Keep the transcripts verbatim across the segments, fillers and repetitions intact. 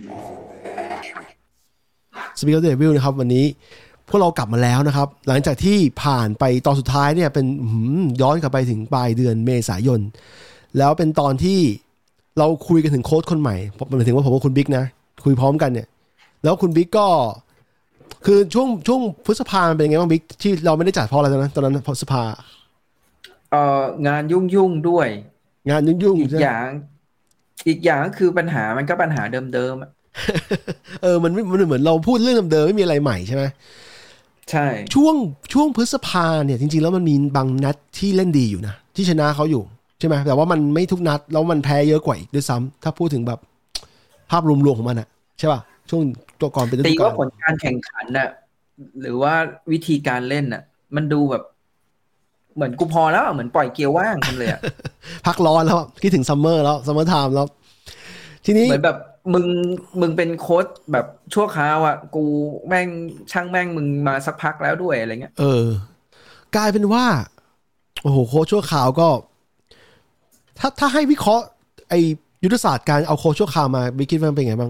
Speak of the Devil นะครับวันนี้พวกเรากลับมาแล้วนะครับหลังจากที่ผ่านไปตอนสุดท้ายเนี่ยเป็นย้อนกลับไปถึงปลายเดือนเมษายนแล้วเป็นตอนที่เราคุยกันถึงโค้ชคนใหม่หมายถึงว่าผมกับคุณบิ๊กนะคุยพร้อมกันเนี่ยแล้วคุณบิ๊กก็คือช่วงช่วงพฤษภาเป็นยังไงบ้างบิ๊กที่เราไม่ได้จัดเพราะอะไรตอนนั้นตอนนั้นพฤษภาเอ่องานยุ่งๆด้วยงานยุ่งๆอีกอย่างอีกอย่างก็คือปัญหามันก็ปัญหาเดิมๆเออมันมันเหมือนเราพูดเรื่องเดิมๆไม่มีอะไรใหม่ใช่ไหมใช่ช่วงช่วงพฤษภาเนี่ยจริงๆแล้วมันมีบางนัดที่เล่นดีอยู่นะที่ชนะเขาอยู่ใช่ไหมแต่ว่ามันไม่ทุกนัดแล้วมันแพ้เยอะกว่าอีกด้วยซ้ำถ้าพูดถึงแบบภาพรวมๆของมันอะใช่ป่ะช่วงตัวก่อนเป็นฤดูกาลตีว่าผลการแข่งขันน่ะหรือว่าวิธีการเล่นน่ะมันดูแบบเหมือนกูพอแล้วเหมือนปล่อยเกียร์ว่างกันเลยอะพักร้อนแล้วคิดถึงซัมเมอร์แล้วซัมเมอร์ไทม์แล้วทีนี้เหมือนแบบมึงมึงเป็นโค้ชแบบชั่วคราวอ่ะกูแม่งช่างแม่งมึงมาสักพักแล้วด้วยอะไรเงี้ยเออกลายเป็นว่าโอ้โหโค้ชชั่วคราวก็ถ้าถ้าให้วิเคราะห์ไอยุทธศาสตร์การเอาโค้ชชั่วคราวมาบิ๊กคิดว่าเป็นไงบ้าง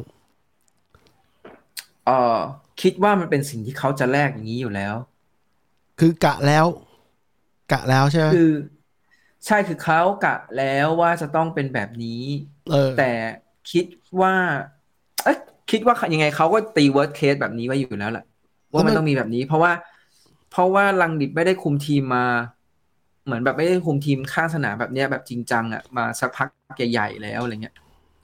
เออคิดว่ามันเป็นสิ่งที่เขาจะแลกอย่างนี้อยู่แล้วคือกะแล้วกะแล้วใช่ไหมคือใช่คือเขากะแล้วว่าจะต้องเป็นแบบนี้เออแต่คิดว่าเอ๊ะคิดว่ายังไงเขาก็ตี worst case แบบนี้ไว้อยู่แล้วแหละว่ามันต้องมีแบบนี้เพราะว่าเพราะว่าลังดิบไม่ได้คุมทีมมาเหมือนแบบไม่ได้คุมทีมข้างสนามแบบเนี้ยแบบจริงจังอ่ะมาสักพักใหญ่ๆแล้วอะไรเงี้ย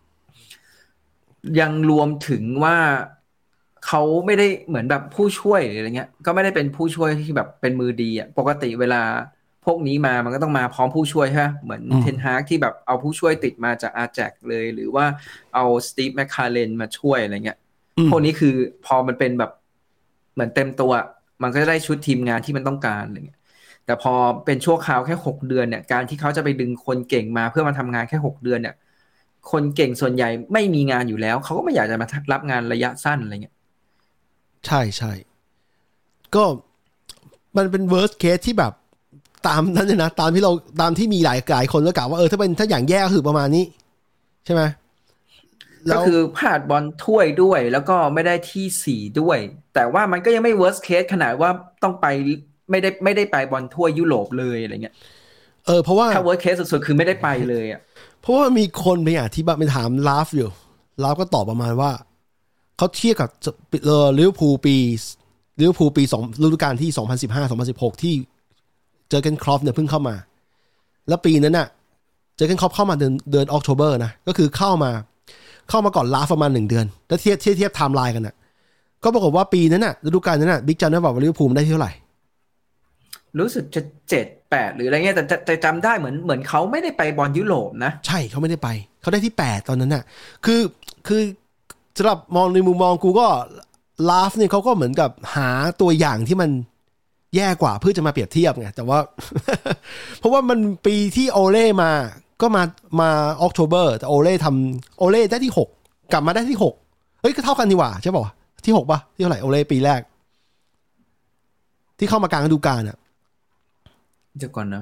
ยังรวมถึงว่าเขาไม่ได้เหมือนแบบผู้ช่วยหรืออะไรเงี้ยก็ไม่ได้เป็นผู้ช่วยที่แบบเป็นมือดีอ่ะปกติเวลาพวกนี้มามันก็ต้องมาพร้อมผู้ช่วยใช่ไหมเหมือนเทนฮากที่แบบเอาผู้ช่วยติดมาจากอาแจ็คเลยหรือว่าเอาสตีฟแมคคาเรนมาช่วยอะไรเงี้ยพวกนี้คือพอมันเป็นแบบเหมือนเต็มตัวมันก็จะได้ชุดทีมงานที่มันต้องการอะไรเงี้ยแต่พอเป็นชั่วคราวแค่หกเดือนเนี่ยการที่เขาจะไปดึงคนเก่งมาเพื่อมาทำงานแค่หกเดือนเนี่ยคนเก่งส่วนใหญ่ไม่มีงานอยู่แล้วเขาก็ไม่อยากจะมารับงานระยะสั้นอะไรเงี้ยใช่ใช่ก็มันเป็น worst case ที่แบบตามนั้นเลยนะตามที่เราตามที่มีหลายหลายคนก็กล่าวว่าเออถ้าเป็นถ้าอย่างแย่ก็คือประมาณนี้ใช่ไหมก็คือพลาดบอลถ้วยด้วยแล้วก็ไม่ได้ที่สี่ด้วยแต่ว่ามันก็ยังไม่ worst case ขนาดว่าต้องไปไม่ได้ไม่ได้ไปบอลถ้วยยุโรปเลยอะไรเงี้ยเออเพราะว่าถ้า worst case สุดๆคือไม่ได้ไปเลยอ่ะเพราะว่ามีคนไปอ่ะที่แบบไปถามลาฟอยู่ลาฟก็ตอบประมาณว่าเขาเทียบกับเออลิเวอร์พูลปีลิเวอร์พูลปีสองฤดูกาลที่สองพันสิบห้า สองพันสิบหกที่เจอเกนครอปเนี่ยเพิ่งเข้ามาแล้วปีนั้นน่ะเจอเกนครอปเข้ามาเดือนเดือนออกโทเบอร์นะก็คือเข้ามาเข้ามาก่อนลาฟประมาณหนึ่งเดือนแล้วเทียบเทียบเทียบไทม์ไลน์กันน่ะก็ปรากฏว่าปีนั้นน่ะฤดูกาลนั้นน่ะบิ๊กจันได้บอกว่าลิเวอร์พูลได้ที่เท่าไหร่รู้สึกจะเจ็ดแปดหรืออะไรเงี้ยแต่แต่จำได้เหมือนเหมือนเขาไม่ได้ไปบอลยุโรปนะใช่เขาไม่ได้ไปเขาได้ที่แปดตอนนั้นน่ะคือคือสำหรับมองในมุมมองกูก็ลาฟเนี่ยเขาก็เหมือนกับหาตัวอย่างที่มันแย่กว่าเพื่อจะมาเปรียบเทียบไงแต่ว่า เพราะว่ามันปีที่โอเล่มาก็มามาออกโทเบอร์แต่โอเล่ทำโอเล่ได้ที่หกกลับมาได้ที่หกเฮ้ยก็เท่ากันดีกว่าใช่ป่ะที่หกป่ะที่เท่าไหร่โอเล่ปีแรกที่เข้ามากลางฤดูกาลอ่ะเดี๋ยวก่อนนะ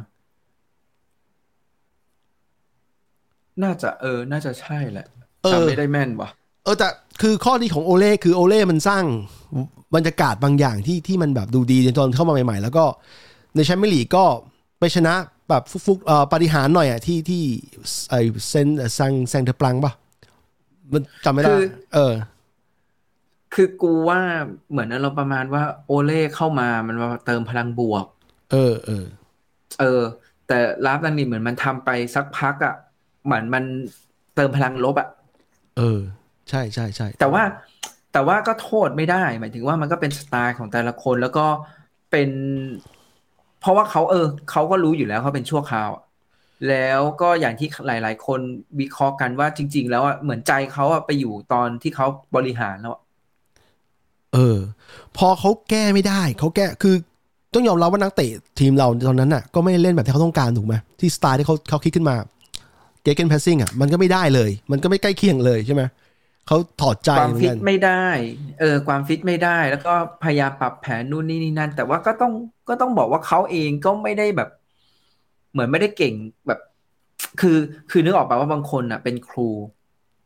น่าจะเออน่าจะใช่แหละจำไม่ได้แม่นว่ะเออแต่คือข้อดีของโอเล่คือโอเล่มันสร้างบรรยากาศบางอย่างที่ที่มันแบบดูดีตอนเข้ามาใหม่ๆแล้วก็ในแชมเปี้ยนลีกก็ไปชนะแบบฟุกๆเอ่อปาฏิหาริย์หน่อยอ่ะที่ที่ไอเซนซังแซงเทอร์ปลังป่ะมันจำไม่ได้เออคือกูว่าเหมือนเราประมาณว่าโอเล่เข้ามามันมาเติมพลังบวกเออเออเออแต่ลาฟดังนี้เหมือนมันทำไปสักพักอ่ะเหมือนมันเติมพลังลบอ่ะเออใช่ใช่ใช่แต่ว่าแต่ว่าก็โทษไม่ได้หมายถึงว่ามันก็เป็นสไตล์ของแต่ละคนแล้วก็เป็นเพราะว่าเขาเออเขาก็รู้อยู่แล้วเขาเป็นชั่วคราวแล้วก็อย่างที่หลายๆคนวิเคราะห์กันว่าจริงๆแล้วอ่ะเหมือนใจเขาอ่ะไปอยู่ตอนที่เขาบริหารแล้วเออพอเขาแก้ไม่ได้เขาแก้คือต้องยอมรับว่านักเตะทีมเราตอนนั้นน่ะก็ไม่ได้เล่นแบบที่เขาต้องการถูกไหมที่สไตล์ที่เขาเขาคิดขึ้นมาเกเกนเพสซิ่งอ่ะมันก็ไม่ได้เลยมันก็ไม่ใกล้เคียงเลยใช่ไหมเขาถอดใจความฟิตเหมือนกันไม่ได้เออความฟิตไม่ได้แล้วก็พยายามปรับแผนนู่นนี่นี่นั่นแต่ว่าก็ต้องก็ต้องบอกว่าเขาเองก็ไม่ได้แบบเหมือนไม่ได้เก่งแบบคือคือนึกออกป่ะว่าบางคนอ่ะเป็นครู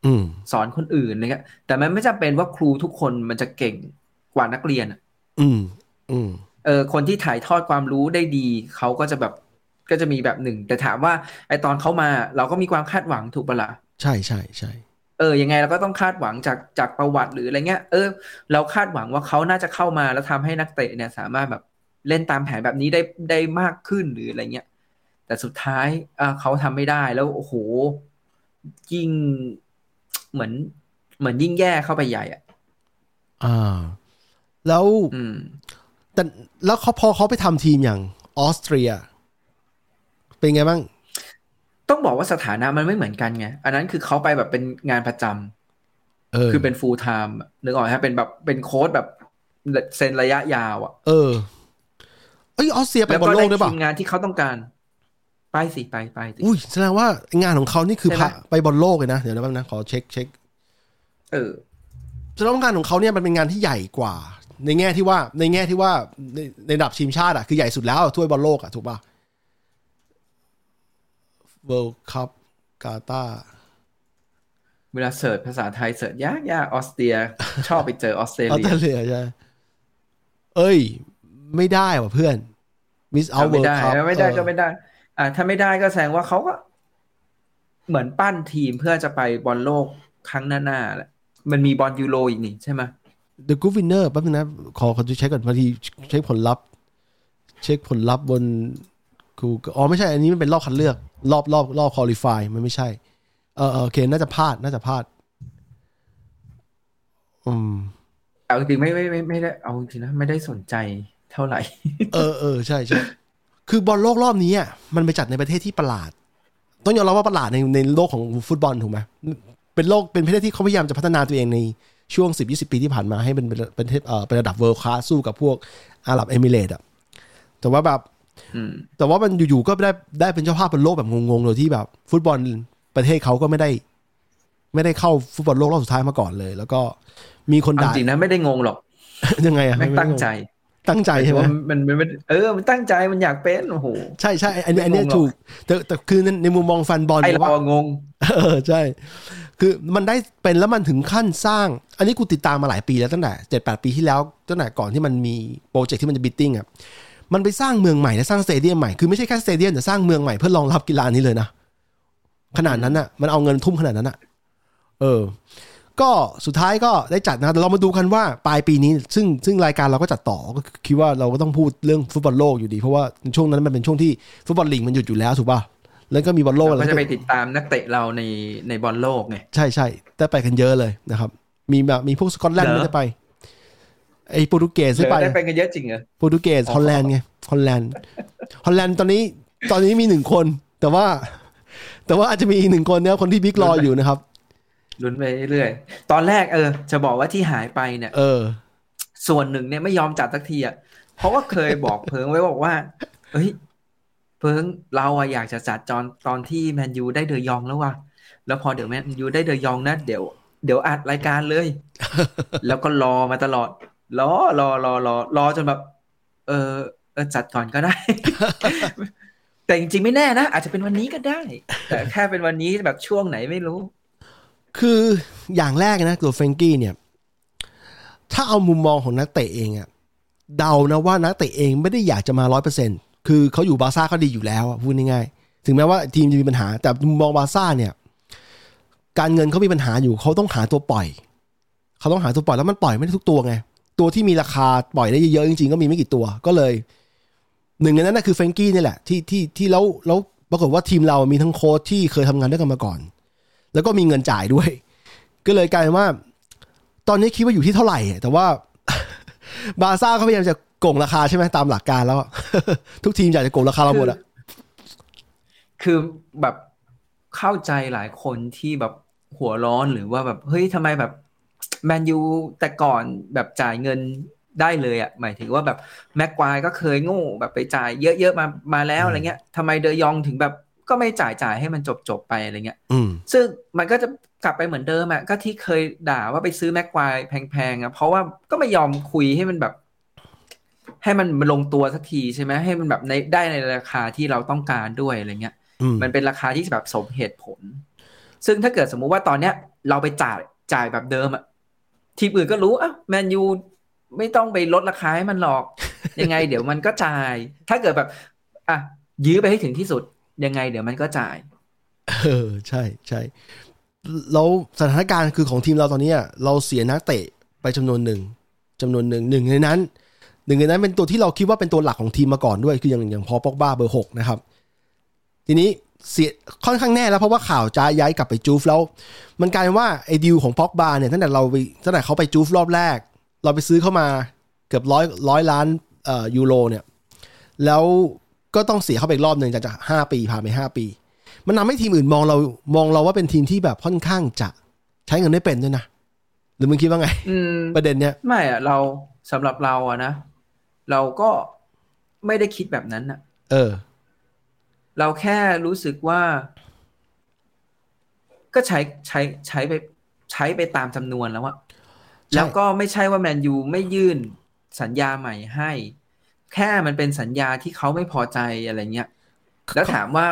สอนคนอื่นอะไรเงี้ยแต่มันไม่จำเป็นว่าครูทุกคนมันจะเก่งกว่านักเรียนอ่ะอืมอืมเออคนที่ถ่ายทอดความรู้ได้ดีเขาก็จะแบบก็จะมีแบบหนึ่งแต่ถามว่าไอตอนเขามาเราก็มีความคาดหวังถูกปะล่ะใช่ใช่ใช่เออยังไงเราก็ต้องคาดหวังจากจากประวัติหรืออะไรเงี้ยเออเราคาดหวังว่าเขาน่าจะเข้ามาแล้วทำให้นักเตะเนี่ยสามารถแบบเล่นตามแผนแบบนี้ได้ได้มากขึ้นหรืออะไรเงี้ยแต่สุดท้ายอ่าเขาทำไม่ได้แล้วโอ้โหยิ่งเหมือนเหมือนยิ่งแย่เข้าไปใหญ่อ่ะอ่าแล้วอืมแต่แล้วเขาพอเขาไปทำทีมอย่างออสเตรียเป็นไงบ้างต้องบอกว่าสถานะมันไม่เหมือนกันไงอันนั้นคือเขาไปแบบเป็นงานประจเอำอคือเป็น full time อะนึกออกไหมเป็นแบบเป็นโค้ชแบบเซ็นระยะยาวอ่ะเออเอ้ยออสเตรียไปบอลแล้วก็ได้โลกด้วยเปล่าทีมงานที่เขาต้องการไปสิไปไปสิอุ้ยแสดงว่างานของเขานี่คือใช่ไหมพาไปบอลโลกเลยนะเดี๋ยวนะแป๊บนะขอเช็คเช็คเออแสดงว่างานของเขาเนี่ยมันเป็นงานที่ใหญ่กว่าในแง่ที่ว่าในแง่ที่ว่าในในระดับทีมชาติอะคือใหญ่สุดแล้วถ้วยบอลโลกอะถูกป่ะ World Cup กาตาร์เวลาเสิร์ชภาษาไทยเสิร์ชยากยากออสเตรียชอบไปเจอออสเตรออสเลียเตรเลียใช่เอ้ยไม่ได้ว่ะเพื่อน Miss เอา Out ไม่ World ได้ Cup ไม่เออได้ก็ไม่ได้อ่าถ้าไม่ได้ก็แสดงว่าเขาก็เหมือนปั้นทีมเพื่อจะไปบอลโลกครั้งหน้าๆแหละมันมีบอลยูโรอีกนี่ใช่ไหม The Good Winner แป๊บนึงนะขอขอดูเช็คก่อนพอดีเช็คผลลัพธ์เช็คผลลัพธ์บนกูอ๋อไม่ใช่อันนี้มันเป็นรอบคัดเลือกรอบรอบรอบควอลิฟายมันไม่ใช่เออโอเคน่าจะพลาดน่าจะพลาดอืมเอาจริงๆไม่ไม่ไม่ไม่ได้เอาจริงนะไม่ได้สนใจเท่าไหร่เออเออใช่ใช่คือบอลโลกรอบนี้อ่ะมันไปจัดในประเทศที่ประหลาดต้องยอมรับว่าประหลาดในในโลกของฟุตบอลถูกไหมเป็นโลกเป็นประเทศที่เขาพยายามจะพัฒนาตัวเองในช่วงสิบยี่สิบปีที่ผ่านมาให้เป็นเป็นเออเป็นระดับเวิลด์คลาสสู้กับพวกอาหรับเอมิเรตส์อ่ะแต่ว่าแบบแต่ว่ามันอยู่ๆก็ได้ได้เป็นเจ้าภาพบอลโลกแบบงงๆโดยที่แบบฟุตบอลประเทศเขาก็ไม่ได้ไม่ได้เข้าฟุตบอลโลกรอบสุดท้ายมาก่อนเลยแล้วก็มีคนด่าจริงนะไม่ได้งงหรอกยังไงอะแม่งตั้งใจตั้งใจใช่ไหมมันมันมันเออมันตั้งใจมันอยากเป็นโอ้โหใช่ใช่อันนี้อันนี้ถูกแต่แต่คือในในมุมมองแฟนบอลไอเรางงเออใช่คือมันได้เป็นแล้วมันถึงขั้นสร้างอันนี้กูติดตามมาหลายปีแล้วตั้งแต่เจ็ดแปดปีที่แล้วตั้งแต่ก่อนที่มันมีโปรเจกต์ที่มันจะบิทติ้งอ่ะมันไปสร้างเมืองใหม่และสร้างสเตเดียมใหม่คือไม่ใช่แค่สเตเดียมแต่สร้างเมืองใหม่เพื่อรองรับกีฬานี้เลยนะขนาดนั้นอ่ะมันเอาเงินทุ่มขนาดนั้นอ่ะเออก็สุดท้ายก็ได้จัดนะแต่เรามาดูกันว่าปลายปีนี้ซึ่งซึ่งรายการเราก็จัดต่อก็คิดว่าเราก็ต้องพูดเรื่องฟุตบอลโลกอยู่ดีเพราะว่าช่วงนั้นมันเป็นช่วงที่ฟุตบอลลีกมันหยุดอยู่แล้วถูกป่ะแล้วก็มีบอลโลกเราก็จะไปติดตามนักเตะเราในในบอลโลกไงใช่ใช่ได้ไปกันเยอะเลยนะครับมีแบบมีพวกสกอตแลนด์ไม่ได้ไปไอ้โปรตุเกสได้ไปได้ไปกันเยอะจริงเหรอโปรตุเกสฮอลแลนด์ไงฮอลแลนด์ฮอลแลนด์ตอนนี้ตอนนี้มีหนึ่งคนแต่ว่าแต่ว่าอาจจะมีอีกหนึ่งคนเนี่ยคนที่บิ๊กรออยู่นะครับลุ้นไปเรื่อยตอนแรกเออจะบอกว่าที่หายไปเนี่ยเออส่วนหนึ่งเนี่ยไม่ยอมจัดสักทีอ่ะเพราะว่าเคยบอกเพิงไว้บอกว่าเฮ้ยเพิงเราอะอยากจะจัดจอนตอนที่แมนยูได้เดยองแล้วว่ะแล้วพอเดี๋ยวแมนยูได้เดยองนะเดี๋ยวเดี๋ยวอัดรายการเลยแล้วก็รอมาตลอดรอรอรอรอรอจนแบบเออเออจัดก่อนก็ได้ แต่จริงๆไม่แน่นะอาจจะเป็นวันนี้ก็ได้แต่แค่เป็นวันนี้แบบช่วงไหนไม่รู้คืออย่างแรกนะตัวเฟรงกี้เนี่ยถ้าเอามุมมองของนักเตะเองอะเดานะว่านักเตะเองไม่ได้อยากจะมา ร้อยเปอร์เซ็นต์ คือเขาอยู่บาร์ซ่าก็ดีอยู่แล้วพูดง่ายๆถึงแม้ว่าทีมจะมีปัญหาแต่มุมมองบาร์ซ่าเนี่ยการเงินเขามีปัญหาอยู่เขาต้องหาตัวปล่อยเขาต้องหาตัวปล่อยแล้วมันปล่อยไม่ได้ทุกตัวไงตัวที่มีราคาปล่อยได้เยอะๆจริงๆก็มีไม่กี่ตัวก็เลยหนึ่งในนั้นนะคือเฟรงกี้นี่แหละที่ที่ที่แล้วแล้วปรากฏว่าทีมเรามีทั้งโค้ชที่เคยทำงานด้วยกันมาก่อนแล้วก็มีเงินจ่ายด้วยก็เลยกลายเป็นว่าตอนนี้คิดว่าอยู่ที่เท่าไหร่แต่ว่าบาร์ซ่าเขาพยายามจะโกงราคาใช่ไหมตามหลักการแล้ว ทุกทีมอยากจะโกงราคาเราหมดอะคือแบบเข้าใจหลายคนที่แบบหัวร้อนหรือว่าแบบเฮ้ยทำไมแบบแมนยูแต่ก่อนแบบจ่ายเงินได้เลยอ่ะหมายถึงว่าแบบแม็กควายก็เคยโง่แบบไปจ่ายเยอะๆมามาแล้วอะไรเงี้ยทำไมเดยองถึงแบบก็ไม่จ่ายจ่ายให้มันจบๆไปอะไรเงี้ยซึ่งมันก็จะกลับไปเหมือนเดิมอ่ะก็ที่เคยด่าว่าไปซื้อแม็กควายแพงๆอ่ะเพราะว่าก็ไม่ยอมคุยให้มันแบบให้มันมันลงตัวสักทีใช่ไหมให้มันแบบในได้ในราคาที่เราต้องการด้วยอะไรเงี้ยมันเป็นราคาที่แบบสมเหตุผลซึ่งถ้าเกิดสมมุติว่าตอนเนี้ยเราไปจ่ายจ่ายแบบเดิมอะทีมอื่นก็รู้อ่ะแมนยูไม่ต้องไปลดราคาให้มันหรอก ยังไงเดี๋ยวมันก็จ่ายถ้าเกิดแบบอ่ะยื้อไปให้ถึงที่สุดยังไงเดี๋ยวมันก็จ่ายเออใช่ใช่แล้วสถานการณ์คือของทีมเราตอนนี้เราเสียนักเตะไปจำนวนหนึ่งจำนวนหนึ่งหนึ่งในนั้นหนึ่งในนั้นเป็นตัวที่เราคิดว่าเป็นตัวหลักของทีมมาก่อนด้วยคืออย่างอย่างพอป็อกบ้าเบอร์หกนะครับทีนี้เสียค่อนข้างแน่แล้วเพราะว่าข่าวจะย้ายกลับไปจูฟแล้วมันกลายเป็นว่าไอ้ดีลของป็อกบ้าเนี่ยตั้งแต่เราไปตั้งแต่เขาไปจูฟรอบแรกเราไปซื้อเข้ามาเกือบร้อยร้อยล้านเอ่อยูโรเนี่ยแล้วก็ต้องเสียเข้าไปอีกรอบนึงจากห้าปีผ่านไปห้าปีมันทำให้ทีมอื่นมองเรามองเราว่าเป็นทีมที่แบบค่อนข้างจะใช้เงินไม่เป็นด้วยนะหรือมึงคิดว่าไงประเด็นเนี้ยไม่อะเราสำหรับเราอะนะเราก็ไม่ได้คิดแบบนั้นอะเออเราแค่รู้สึกว่าก็ใช้ใช้ใช้ไปใช้ไปตามจำนวนแล้วอะแล้วก็ไม่ใช่ว่าแมนยูไม่ยื่นสัญญาใหม่ให้แค่มันเป็นสัญญาที่เขาไม่พอใจอะไรเงี้ยแล้วถามว่า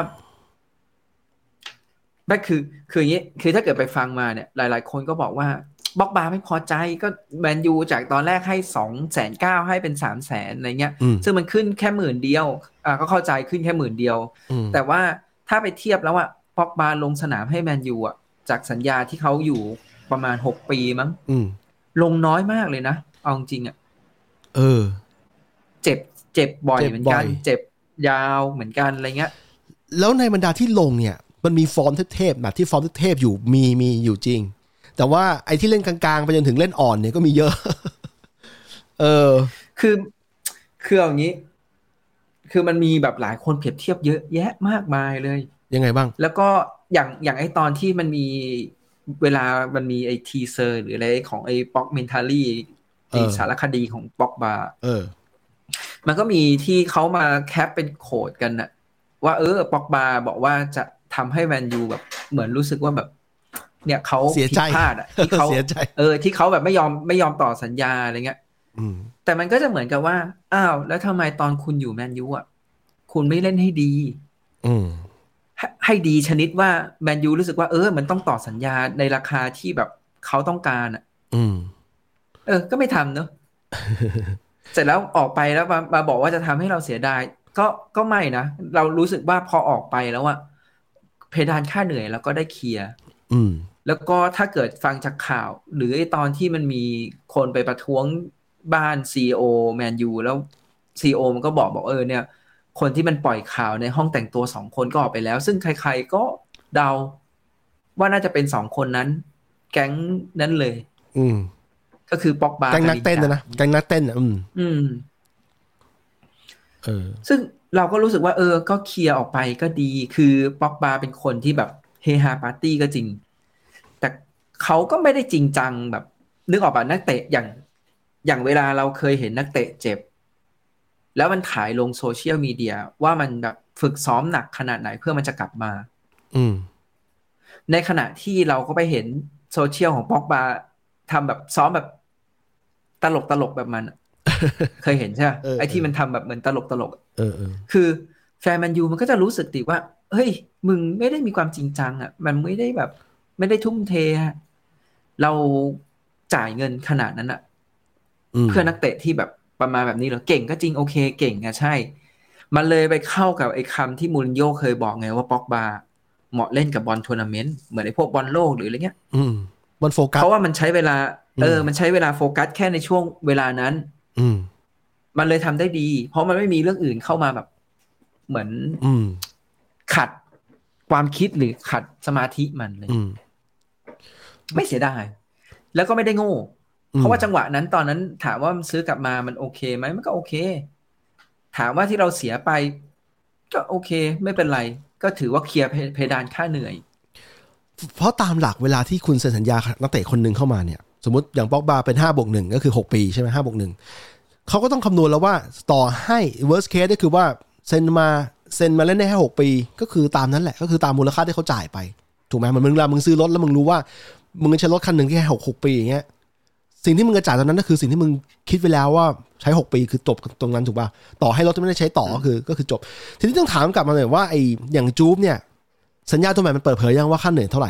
นั่นคือคืออย่างนี้คือถ้าเกิดไปฟังมาเนี่ยหลายๆคนก็บอกว่าบ็อกบาไม่พอใจก็แมนยูจากตอนแรกให้สองแสนเก้าให้เป็นสามแสนอะไรเงี้ยซึ่งมันขึ้นแค่หมื่นเดียวอ่าก็เข้าใจขึ้นแค่หมื่นเดียวแต่ว่าถ้าไปเทียบแล้วอะบ็อกบาลงสนามให้แมนยูอะจากสัญญาที่เขาอยู่ประมาณหกปีมั้งลงน้อยมากเลยนะเอาจริงอะเออเจ็บเจ็บบ่อยเหมือนกันเจ็บยาวเหมือนกันอะไรเงี้ยแล้วในบรรดาที่ลงเนี่ยมันมีฟอร์มเทพๆแบบที่ฟอร์มเทพอยู่มีมีอยู่จริงแต่ว่าไอ้ที่เล่นกลางๆไปจนถึงเล่นอ่อนเนี่ยก็มีเยอะเออคือคืออย่างนี้คือมันมีแบบหลายคนเปรียบเทียบเยอะแยะมากมายเลยยังไงบ้างแล้วก็อย่างอย่างไอ้ตอนที่มันมีเวลามันมีไอ้ทีเซอร์หรืออะไรของไอ้ป็อกเมนทาลี่ไอ้สารคดีของป็อกบาเออมันก็มีที่เขามาแคปเป็นโค้ดกันน่ะว่าเออป็อกบาบอกว่าจะทำให้แมนยูแบบเหมือนรู้สึกว่าแบบเนี่ยเขาผิดพลาดอ่ะที่เขาเออที่เขาแบบไม่ยอมไม่ยอมต่อสัญญาอะไรเงี้ยแต่มันก็จะเหมือนกับว่าอ้าวแล้วทำไมตอนคุณอยู่แมนยูอ่ะคุณไม่เล่นให้ดีให้ดีชนิดว่าแมนยูรู้สึกว่าเออมันต้องต่อสัญญาในราคาที่แบบเขาต้องการอ่ะเออก็ไม่ทำเนอะ เสร็จแล้วออกไปแล้วมามาบอกว่าจะทำให้เราเสียดายก็ก็ไม่นะเรารู้สึกว่าพอออกไปแล้วอะเพดานค่าเหนื่อยแล้วก็ได้เคลียร์แล้วก็ถ้าเกิดฟังจากข่าวหรือไอ้ตอนที่มันมีคนไปประท้วงบ้านซีอีโอแมนยูแล้วซีอีโอมันก็บอกบอกเออเนี่ยคนที่มันปล่อยข่าวในห้องแต่งตัวสองคนก็ออกไปแล้วซึ่งใครๆก็เดาว่าน่าจะเป็นสองคนนั้นแก๊งนั้นเลยอืมก็คือป็อกบาแก๊งนักเต้นนะแก๊งนักเต้นอ่ะอืมอืมเออซึ่งเราก็รู้สึกว่าเออก็เคลียร์ออกไปก็ดีคือป็อกบาเป็นคนที่แบบเฮฮาปาร์ตี้ก็จริงแต่เขาก็ไม่ได้จริงจังแบบนึกออกป่ะนักเตะอย่างอย่างเวลาเราเคยเห็นนักเตะเจ็บแล้วมันถ่ายลงโซเชียลมีเดียว่ามันแบบฝึกซ้อมหนักขนาดไหนเพื่อมันจะกลับมาอืมในขณะที่เราก็ไปเห็นโซเชียลของป็อกบาทำแบบซ้อมแบบตลกตลกแบบมัน เคยเห็นใช่ไหมไอ้ที่มันทำแบบเหมือนตลกตลกเออคือแฟนแมนยูมันก็จะรู้สึกติว่าเฮ้ยมึงไม่ได้มีความจริงจังอ่ะมันไม่ได้แบบไม่ได้ทุ่มเทเราจ่ายเงินขนาดนั้นอ่ะเพื่อนักเตะที่แบบประมาณแบบนี้เหรอเก่งก็จริงโอเคเก่งอะใช่มันเลยไปเข้ากับไอ้คำที่มูรินโญ่เคยบอกไงว่าป็อกบาเหมาะเล่นกับบอลทัวร์นาเมนต์เหมือนไอ้พวกบอลโลกหรืออะไรเงี้ยอืมบอลโฟกัสเพราะว่ามันใช้เวลาเออมันใช้เวลาโฟกัสแค่ในช่วงเวลานั้นอืมมันเลยทำได้ดีเพราะมันไม่มีเรื่องอื่นเข้ามาแบบเหมือนขัดความคิดหรือขัดสมาธิมันเลยไม่เสียดายแล้วก็ไม่ได้โง่เพราะว่าจังหวะนั้นตอนนั้นถามว่ามันซื้อกลับมามันโอเคไหมมันก็โอเคถามว่าที่เราเสียไปก็โอเคไม่เป็นไรก็ถือว่าเคลียร์เพดานค่าเหนื่อยเพราะตามหลักเวลาที่คุณเซ็นสัญญานักเตะคนหนึ่งเข้ามาเนี่ยสมมติอย่างป็อกบาเป็นห้าบวกหนึ่งก็คือหกปีใช่ไหมห้าบวกหนึ่งเขาก็ต้องคำนวณแล้วว่าต่อให้ worst case ก็คือว่าเซ็นมาเซ็นมาเล่นได้แค่หกปีก็คือตามนั้นแหละก็คือตามมูลค่าที่เขาจ่ายไปถูกไหมมันมึงเวลามึงซื้อรถแล้วมึงรู้ว่ามึงจะใช้รถคันหนึ่งแค่หกหกปีอย่างเงี้ยสิ่งที่มึงจะจ่ายตอนนั้นก็คือสิ่งที่มึงคิดไว้แล้วว่าใช้หกปีคือจบตรงนั้นถูกป่ะต่อให้รถจะไม่ได้ใช้ต่อก็คือก็คือจบทีนี้ต้องถามกลับมาหน่อยว่าไอ้อย่างจู๊บเนี่ยสัญญาตัวใหม่มันเปิดเผยยังว่าค่าเหนื่อยเท่าไหร่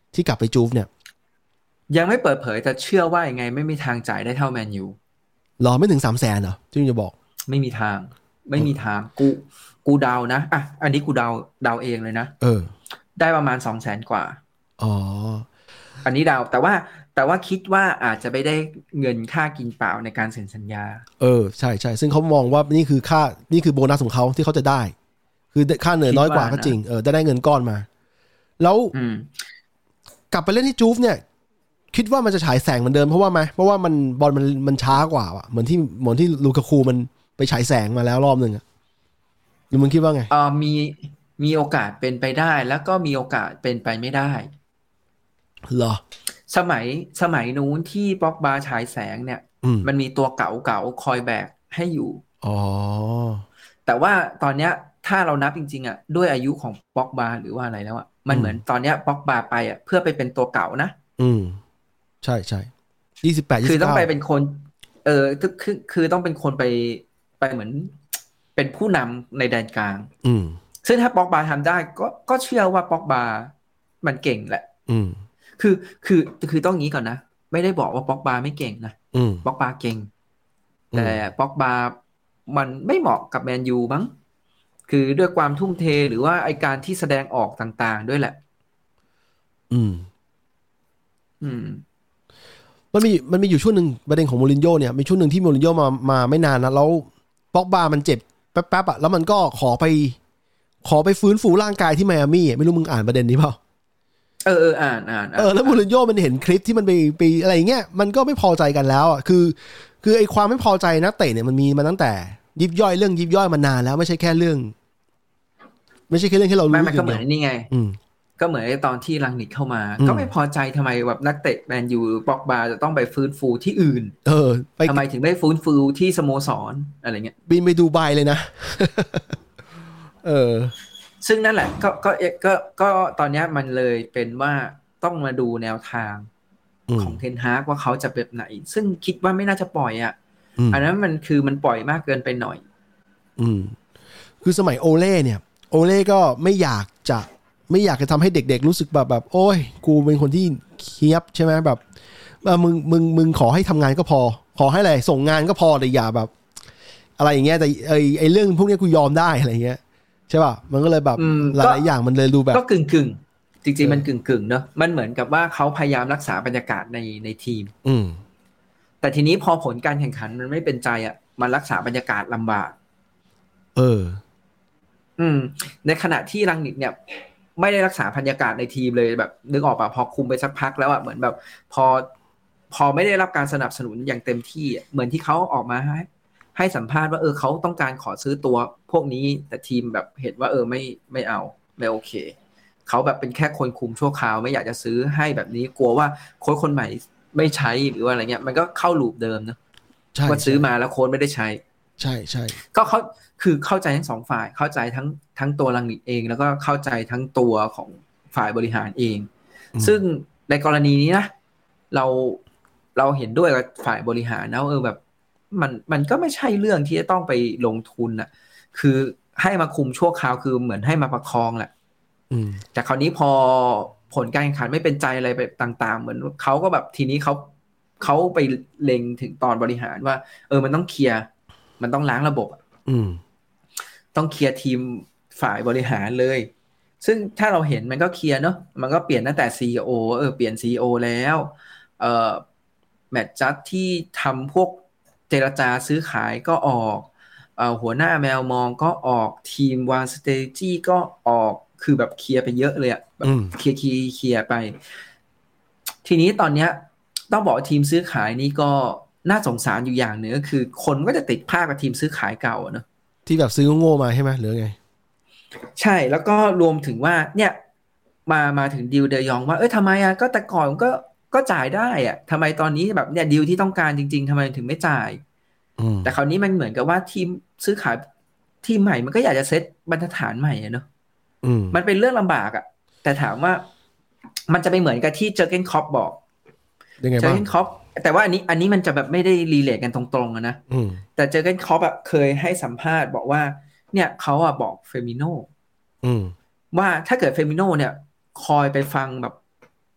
ที่กลับไปจูฟเนี่ยยังไม่เปิดเผยแต่เชื่อว่ายังไงไม่มีทางจ่ายได้เท่าแมนยูหรอไม่ถึงสามแสนเหรอที่มึงจะบอกไม่มีทางไม่มีทางกูกูเดานะอ่ะอันนี้กูเดาเดาเองเลยนะเออได้ประมาณสองแสนกว่าอ๋ออันนี้เดาแต่ว่าแต่ว่าคิดว่าอาจจะไม่ได้เงินค่ากินเปล่าในการเซ็นสัญญาเออใช่ใช่ซึ่งเขามองว่านี่คือค่านี่คือโบนัสของเขาที่เขาจะได้คือค่าเหนื่อยน้อยกว่าก็จริงเออได้ได้เงินก้อนมาแล้วกลับไปเล่นที่จูฟเนี่ยคิดว่ามันจะฉายแสงเหมือนเดิมเพราะว่าไหมเพราะว่ามันบอลมันมันช้ากว่าอ่ะเหมือนที่เหมือนที่ลูกาคูมันไปฉายแสงมาแล้วรอบหนึ่งอ่ะหรือมึงคิดว่าไงเออมีมีโอกาสเป็นไปได้แล้วก็มีโอกาสเป็นไปไม่ได้เหรอสมัยสมัยนู้นที่ป็อกบาฉายแสงเนี่ยมันมีตัวเก๋าเก๋าคอยแบกให้อยู่อ๋อแต่ว่าตอนเนี้ยถ้าเรานับจริงๆอ่ะด้วยอายุของป็อกบาหรือว่าอะไรแล้วอ่ะมันเหมือนตอนเนี้ยป็อกบาไปอ่ะเพื่อไปเป็นตัวเก๋านะอืมใช่ใช่ยี่สิบแปดยี่คืสิบเก้าอต้องไปเป็นคนเออคือคือต้องเป็นคนไปไปเหมือนเป็นผู้นำในแดนกลางอืมซึ่งถ้าป็อกบาทำได้ก็ก็เชื่อว่าป็อกบามันเก่งแหละอืมคือคือคือต้องงี้ก่อนนะไม่ได้บอกว่าป็อกบาไม่เก่งนะป็อกบาเก่งแต่ป็อกบามันไม่เหมาะกับแมนยูมั้งคือด้วยความทุ่มเทหรือว่าไอการที่แสดงออกต่างๆด้วยแหละอืมอืมมันมีมันมีอยู่ช่วงหนึ่งประเด็นของโมรินโญ่เนี่ยมีช่วงหนึ่งที่โมรินโญ่มามาไม่นานนะแล้วป็อกบามันเจ็บแป๊บๆอ่ะแล้วมันก็ขอไปขอไปฟื้นฟูร่างกายที่ไมอามี่ไม่รู้มึงอ่านประเด็นนี้เปล่าเออเอออ่านอ่านเออแล้วมูรินโญ่มันเห็นคลิปที่มันไปไปอะไรเงี้ยมันก็ไม่พอใจกันแล้วอ่ะคือคือไอ้ความไม่พอใจนักเตะเนี่ยมันมีมาตั้งแต่ยิบย่อยเรื่องยิบย่อยมานานแล้วไม่ใช่แค่เรื่องไม่ใช่แค่เรื่องที่เรารู้มันก็เหมือนนี่ไงก็เหมือนตอนที่ลังนิกเข้ามาก็ไม่พอใจทำไมแบบนักเตะแมนยูป็อกบาจะต้องไปฟื้นฟูที่อื่นเออทำไมถึงไม่ฟื้นฟูที่สโมสรอะไรเงี้ยบินไปดูไบเลยนะเออซึ่งนั่นแหละก็ก็ก็ก็ตอนนี้มันเลยเป็นว่าต้องมาดูแนวทางของเทนฮากว่าเขาจะแบบไหนซึ่งคิดว่าไม่น่าจะปล่อยอ่ะอันนั้นมันคือมันปล่อยมากเกินไปหน่อยอืมคือสมัยโอเล่เนี่ยโอเล่ก็ไม่อยากจะไม่อยากจะทำให้เด็กๆรู้สึกแบบแบบโอ้ยกูเป็นคนที่เคียบใช่ไหมแบบมึงมึงมึงขอให้ทำงานก็พอขอให้อะไรส่งงานก็พอแต่อย่าแบบอะไรอย่างเงี้ยแต่ไอไอเรื่องพวกนี้กูยอมได้อะไรเงี้ยใช่ป่ะมันก็เลยแบบหลายๆอย่างมันเลยดูแบบก็กึ่งกึ่งจริงๆมันกึ่งกึ่งเนอะมันเหมือนกับว่าเขาพยายามรักษาบรรยากาศในในทีมอืมแต่ทีนี้พอผลการแข่งขันมันไม่เป็นใจอ่ะมันรักษาบรรยากาศลำบากเอออืมในขณะที่รังนิกเนี่ยไม่ได้รักษาบรรยากาศในทีมเลยแบบนึกออกป่ะพอคุมไปสักพักแล้วอ่ะเหมือนแบบพอพอไม่ได้รับการสนับสนุนอย่างเต็มที่เหมือนที่เขาออกมาให้ให้สัมภาษณ์ว่าเออเขาต้องการขอซื้อตัวพวกนี้แต่ทีมแบบเห็นว่าเออไม่ไม่เอาไม่โอเคเขาแบบเป็นแค่คนคุมชั่วคราวไม่อยากจะซื้อให้แบบนี้กลัวว่าโค้ชคนใหม่ไม่ใช้หรือว่าอะไรเงี้ยมันก็เข้าลูปเดิมนะว่าซื้อมาแล้วโค้ชไม่ได้ใช้ใช่ใช่ก็เขาคือเข้าใจทั้งสองฝ่ายเข้าใจทั้งทั้งตัวลังนิกเองแล้วก็เข้าใจทั้งตัวของฝ่ายบริหารเองซึ่งในกรณีนี้นะเราเราเห็นด้วยกับฝ่ายบริหารนะเออแบบมันมันก็ไม่ใช่เรื่องที่จะต้องไปลงทุนอ่ะคือให้มาคุมชั่วคราวคือเหมือนให้มาประคองแหละแต่คราวนี้พอผลการแข่งขันไม่เป็นใจอะไรแบบต่างๆเหมือนเขาก็แบบทีนี้เขาเขาไปเล็งถึงตอนบริหารว่าเออมันต้องเคลียร์มันต้องล้างระบบต้องเคลียร์ทีมฝ่ายบริหารเลยซึ่งถ้าเราเห็นมันก็เคลียร์เนาะมันก็เปลี่ยนตั้งแต่ ซี อี โอ เออเปลี่ยน ซี อี โอ แล้วเอ่อแมตช์จัดที่ทำพวกเจรจาซื้อขายก็ออกเอ่อหัวหน้าแมวมองก็ออกทีมวางสเตรจี้ก็ออกคือแบบเคลียร์ไปเยอะเลยอะแบบเคลียร์เคลียร์ไปทีนี้ตอนเนี้ยต้องบอกทีมซื้อขายนี่ก็น่าสงสารอยู่อย่างหนึ่งก็คือคนก็จะติดภาพกับทีมซื้อขายเก่าเนอะที่แบบซื้อโง่มาใช่ไหมหรือไงใช่แล้วก็รวมถึงว่าเนี่ยมามาถึงดิวเดยองว่าเอ้ยทำไมอ่ะก็แต่ก่อนก็ก็จ่ายได้อ่ะทำไมตอนนี้แบบเนี่ยดิวที่ต้องการจริงๆทำไมถึงไม่จ่ายแต่คราวนี้มันเหมือนกับว่าทีมซื้อขายทีมใหม่มันก็อยากจะเซตบรรทัดฐานใหม่เนอะมันเป็นเรื่องลำบากอ่ะแต่ถามว่ามันจะไปเหมือนกับที่เจอร์เกนคล็อปบอกเจอร์เกนคล็อปแต่ว่าอันนี้อันนี้มันจะแบบไม่ได้รีเลทกันตรงๆนะแต่เจอร์เกนคล็อปอ่ะเคยให้สัมภาษณ์บอกว่าเนี่ยเขาอ่ะบอกเฟมิโนว่าถ้าเกิดเฟมิโนเนี่ยคอยไปฟังแบบ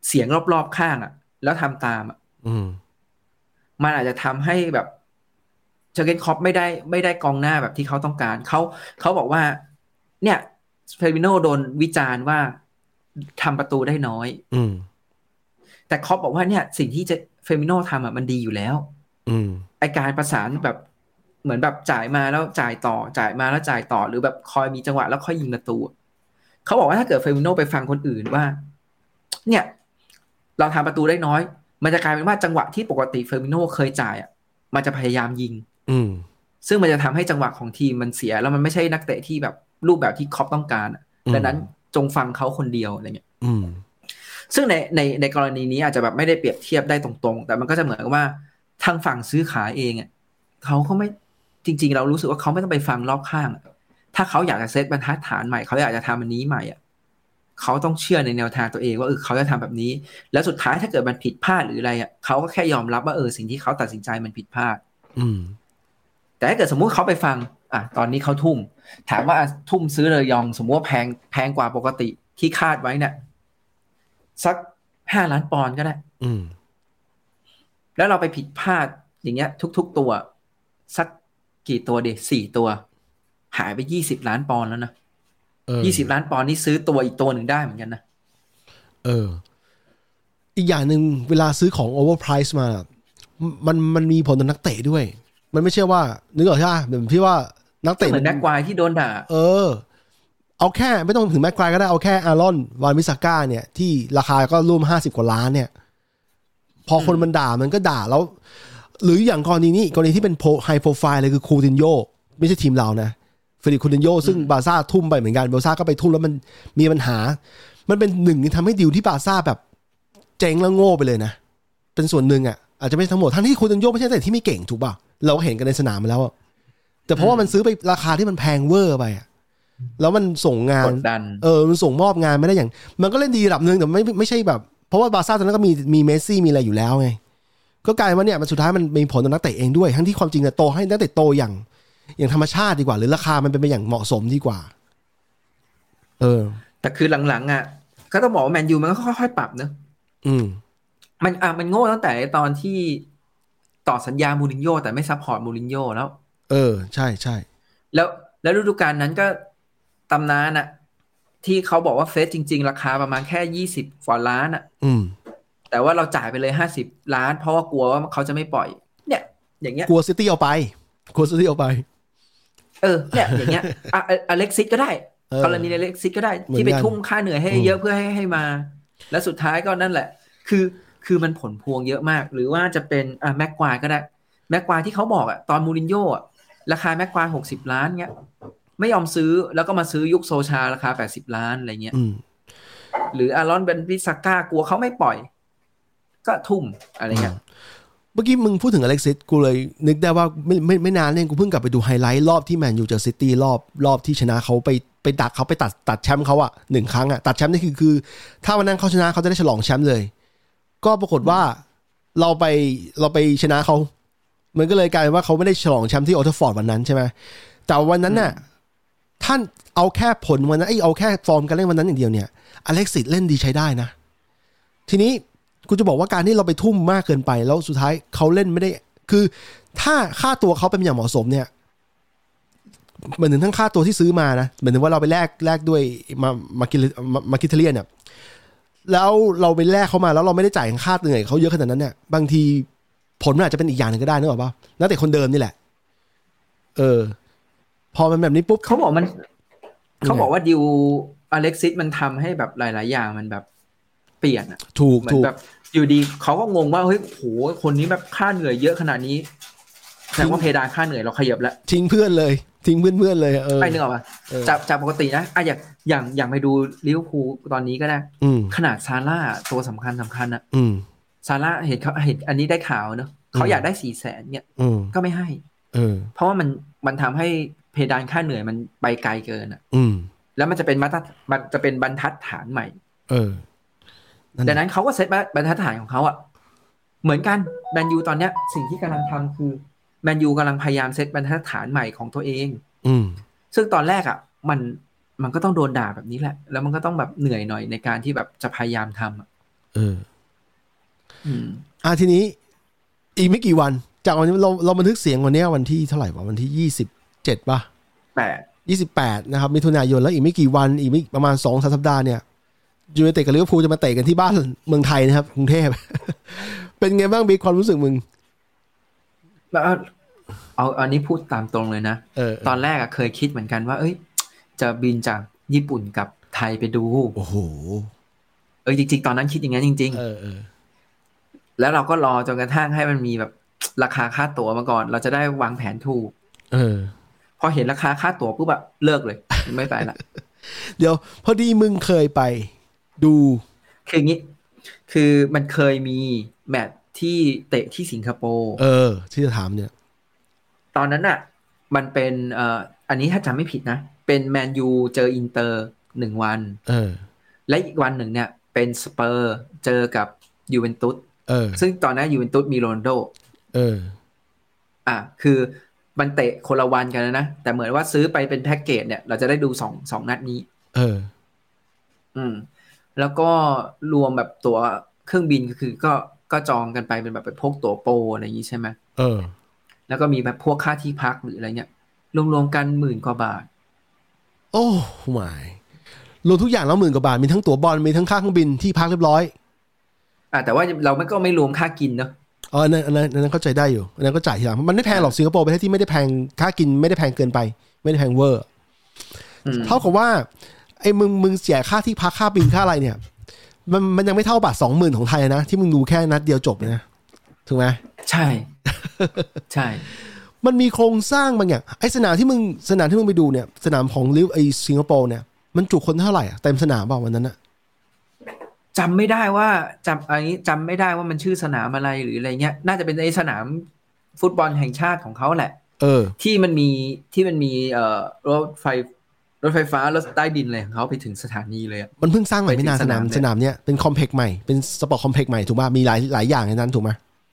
เสียงรอบๆข้างอ่ะแล้วทำตามอ่ะมันอาจจะทำให้แบบเจอร์เกนคล็อปไม่ได้ไม่ได้กองหน้าแบบที่เขาต้องการเขาเขาบอกว่าเนี่ยเฟอร์มิโน่โดนวิจารณ์ว่าทำประตูได้น้อยแต่คล็อปบอกว่าเนี่ยสิ่งที่จะเฟอร์มิโน่ทำอ่ะมันดีอยู่แล้วไอการประสานแบบเหมือนแบบจ่ายมาแล้วจ่ายต่อจ่ายมาแล้วจ่ายต่อหรือแบบคอยมีจังหวะแล้วค่อยยิงประตูเขาบอกว่าถ้าเกิดเฟอร์มิโน่ไปฟังคนอื่นว่าเนี่ยเราทำประตูได้น้อยมันจะกลายเป็นว่าจังหวะที่ปกติเฟอร์มิโน่เคยจ่ายอ่ะมันจะพยายามยิงซึ่งมันจะทำให้จังหวะของทีมมันเสียแล้วมันไม่ใช่นักเตะที่แบบรูปแบบที่คล็อปต้องการดังนั้นจงฟังเขาคนเดียวอะไรเงี้ยซึ่งในในในกรณีนี้อาจจะแบบไม่ได้เปรียบเทียบได้ตรงๆแต่มันก็จะเหมือนกับว่าทางฝั่งซื้อขายเองอ่ะเขาก็ไม่จริงๆเรารู้สึกว่าเขาไม่ต้องไปฟังรอบข้างถ้าเขาอยากจะเซตบรรทัดฐานใหม่เขาอยากจะทำอันนี้ใหม่อ่ะเขาต้องเชื่อในแนวทางตัวเองว่าเออเขาจะทำแบบนี้แล้วสุดท้ายถ้าเกิดมันผิดพลาดหรืออะไรอ่ะเขาก็แค่ยอมรับว่าเออสิ่งที่เขาตัดสินใจมันผิดพลาดแต่ถ้าเกิดสมมุติเขาไปฟังอ่ะตอนนี้เขาทุ่มถามว่าทุ่มซื้อเลยยองสมมติว่าแพงแพงกว่าปกติที่คาดไว้เนี่ยสักห้าล้านปอนด์ก็ได้แล้วเราไปผิดพลาดอย่างเงี้ยทุกๆตัวสักกี่ตัวเดสี่ตัวหายไปยี่สิบล้านปอนด์แล้วนะยี่สิบล้านปอนด์นี่ซื้อตัวอีกตัวหนึ่งได้เหมือนกันนะเอออีกอย่างหนึ่งเวลาซื้อของ overprice มามันมันมีผลต่อนักเตะด้วยมันไม่ใช่ว่านึกออกใช่ไหมเหมือนพี่ว่านักเตะเหมือนแม็กควายที่โดนด่าเออเอาแค่ไม่ต้องถึงแม็กควายก็ได้เอาแค่อารอนวานมิซาก้าเนี่ยที่ราคาก็ร่วมห้าสิบกว่าล้านเนี่ยพอคนมันด่ามันก็ด่าแล้วหรืออย่างกรณีนี้กรณีที่เป็นไฮโปรไฟล์เลยคือคูตินโญไม่ใช่ทีมเรานะเฟรดิคูตินโญซึ่งบาร์ซ่าทุ่มไปเหมือนกันบาร์ซ่าก็ไปทุ่มแล้วมันมีปัญหามันเป็นหนึ่งที่ทำให้ดิวที่บาร์ซ่าแบบเจ๊งแล้วโง่ไปเลยนะเป็นส่วนหนึ่งอ่ะอาจจะไม่ทั้งหมดทั้งที่คูตินโญไม่ใช่แต่ที่ไม่เก่งถูกป่ะเราเห็นกันในสนามมาแล้วแต่เพราะว่ามันซื้อไปราคาที่มันแพงเวอร์ไปอ่ะแล้วมันส่งงานเออมันส่งมอบงานไม่ได้อย่างมันก็เล่นดีระดับนึงแต่ไม่ไม่ใช่แบบเพราะว่าบาร์ซ่าตอนนั้นก็มีมีเมสซี่มีอะไรอยู่แล้วไงก็กลายว่าเนี่ยมันสุดท้ายมันมีผลต่อนักเตะเองด้วยทั้งที่ความจริงเนี่ยโตให้นักเตะโตอย่างอย่างธรรมชาติดีกว่าหรือราคามันเป็นไปอย่างเหมาะสมดีกว่าเออแต่คือหลังๆอ่ะก็ต้องบอกว่าแมนยูมันก็ค่อยๆปรับเนอะอืมมันอ่ะมันโง่ตั้งแต่ตอนที่ต่อสัญญามูรินโญ่แต่ไม่ซัพพอร์ตมูรินโญ่แล้วเออใช่ใช่แล้วแล้วฤดูกาลนั้นก็ตำนานอ่ะที่เขาบอกว่าเฟสจริงๆราคาประมาณแค่ยี่สิบกว่าล้านอ่ะอืมแต่ว่าเราจ่ายไปเลยห้าสิบล้านเพราะว่ากลัวว่าเขาจะไม่ปล่อยเนี่ยอย่างเงี้ยกลัวซิตี้เอาไปกลัวซิตี้เอาไปเออเนี่ยอย่างเงี้ยอ่ะอเล็กซิสก็ได้กรณีอเล็กซิสก็ได้ที่ไปทุ่มค่าเหนื่อยให้เยอะเพื่อให้ให้มาแล้วสุดท้ายก็นั่นแหละคือคือมันผลพวงเยอะมากหรือว่าจะเป็นอ่ะแม็กควายก็ได้แม็กควายที่เขาบอกอ่ะตอนมูรินโญ่อ่ะราคาแม็กควายหกสิบล้านเงี้ยไม่ยอมซื้อแล้วก็มาซื้อยุคโซชาราคาแปดสิบล้านอะไรเงี้ยหรืออารอนเบนวิสก้ากลัวเขาไม่ปล่อยก็ทุ่มอะไรเงี้ยเมื่อกี้มึงพูดถึงอเล็กซิสกูเลยนึกได้ว่าไม่ไม่ไม่นานเนี่ยกูเพิ่งกลับไปดูไฮไลท์รอบที่แมนยูเจอซิตี้รอบรอบที่ชนะเขาไปไปดักเขาไปตัดตัดแชมป์เขาอะหนึ่งครั้งอะตัดแชมป์นี่คือคือถ้าวันนั้นเขาชนะเขาจะได้ฉลองแชมป์เลยก็ปรากฏว่าเราไปเราไปชนะเขามันก็เลยกลายว่าเขาไม่ได้ฉลองแชมป์ที่โอลด์แทราฟฟอร์ดวันนั้นใช่ไหมแต่วันนั้นน่ะท่านเอาแค่ผลวันนั้นไอ้เอาแค่ฟอร์มการเล่นวันนั้นอย่างเดียวเนี่ยอเล็กซิสเล่นดีใช้ได้นะทีนี้กูจะบอกว่าการที่เราไปทุ่มมากเกินไปแล้วสุดท้ายเขาเล่นไม่ได้คือถ้าค่าตัวเขาเป็นอย่างเหมาะสมเนี่ยเหมือนถึงทั้งค่าตัวที่ซื้อมานะเหมือนถึงว่าเราไปแลกแลกด้วยมามาคิมาคิทเลียนเนี่ยแล้วเราไปแลกเขามาแล้วเราไม่ได้จ่ายค่าเหนื่อยเขาเยอะขนาดนั้นเนี่ยบางทีผลมันอาจจะเป็นอีกอย่างนึงก็ได้นึกออกป่ะแล้วแต่คนเดิมนี่แหละเออพอมันแบบนี้ปุ๊บเขาบอกมันเขาบอกว่าดิวอเล็กซิสมันทำให้แบบหลายๆอย่างมันแบบเปลี่ยนอ่ะถูกเหมือนแบบอยู่ดีเขาก็งงว่าเฮ้ยโหคนนี้แบบค่าเหนื่อยเยอะขนาดนี้แสดงว่าเพดานค่าเหนื่อยเราขยับแล้วทิ้งเพื่อนเลยทิ้งเพื่อนเพื่อนเลยเออไม่นึกออกป่ะจากจากปกตินะอ่ะอย่างอย่างอย่างไปดูลิเวอร์พูลตอนนี้ก็ได้ขนาดซาร่าตัวสำคัญสำคัญอ่ะซาร่าเห็นเขาเห็นอันนี้ได้ข่าวเนอะเขาอยากได้สี่แสนเนี่ยก็ไม่ให้เพราะว่ามันมันทำให้เพดานค่าเหนื่อยมันไปไกลเกินอ่ะแล้วมันจะเป็นมาตรมันจะเป็นบรรทัดฐานใหม่เออดังนั้นเขาก็เซตบรรทัดฐานของเขาอ่ะเหมือนกันแมนยูตอนเนี้ยสิ่งที่กำลังทำคือแมนยูกำลังพยายามเซตบรรทัดฐานใหม่ของตัวเองอืมซึ่งตอนแรกอ่ะมันมันก็ต้องโดนด่าแบบนี้แหละแล้วมันก็ต้องแบบเหนื่อยหน่อยในการที่แบบจะพยายามทำเอออืมอ่ะทีนี้อีกไม่กี่วันจากวันนี้เราเราบันทึกเสียงวันนี้วันที่เท่าไหร่วะวันที่ยี่สิบเจ็ดป่ะแปดยี่สิบแปดนะครับมิถุนายนแล้วอีกไม่กี่วันอีกไม่ประมาณสองสามสัปดาห์เนี่ยยูไนเต็ดกับลิเวอร์พูลจะมาเตะกันที่บ้านเมืองไทยนะครับกรุงเทพ เป็นไงบ้างบิ๊กความรู้สึกมึงเอาเอาอันนี้พูดตามตรงเลยนะเออตอนแรกอะเคยคิดเหมือนกันว่าเอ้ยจะบินจากญี่ปุ่นกับไทยไปดูโอ้โหเออจริงๆตอนนั้นคิดอย่างนั้นจริงๆเออเออแล้วเราก็รอจนกระทั่งให้มันมีแบบราคาค่าตั๋วมาก่อนเราจะได้วางแผนถูกเออพอเห็นราคาค่าตั๋วปุ๊บแบบเลิกเลยไม่ไปละเดี๋ยวพอดีมึงเคยไปดูคืออย่างนี้คือมันเคยมีแมตช์ที่เตะที่สิงคโปร์เออที่จะถามเนี่ยตอนนั้นอ่ะมันเป็นเอ่ออันนี้ถ้าจำไม่ผิดนะเป็นแมนยูเจออินเตอร์หนึ่งวันเออและอีกวันหนึ่งเนี่ยเป็นสเปอร์เจอกับยูเวนตุสเออซึ่งตอนนั้นยูเวนตุสมีโรนัลโดเอออ่ะคือมันเตะคนละวันกันนะแต่เหมือนว่าซื้อไปเป็นแพ็กเกจเนี่ยเราจะได้ดูสองสองนัดนี้เอออืมแล้วก็รวมแบบตั๋วเครื่องบินก็คือก็ก็จองกันไปเป็นแบบไปพกตั๋วโปรอะไรอย่างนี้ใช่ไหมเออแล้วก็มีแบบพวกค่าที่พักหรืออะไรเนี่ยรวมๆกันหมื่นกว่าบาทโอ้ไม่รวมทุกอย่างแล้วหมื่นกว่าบาทมีทั้งตั๋วบอลมีทั้งค่าเครื่องบินที่พักเรียบร้อยอ่าแต่ว่าเราไม่ก็ไม่รวมค่ากินเนอะอ๋ออันนั้นอันนั้นอันนั้นเข้าใจได้อยู่อันนั้นก็จ่ายทีหลังมันไม่แพงหรอกสิงคโปร์ประเทศที่ไม่ได้แพงค่ากินไม่ได้แพงเกินไปไม่ได้แพงเวอร์เท่ากับว่าไอ้มึงมึงเสียค่าที่พักค่าบินค่าอะไรเนี่ยมันมันยังไม่เท่าบาทสองหมื่นของไทยนะที่มึงดูแค่นัดเดียวจบนะถูกไหมใช่ใช่มันมีโครงสร้างบางอย่างไอ้สนามที่มึงสนามที่มึงไปดูเนี่ยสนามของลิฟไอ้สิงคโปร์เนี่ยมันจุคนเท่าไหร่อ่ะเต็มสนามเปล่าวันนั้นอะจำไม่ได้ว่าจำอันนี้จำไม่ได้ว่ามันชื่อสนามอะไรหรืออะไรเงี้ยน่าจะเป็นไอ้สนามฟุตบอลแห่งชาติของเขาแหละเออที่มันมีที่มันมีเอ่อรถไฟรถไฟฟ้ารถใต้ดินอะไรของเขาไปถึงสถานีเลยมันเพิ่งสร้างใหม่ไม่นานสนามสนามเนี้ยเป็นคอมเพล็กซ์ใหม่เป็นสปอร์ตคอมเพล็กซ์ใหม่ถูกป่ะมีหลายหลายอย่างในนั้นถูกไหม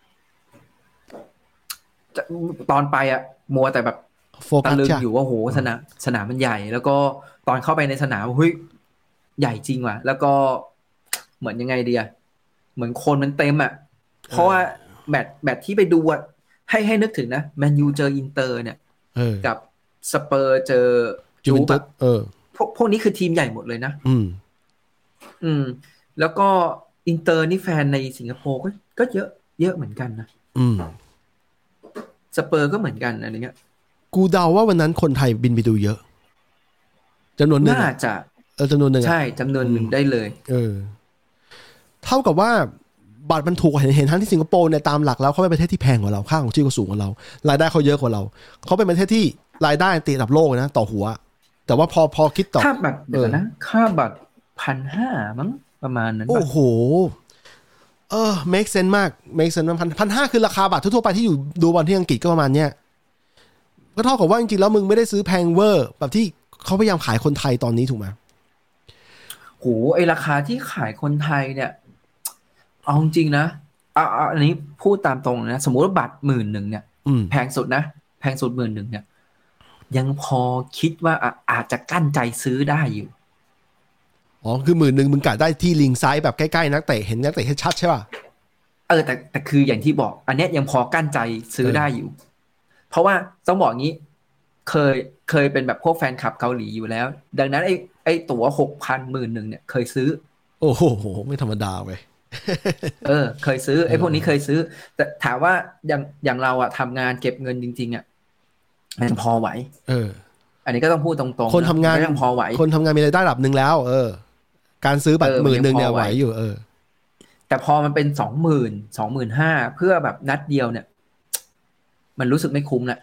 ตอนไปอะมัวแต่แบบตะลึงอยู่ว่าโหสนามสนามมันใหญ่แล้วก็ตอนเข้าไปในสนามเฮ้ยใหญ่จริงว่ะแล้วก็เหมือนยังไงดีอะเหมือนคนมันเต็มอะเพราะว่าแมตช์แมตช์ที่ไปดูอะให้ให้นึกถึงนะแมนยูเจออินเตอร์เนี่ยกับสเปอร์เจอจูเวนตุสเออพวกพวกนี้คือทีมใหญ่หมดเลยนะอืมอืมแล้วก็อินเตอร์นี่แฟนในสิงคโปร์ก็ก็เยอะเยอะเหมือนกันนะอืมสเปอร์ก็เหมือนกันอะไรเงี้ยกูเดาว่าวันนั้นคนไทยบินไปดูเยอะจำนวนหนึ่งน่าจะเออจำนวนหนึ่งใช่จำนวนหนึ่งได้เลยเออเท่ากับว่าบัตรมันถูกเห็นเห็นทั้งที่สิงคโปร์เนี่ยตามหลักแล้วเขาเป็นประเทศที่แพงกว่าเราค่าของชีพก็สูงกว่าเรารายได้เขาเยอะกว่าเราเขาเป็นประเทศที่รายได้ติดอันดับโลกนะต่อหัวแต่ว่าพอพอคิดต่อค่าบัตรเดี๋ยวนะค่าบัตรพันห้ามั้งประมาณนั้นโอ้โหเออ make sense มาก make sense พันพันห้าคือราคาบัตรทั่วไปที่อยู่ดูบอลที่อังกฤษก็ประมาณเนี้ยก็เท่ากับว่าจริงๆแล้วมึงไม่ได้ซื้อแพงเวอร์แบบที่เขาพยายามขายคนไทยตอนนี้ถูกไหมโหไอราคาที่ขายคนไทยเนี่ยเอาจริงนะเอาอันนี้พูดตามตรงนะสมมุติว่าบัตรหมื่นหนึ่งเนี่ยแพงสุดนะแพงสุดหมื่นหนึ่งเนี่ยยังพอคิดว่าอาจจะกั้นใจซื้อได้อยู่อ๋อคือหมื่นหนึ่งมึงกะได้ที่ลิงไซด์แบบใกล้ๆนักเตะเห็นนักเตะชัดใช่ป่ะเออแต่แต่คืออย่างที่บอกอันเนี้ยยังพอกั้นใจซื้อได้อยู่เพราะว่าต้องบอกงี้เคยเคยเป็นแบบพวกแฟนคลับเกาหลีอยู่แล้วดังนั้นไอ้ไอ้ตั๋วหกพันหมื่นหนึ่งเนี่ยเคยซื้อโอ้โหไม่ธรรมดาเว้ยเออเคยซื้อไอ้พวกนี้เคยซื้อแต่ถามว่าอย่างอย่างเราอะทำงานเก็บเงินจริงๆอะมันพอไหวเอออันนี้ก็ต้องพูดตรงๆคนทำงานยังพอไหวคนทำงานมีรายได้ระดับหนึ่งแล้วเออการซื้อบัตรหมื่นหนึ่งเนี่ยไหวอยู่เออแต่พอมันเป็นสองหมื่นสองหมื่นห้าเพื่อแบบนัดเดียวเนี่ยมันรู้สึกไม่คุ้มแหละ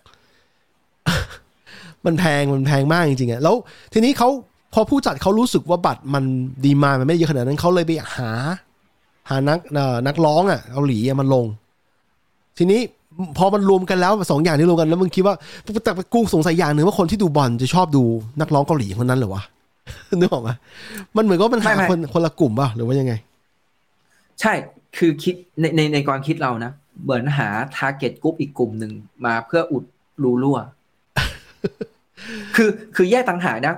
มันแพงมันแพงมากจริงๆอ่ะแล้วทีนี้เขาพอผู้จัดเขารู้สึกว่าบัตรมันดีมามันไม่เยอะขนาดนั้นเขาเลยไปหาหานักนักร้องอ่ะเกาหลีมันลงทีนี้พอมันรวมกันแล้วสองอย่างนี้รวมกันแล้วมึงคิดว่าแต่กูสงสัยอย่างหนึ่งว่าคนที่ดูบอลจะชอบดูนักร้องเกาหลีคนนั้นเหรอวะนึกออกไหมมันเหมือนก็มันหาคนคนละกลุ่มป่ะหรือว่ายังไงใช่คือคิดในในในความคิดเรานะเหมือนหาทาร์เก็ตกรุ๊ปอีกกลุ่มหนึ่งมาเพื่ออุดรูรั่วคือคือแยกต่างหากนะพวก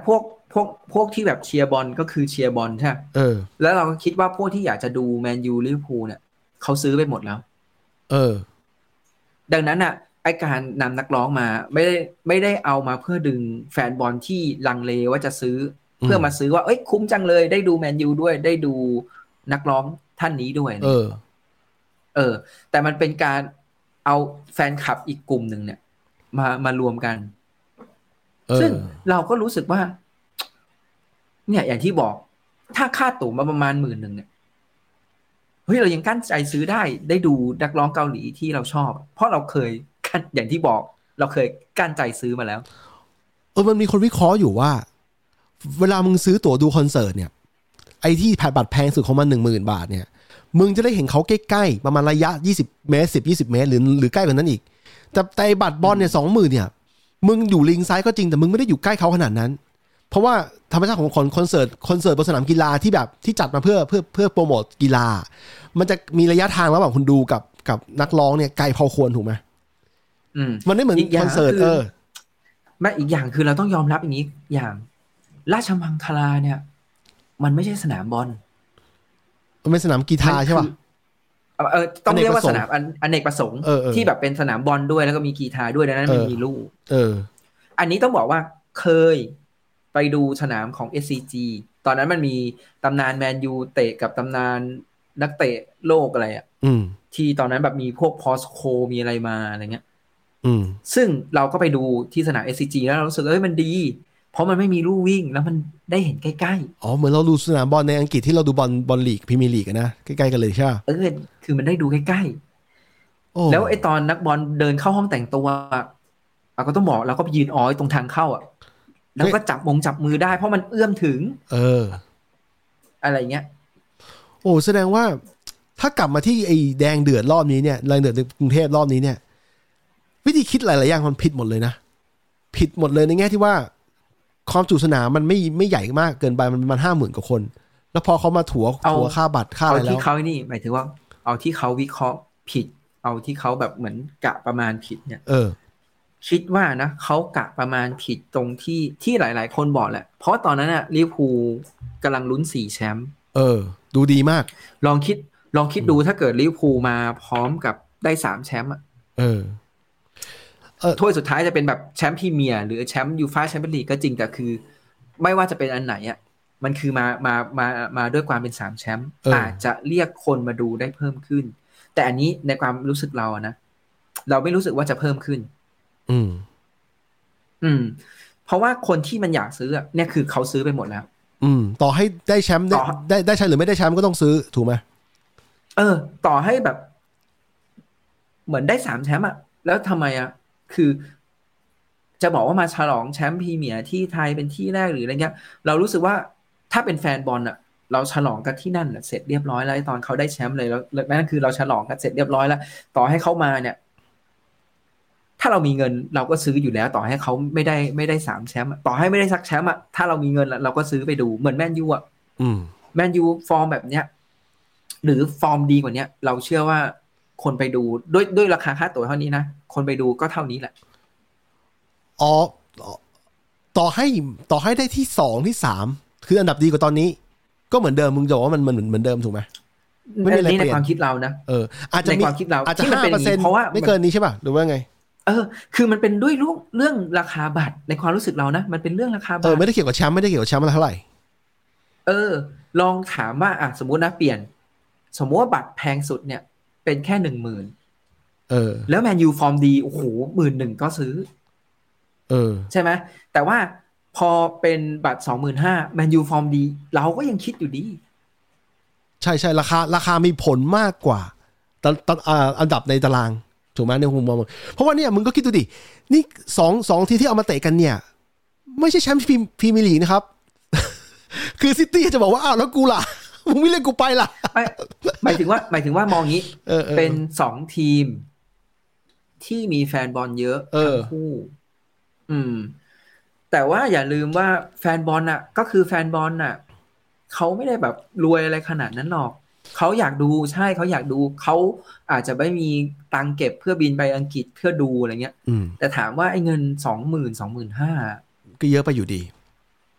พวกพวกที่แบบเชียร์บอลก็คือเชียร์บอลใช่ไหมเออแล้วเราก็คิดว่าพวกที่อยากจะดูแมนยูลิเวอร์พูลเนี่ยเขาซื้อไปหมดแล้วเออดังนั้นอ่ะไอการนำนักร้องมาไม่ได้ไม่ได้เอามาเพื่อดึงแฟนบอลที่ลังเลว่าจะซื้อเพื่อมาซื้อว่าเอ้ยคุ้มจังเลยได้ดูแมนยูด้วยได้ดูนักร้องท่านนี้ด้วยเออเออแต่มันเป็นการเอาแฟนคลับอีกกลุ่มหนึ่งเนี่ยมามารวมกันซึ่งเราก็รู้สึกว่าเนี่ยอย่างที่บอกถ้าค่าตั๋วมาประมาณหมื่นหนึ่งเนี่ยเฮ้ยเรายังกั้นใจซื้อได้ได้ดูนักร้องเกาหลีที่เราชอบเพราะเราเคยกั้นอย่างที่บอกเราเคยกั้นใจซื้อมาแล้วเออมันมีคนวิเคราะห์อยู่ว่าเวลามึงซื้อตั๋วดูคอนเสิร์ตเนี่ยไอ้ที่แผ่นบัตรแพงสุดของมันหนึ่งหมื่นบาทเนี่ยมึงจะได้เห็นเขาใกล้ๆประมาณระยะยี่สิบเมตรสิบ ยี่สิบเมตรหรือหรือใกล้กว่านั้นอีกแต่แต่บัตรบอลเนี่ย สองหมื่น เนี่ยมึงอยู่ลิงซ้ายก็จริงแต่มึงไม่ได้อยู่ใกล้เขาขนาดนั้นเพราะว่าธรรมชาติของคอนเสิร์ตคอนเสิร์ตบนสนามกีฬาที่แบบที่จัดมาเพื่อเพื่อเพื่อโปรโมทกีฬามันจะมีระยะทางระหว่างคนดูกับกับนักร้องเนี่ยไกลพอควรถูกไหมอืมมันไม่เหมือนคอนเสิร์ตเออแม่อีกอย่างคือเราต้องยอมรับอย่างนี้อย่างราชมังคลาเนี่ยมันไม่ใช่สนามบอลมันเป็นสนามกีฬาใช่ป่ะเออต้องเรียกว่าสนามอเนกประสงค์ที่แบบเป็นสนามบอลด้วยแล้วก็มีกีฬาด้วยดังนั้นมันมีลู่เอออันนี้ต้องบอกว่าเคยไปดูสนามของ เอส ซี จี ตอนนั้นมันมีตำนานแมนยูเตะกับตำนานนักเตะโลกอะไรอ่ะที่ตอนนั้นแบบมีพวกพอสโคมีอะไรมาอะไรเงี้ยซึ่งเราก็ไปดูที่สนาม เอส ซี จี แล้วเรารู้สึกเอ้ยมันดีเพราะมันไม่มีลู่วิ่งแล้วมันได้เห็นใกล้ๆอ๋อเหมือนเราดูสนามบอลในอังกฤษที่เราดูบอลบอลลีกพรีเมียร์ลีกนะใกล้ๆกันเลยใช่เออคือมันได้ดูใกล้ๆแล้วไอ้ตอนนักบอลเดินเข้าห้องแต่งตัวเราก็ต้องบอกเราก็ไปยืนอ้อยตรงทางเข้าอ่ะแล้วก็จับมงจับมือได้เพราะมันเอื้อมถึงเอออะไรเงี้ยโอ้แสดงว่าถ้ากลับมาที่ไอ้แดงเดือดรอบนี้เนี่ยแดงเดือดในกรุงเทพรอบนี้เนี่ยวิธีคิดหลายๆอย่างมันผิดหมดเลยนะผิดหมดเลยในแง่ที่ว่าความจุสนามมันไม่ไม่ใหญ่มากเกินไปมันประมาณห้าหมื่นกว่าคนแล้วพอเขามาถัวถัวค่าบัตรค่าอะไรแล้วเอาที่เขานี่หมายถึงว่าเอาที่เขาวิเคราะห์ผิดเอาที่เขาแบบเหมือนกะประมาณผิดเนี่ยเออคิดว่านะเขากะประมาณผิดตรงที่ที่หลายๆคนบอกแหละเพราะตอนนั้นน่ะลิเวอร์พูลกำลังลุ้นสี่แชมป์เออดูดีมากลองคิดลองคิดดูถ้าเกิดลิเวอร์พูลมาพร้อมกับได้สามแชมป์อ่ะเออถ้วยสุดท้ายจะเป็นแบบแชมป์พรีเมียร์หรือแชมป์ยูฟ่าแชมเปี้ยนลีกก็จริงแต่คือไม่ว่าจะเป็นอันไหนอ่ะมันคือมามามามาด้วยความเป็นสามแชมป์อาจจะเรียกคนมาดูได้เพิ่มขึ้นแต่อันนี้ในความรู้สึกเราอะนะเราไม่รู้สึกว่าจะเพิ่มขึ้นอืมอืมเพราะว่าคนที่มันอยากซื้อเนี่ยคือเขาซื้อไปหมดแล้วอืมต่อให้ได้แชมป์ได้ได้ได้แชมป์หรือไม่ได้แชมป์ก็ต้องซื้อถูกไหมเออต่อให้แบบเหมือนได้สามแชมป์อะแล้วทำไมอะคือจะบอกว่ามาฉลองแชมป์พรีเมียร์ที่ไทยเป็นที่แรกหรืออะไรเงี้ยเรารู้สึกว่าถ้าเป็นแฟนบอลอะเราฉลองกันที่นั่นเสร็จเรียบร้อยแล้วตอนเขาได้แชมป์เลยแล้วนั่นคือเราฉลองกันเสร็จเรียบร้อยแล้วต่อให้เขามาเนี่ยถ้าเรามีเงินเราก็ซื้ออยู่แล้วต่อให้เขาไม่ได้ไม่ได้สามแชมป์ต่อให้ไม่ได้สักแชมป์อะถ้าเรามีเงินเราก็ซื้อไปดูเหมือนแมนยูอะแมนยูฟอร์มแบบเนี้ยหรือฟอร์มดีกว่านี้เราเชื่อว่าคนไปดูด้วยด้วยราคาค่าตั๋วเท่านี้นะคนไปดูก็เท่านี้แหละอ๋อต่อให้ต่อให้ได้ที่สองที่สามคืออันดับดีกว่าตอนนี้ก็เหมือนเดิมมึงจะบอกว่ามันมันเหมือนเดิมถูกไหมไม่มีอะไรเปลี่ยนในความคิดเรานะเอออาจจะมีความคิดเราอาจจะห้าเปอร์เซ็นต์เพราะว่าไม่เกินนี้ใช่ป่ะหรือว่าไงเออคือมันเป็นด้วยเรื่องเรื่องราคาบัตรในความรู้สึกเรานะมันเป็นเรื่องราคาบัตรเออไม่ได้เกี่ยวกับแชมป์ไม่ได้เกี่ยวกับแชมป์เท่าไหร่เออลองถามว่าอ่ะสมมุตินะเปลี่ยนสมมติว่าบัตรแพงสุดเนี่ยเป็นแค่หนึ่งหมื่นเออแล้วแมนยูฟอร์มดีโอ้โหหมื่นหนึ่งก็ซื้อเออใช่ไหมแต่ว่าพอเป็นบัตรสองหมื่นห้าแมนยูฟอร์มดีเราก็ยังคิดอยู่ดีใช่ใช่ราคาราคามีผลมากกว่าตตอันดับในตารางถูกไหมในมุมมองเพราะว่าเนี่ยมึงก็คิดดูดินี่สองสองทีที่เอามาเตะกันเนี่ยไม่ใช่แชมป์พรีเมียร์ลีกนะครับคือซิตี้จะบอกว่าอ้าวแล้วกูล่ะมึงไม่เล่นกูไปล่ะหมายถึงว่าหมายถึงว่ามองงี้เป็นสองทีมที่มีแฟนบอลเยอะทั้งคู่อืมแต่ว่าอย่าลืมว่าแฟนบอลน่ะก็คือแฟนบอลน่ะเขาไม่ได้แบบรวยอะไรขนาดนั้นหรอกเขาอยากดูใช่เขาอยากดูเขาอาจจะไม่มีตังเก็บเพื่อบินไปอังกฤษเพื่อดูอะไรเงี้ยแต่ถามว่าไอ้เงินสองหมื่นสองหมื่นห้าก็เยอะไปอยู่ดี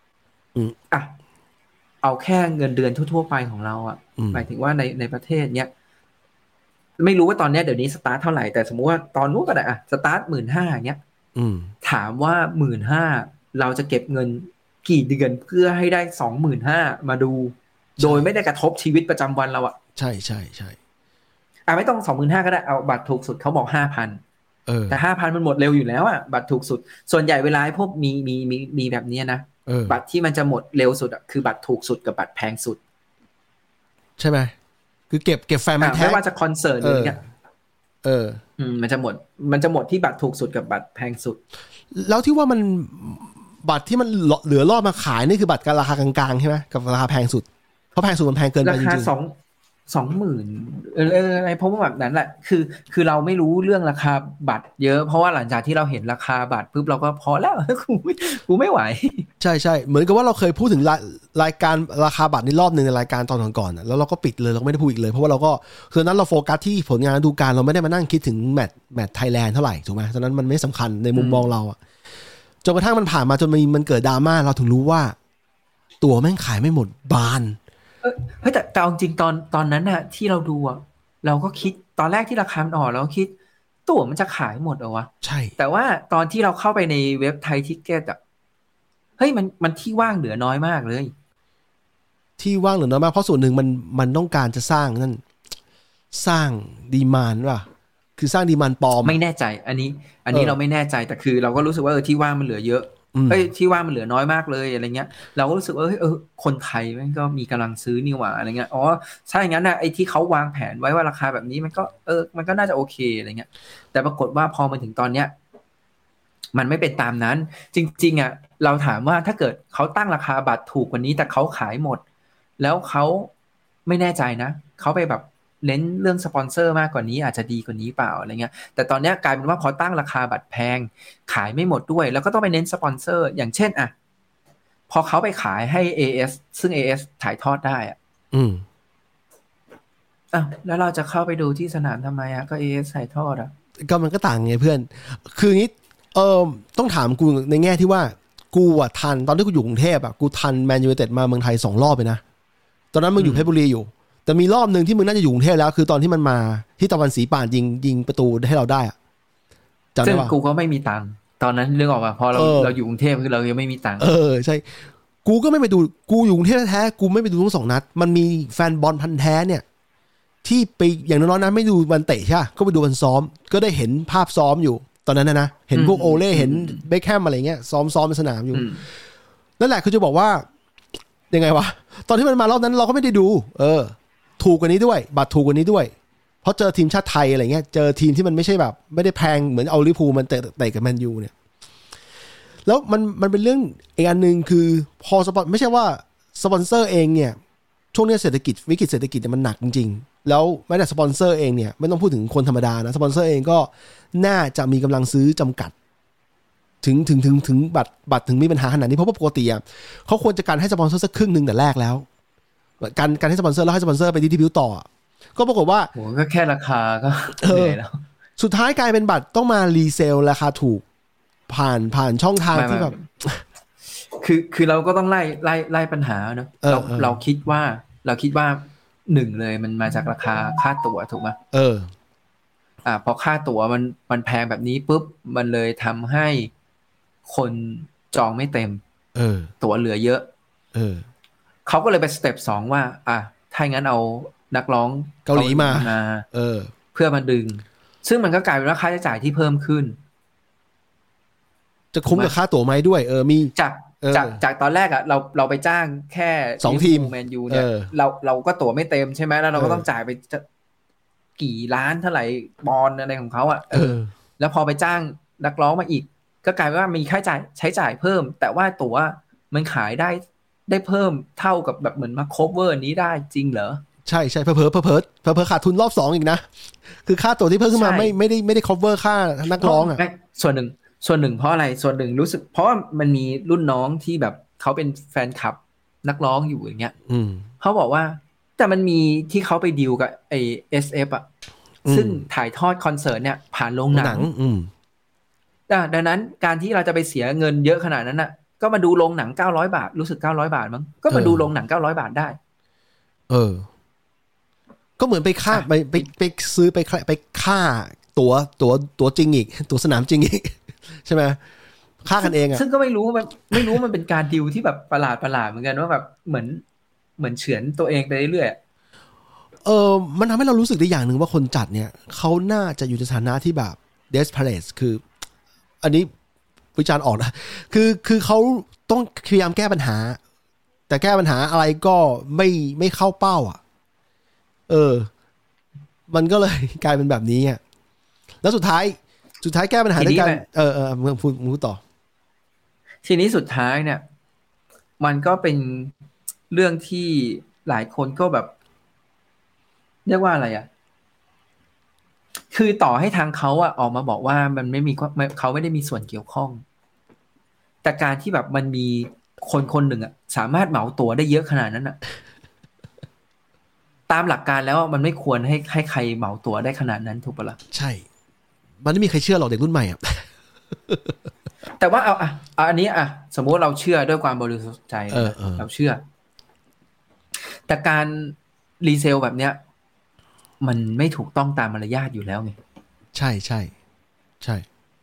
อ่ะเอาแค่เงินเดือนทั่วๆไปของเราอ่ะหมายถึงว่าในในประเทศเนี้ยไม่รู้ว่าตอนนี้เดี๋ยวนี้สตาร์ทเท่าไหร่แต่สมมุติว่าตอนนู้นก็ได้อ่ะสตาร์ทหมื่นห้าเนี้ยถามว่าหมื่นห้าเราจะเก็บเงินกี่เดือนเพื่อให้ได้สองหมื่นห้ามาดูโดยไม่ได้กระทบชีวิตประจำวันเราอ่ะใช่ใช่ใช่อ่ะไม่ต้องสองหมื่นห้าก็ได้เอาบัตรถูกสุดเขาบอกห้าพันแต่ห้าพันมันหมดเร็วอยู่แล้วอ่ะบัตรถูกสุดส่วนใหญ่เวลาพวกมีมีมีมีแบบนี้นะบัตรที่มันจะหมดเร็วสุดอ่ะคือบัตรถูกสุดกับบัตรแพงสุดใช่ไหมคือเก็บเก็บแฟนมันแท้ไม่ว่าจะคอนเสิร์ตหรือเงี้ยเอออืมมันจะหมดมันจะหมดที่บัตรถูกสุดกับบัตรแพงสุดแล้วที่ว่ามันบัตรที่มันเหลือรอดมาขายนี่คือบัตรราคากลางๆใช่ไหมกับราคาแพงสุดเพราะแพงสุดมันแพงเกินไปจริงๆราคาสองสองหมื่นเอออะไรเพราะว่าแบบนั้นแหละคือคือเราไม่รู้เรื่องราคาบัตรเยอะเพราะว่าหลังจากที่เราเห็นราคาบัตรปุ๊บเราก็พอแล้วกูกูไม่ไหวใช่ใช่เหมือนกับว่าเราเคยพูดถึงรายการราคาบัตรในรอบนึงในรายการตอนก่อนๆแล้วเราก็ปิดเลยเราไม่ได้พูดอีกเลยเพราะว่าเราก็คือนั้นเราโฟกัสที่ผลงานดูการเราไม่ได้มานั่งคิดถึงแมตช์แมตช์ไทยแลนด์เท่าไหร่ถูกไหมฉะนั้นมันไม่สำคัญในมุมมองเราอะจนกระทั่งมันผ่านมาจนมันเกิดดราม่าเราถึงรู้ว่าตั๋วแม่งขายไม่หมดบานเฮ้ยแต่แต่จริงตอนตอนนั้นน่ะที่เราดูอ่ะเราก็คิดตอนแรกที่ราคามันออกเราก็คิดตั๋วมันจะขายหมดเหรอวะใช่แต่ว่าตอนที่เราเข้าไปในเว็บไทยทิกเก็ตอ่ะเฮ้ยมันมันที่ว่างเหลือน้อยมากเลยที่ว่างเหลือน้อยมากเพราะส่วนหนึ่งมันมันต้องการจะสร้างนั่นสร้างดีมานด์ว่ะคือสร้างดีมานด์ปลอมไม่แน่ใจอันนี้อันนี้เราไม่แน่ใจแต่คือเราก็รู้สึกว่าเออที่ว่างมันเหลือเยอะเอ้ยที่ว่างมันเหลือน้อยมากเลยอะไรเงี้ยเราก็รู้สึกว่าเออคนไทยมันก็มีกำลังซื้อนี่หว่าอะไรเงี้ยอ๋อใช่งั้นนะไอ้ที่เขาวางแผนไว้ว่าราคาแบบนี้มันก็เออมันก็น่าจะโอเคอะไรเงี้ยแต่ปรากฏว่าพอมาถึงตอนเนี้ยมันไม่เป็นตามนั้นจริงๆอ่ะเราถามว่าถ้าเกิดเขาตั้งราคาบัตรถูกกว่านี้แต่เขาขายหมดแล้วเขาไม่แน่ใจนะเขาไปแบบเน้นเรื่องสปอนเซอร์มากกว่านี้อาจจะดีกว่านี้เปล่าอะไรเงี้ยแต่ตอนนี้กลายเป็นว่าพอตั้งราคาบัตรแพงขายไม่หมดด้วยแล้วก็ต้องไปเน้นสปอนเซอร์อย่างเช่นอ่ะพอเขาไปขายให้ เอ เอส ซึ่ง เอ เอส ถ่ายทอดได้อ่ะอืมอ้าวแล้วเราจะเข้าไปดูที่สนามทำไมอ่ะก็ เอ เอส ถ่ายทอดอ่ะก็มันก็ต่างไงเพื่อนคืองี้เออต้องถามกูในแง่ที่ว่ากูอ่ะทันตอนที่กูอยู่กรุงเทพอ่ะกูทันแมนยูไนเต็ดมาเมืองไทยสองรอบไปนะตอนนั้นมึงอยู่เพชรบุรีอยู่แต่มีรอบนึงที่มึงน่าจะอยู่กรุงเทพแล้วคือตอนที่มันมาที่ตะวันศรีป่านยิงยิงประตูให้เราได้อ่ะซึ่งกูก็ไม่มีตังค์ตอนนั้นเรื่องออกมาพอเราเราอยู่กรุงเทพคือเรายังไม่มีตังค์เออใช่กูก็ไม่ไปดูกูอยู่กรุงเทพแท้กูไม่ไปดูทั้งสองนัดมันมีแฟนบอลพันธุ์แท้เนี่ยที่ไปอย่างน้อยๆนะไม่ดูวันเตะใช่ก็ไปดูวันซ้อมก็ได้เห็นภาพซ้อมอยู่ตอนนั้นนะนะเห็นพวกโอเล่เห็นเบคแฮมอะไรเงี้ยซ้อมซ้อมในสนามอยู่นั่นแหละคือจะบอกว่ายังไงวะตอนที่มันมารอบนั้นเราก็ไม่ได้ดูเออถูกกว่านี้ด้วยบัตรถูกกว่านี้ด้วยเพราะเจอทีมชาติไทยอะไรเงี้ยเจอทีมที่มันไม่ใช่แบบไม่ได้แพงเหมือนเอาลิเวอร์พูลมันเตะเตะกับแมนยูเนี่ยแล้วมันมันเป็นเรื่องอีกอันนึงคือพอสปอนไม่ใช่ว่าสปอนเซอร์เองเนี่ยช่วงนี้เศรษฐกิจวิกฤตเศรษฐกิจมันหนักจริงๆแล้วแม้แต่สปอนเซอร์เองเนี่ยไม่ต้องพูดถึงคนธรรมดานะสปอนเซอร์เองก็น่าจะมีกำลังซื้อจำกัดถึงถึงถึงถึงบัตรบัตรถึงมีปัญหาขนาดนี้เพราะว่าปกติอ่ะเขาควรจะการให้สปอนเซอร์สักครึ่งนึงแต่แรกแล้วการการให้สปอนเซอร์แล้วให้สปอนเซอร์ไปดิสทริบิวต์ต่อก็ปรากฏว่าโหก็แค่ราคาก็เหนื่อยแล้วสุดท้ายกลายเป็นบัตรต้องมารีเซลราคาถูกผ่านผ่านช่องทางที่แบบคือคือเราก็ต้องไล่ไล่ไล่ปัญหาเนอะเราเราคิดว่าเราคิดว่าหนึ่งเลยมันมาจากราคาค่าตั๋วถูกไหมเอออ่าพอค่าตั๋วมันมันแพงแบบนี้ปุ๊บมันเลยทำให้คนจองไม่เต็มเออตั๋วเหลือเยอะเออเขาก็เลยไปสเต็ปสองว่าอ่ะถ้างั้นเอานักร้องเกาหลีมาเออเพื่อมาดึงซึ่งมันก็กลายเป็นว่าค่าใช้จ่ายที่เพิ่มขึ้นจะคุ้มกับค่าตั๋วไหมด้วยเออมีจากจากจากตอนแรกอ่ะเราเราไปจ้างแค่สองทีมแมนยูเนี่ยเราเราก็ตั๋วไม่เต็มใช่ไหมแล้วเราก็ต้องจ่ายไปกี่ล้านเท่าไหร่บอลอะไรของเขาอ่ะเออแล้วพอไปจ้างนักร้องมาอีกก็กลายว่ามีค่าใช้จ่ายใช้จ่ายเพิ่มแต่ว่าตั๋วมันขายได้ได้เพิ่มเท่ากับแบบเหมือนมาโคเวอร์นี้ได้จริงเหรอใช่ใช่เพิ่มเพิ่มเพิ่มเพิ่มเพิ่มขาดทุนรอบสองอีกนะคือค่าตั๋วที่เพิ่มขึ้นมาไม่ไม่ได้ไม่ได้ cover ค่านักร้องอ่ะส่วนหนึ่งส่วนหนึ่งเพราะอะไรส่วนหนึ่งรู้สึกเพราะว่ามันมีรุ่นน้องที่แบบเขาเป็นแฟนคลับนักร้องอยู่อย่างเงี้ยเขาบอกว่าแต่มันมีที่เขาไปดีลกับไอ เอส เอฟ อ่ะซึ่งถ่ายทอดคอนเสิร์ตเนี่ยผ่านโรงหนังดังนั้นการที่เราจะไปเสียเงินเยอะขนาดนั้นน่ะก็มาดูโรงหนังเก้าร้อยบาทรู้สึกเก้าร้อยบาทมั้งก็มาดูโรงหนังเก้าร้อยบาทได้เออก็เหมือนไปค่าไปไปไปซื้อไปไปค่าตั๋วตั๋วตั๋วจริงอีกตั๋วสนามจริงอีกใช่ไหมค่ากันเองอ่ะซึ่งก็ไม่รู้มันไม่รู้มันเป็นการดิวที่แบบประหลาดประหลาดเหมือนกันว่าแบบเหมือนเหมือนเฉือนตัวเองไปเรื่อยๆเออมันทำให้เรารู้สึกได้อย่างหนึ่งว่าคนจัดเนี่ยเขาน่าจะอยู่ในฐานะที่แบบ desperate คืออันนี้วิจารณ์ออกนะคือคือเขาต้องพยายามแก้ปัญหาแต่แก้ปัญหาอะไรก็ไม่ไม่เข้าเป้าอ่ะเออมันก็เลยกลายเป็นแบบนี้อ่ะแล้วสุดท้ายสุดท้ายแก้ปัญหาด้วยกันเออเออมึงพูดมึงพูดต่อทีนี้สุดท้ายเนี่ยมันก็เป็นเรื่องที่หลายคนก็แบบเรียกว่าอะไรอ่ะคือต่อให้ทางเขาอ่ะออกมาบอกว่ามันไม่มีเขาไม่ได้มีส่วนเกี่ยวข้องแต่การที่แบบมันมีคนคนหนึ่งอ่ะสามารถเหมาตั๋วได้เยอะขนาดนั้นอ่ะตามหลักการแล้วมันไม่ควรให้ให้ใครเหมาตั๋วได้ขนาดนั้นถูกปะล่ะใช่มันไม่มีใครเชื่อหรอกเด็กรุ่นใหม่อ่ะแต่ว่าเอาอ่ะอันนี้อ่ะสมมติเราเชื่อด้วยความบริสุทธิ์ใจเราเชื่อแต่การรีเซลแบบเนี้ยมันไม่ถูกต้องตามมารยาทอยู่แล้วไงใช่ใช่ใช่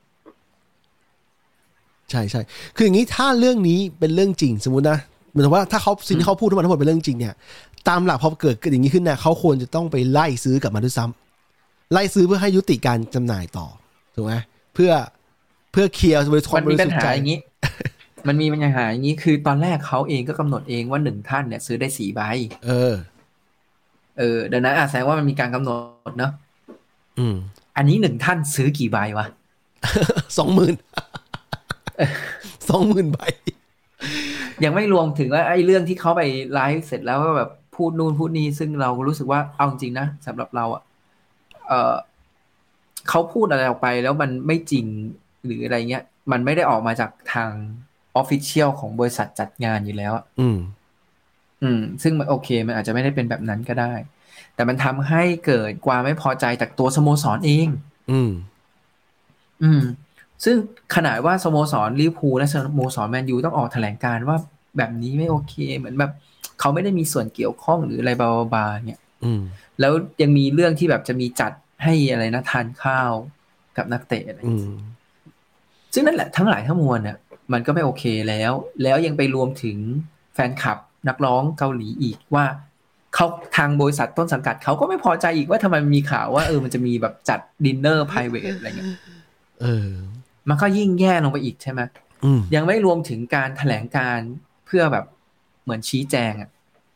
ใช่ใช่คืออย่างนี้ถ้าเรื่องนี้เป็นเรื่องจริงสมมุตินะเหมือนว่าถ้าเขาสิ่งที่เขาพูดทั้งหมดทั้งหมดเป็นเรื่องจริงเนี่ยตามหลักพอเกิดอย่างนี้ขึ้นเนี่ยเขาควรจะต้องไปไล่ซื้อกลับมาด้วยซ้ำไล่ซื้อเพื่อให้ยุติการจำหน่ายต่อถูกไหมเพื่อเพื่อเคลียร์ความบริสุทธิ์ใจอย่างนี้มันมีปัญหาอย่างนี้คือตอนแรกเขาเองก็กำหนดเองว่าหนึ่งท่านเนี่ยซื้อได้สี่ใบเออเออดังนั้นอาจแสดงว่ามันมีการกำหนดเนาะอืมอันนี้หนึ่งท่านซื้อกี่ใบวะสองหมื่นสองหมื่นใบยังไม่รวมถึงว่าไอ้เรื่องที่เขาไปไลฟ์เสร็จแล้วก็แบบพูดนู่นพูดนี่ซึ่งเรารู้สึกว่าเอาจริงนะสำหรับเราอ่ะเออเขาพูดอะไรออกไปแล้วมันไม่จริงหรืออะไรเงี้ยมันไม่ได้ออกมาจากทางออฟฟิเชียลของบริษัทจัดงานอยู่แล้วอืมอืมซึ่งมันโอเคมันอาจจะไม่ได้เป็นแบบนั้นก็ได้แต่มันทำให้เกิดความไม่พอใจจากตัวสโมสรเองอืมอืมซึ่งขนาดว่าสโมสรลิเวอร์พูลและสโมสรแมนยูต้องออกแถลงการณ์ว่าแบบนี้ไม่โอเคเหมือนแบบเขาไม่ได้มีส่วนเกี่ยวข้องหรืออะไรบาบาเนี่ยแล้วยังมีเรื่องที่แบบจะมีจัดให้อะไรนะทานข้าวกับนักเตะอะไรซึ่งนั่นแหละทั้งหลายทั้งมวลเนี่ยมันก็ไม่โอเคแล้วแล้วยังไปรวมถึงแฟนคลับนักร้องเกาหลีอีกว่าเขาทางบริษัทต้นสังกัดเขาก็ไม่พอใจอีกว่าทำไมมีข่าวว่าเออมันจะมีแบบจัดดินเนอร์ไพรเวทอะไรเงี้ยเออมันก็ยิ่งแย่ลงไปอีกใช่ไหมยังไม่รวมถึงการแถลงการเพื่อแบบเหมือนชี้แจงอ่ะ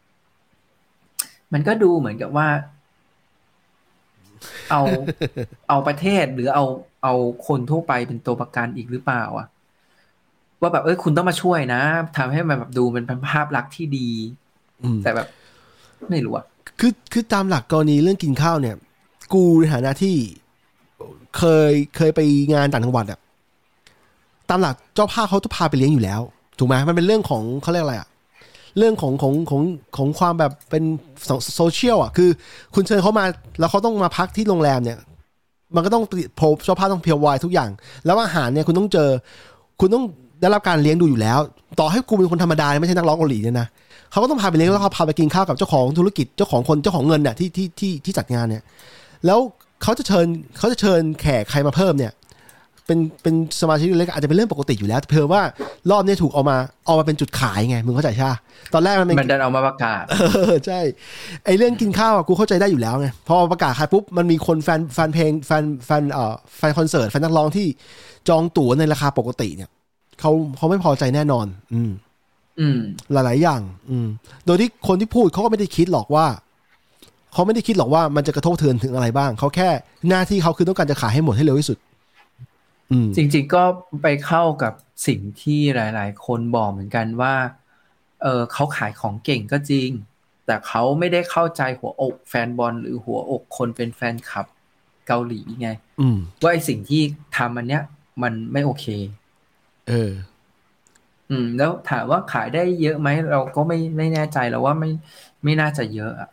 มันก็ดูเหมือนกับว่าเอาเอาประเทศหรือเอาเอาคนทั่วไปเป็นตัวประกันอีกหรือเปล่าอ่ะว่าแบบเอ้ยคุณต้องมาช่วยนะทำให้มันแบบดูเป็นภาพลักษณ์ที่ดีแต่แบบไม่รู้อ่ะคือคือตามหลักกรณีเรื่องกินข้าวเนี่ยกูในฐานะที่เคยเคยไปงานต่างจังหวัดอ่ะตามหลักเจ้าภาพเขาต้องพาไปเลี้ยงอยู่แล้วถูกไหมมันเป็นเรื่องของเขาเรียกอะไรอ่ะเรื่องของของของของความแบบเป็นโซเชียลอ่ะคือคุณเชิญเขามาแล้วเขาต้องมาพักที่โรงแรมเนี่ยมันก็ต้องโพสเจ้าภาพต้องเพียวไวทุกอย่างแล้วอาหารเนี่ยคุณต้องเจอคุณต้องได้รับการเลี้ยงดูอยู่แล้วต่อให้กูเป็นคนธรรมดาไม่ใช่นักร้องเกาหลีเนี่ยนะเขาก็ต้องพาไปเลี้ยงแล้วเขาพาไปกินข้าวกับเจ้าของธุรกิจเจ้าของคนเจ้าของเงินเนี่ยที่ที่ที่ที่จัดงานเนี่ยแล้วเขาจะเชิญเขาจะเชิญแขกใครมาเพิ่มเนี่ยเป็นเป็นสมาชิกเล็กอาจจะเป็นเรื่องปกติอยู่แล้วเพิ่มว่ารอบนี้ถูกเอามาเอามาเป็นจุดขายไงมึงเข้าใจใช่ตอนแรกมันมันดันเอามาประกาศใช่ไอเรื่องกินข้าวกูเข้าใจได้อยู่แล้วไงพอประกาศขายปุ๊บมันมีคนแฟนแฟนเพลงแฟนแฟนเอ่อแฟนคอนเสิร์ตแฟนนักร้องที่จองตั๋วในราคาปกติเนี่ยเขาเขาไม่พอใจแน่นอนอืมอืมหลายๆอย่างอืมโดยที่คนที่พูดเขาก็ไม่ได้คิดหรอกว่าเขาไม่ได้คิดหรอกว่ามันจะกระทบเทือนถึงอะไรบ้างเขาแค่หน้าที่เขาคือต้องการจะขายให้หมดให้เร็วที่สุดจริงๆก็ไปเข้ากับสิ่งที่หลายๆคนบอกเหมือนกันว่าเออเขาขายของเก่งก็จริงแต่เขาไม่ได้เข้าใจหัวอกแฟนบอลหรือหัวอกคนเป็นแฟนคลับเกาหลีไงว่าไอสิ่งที่ทำอันเนี้ยมันไม่โอเคเอออืมแล้วถามว่าขายได้เยอะไหมเราก็ไม่ไม่แน่ใจแล้วว่าไม่ไม่น่าจะเยอะอ่ะ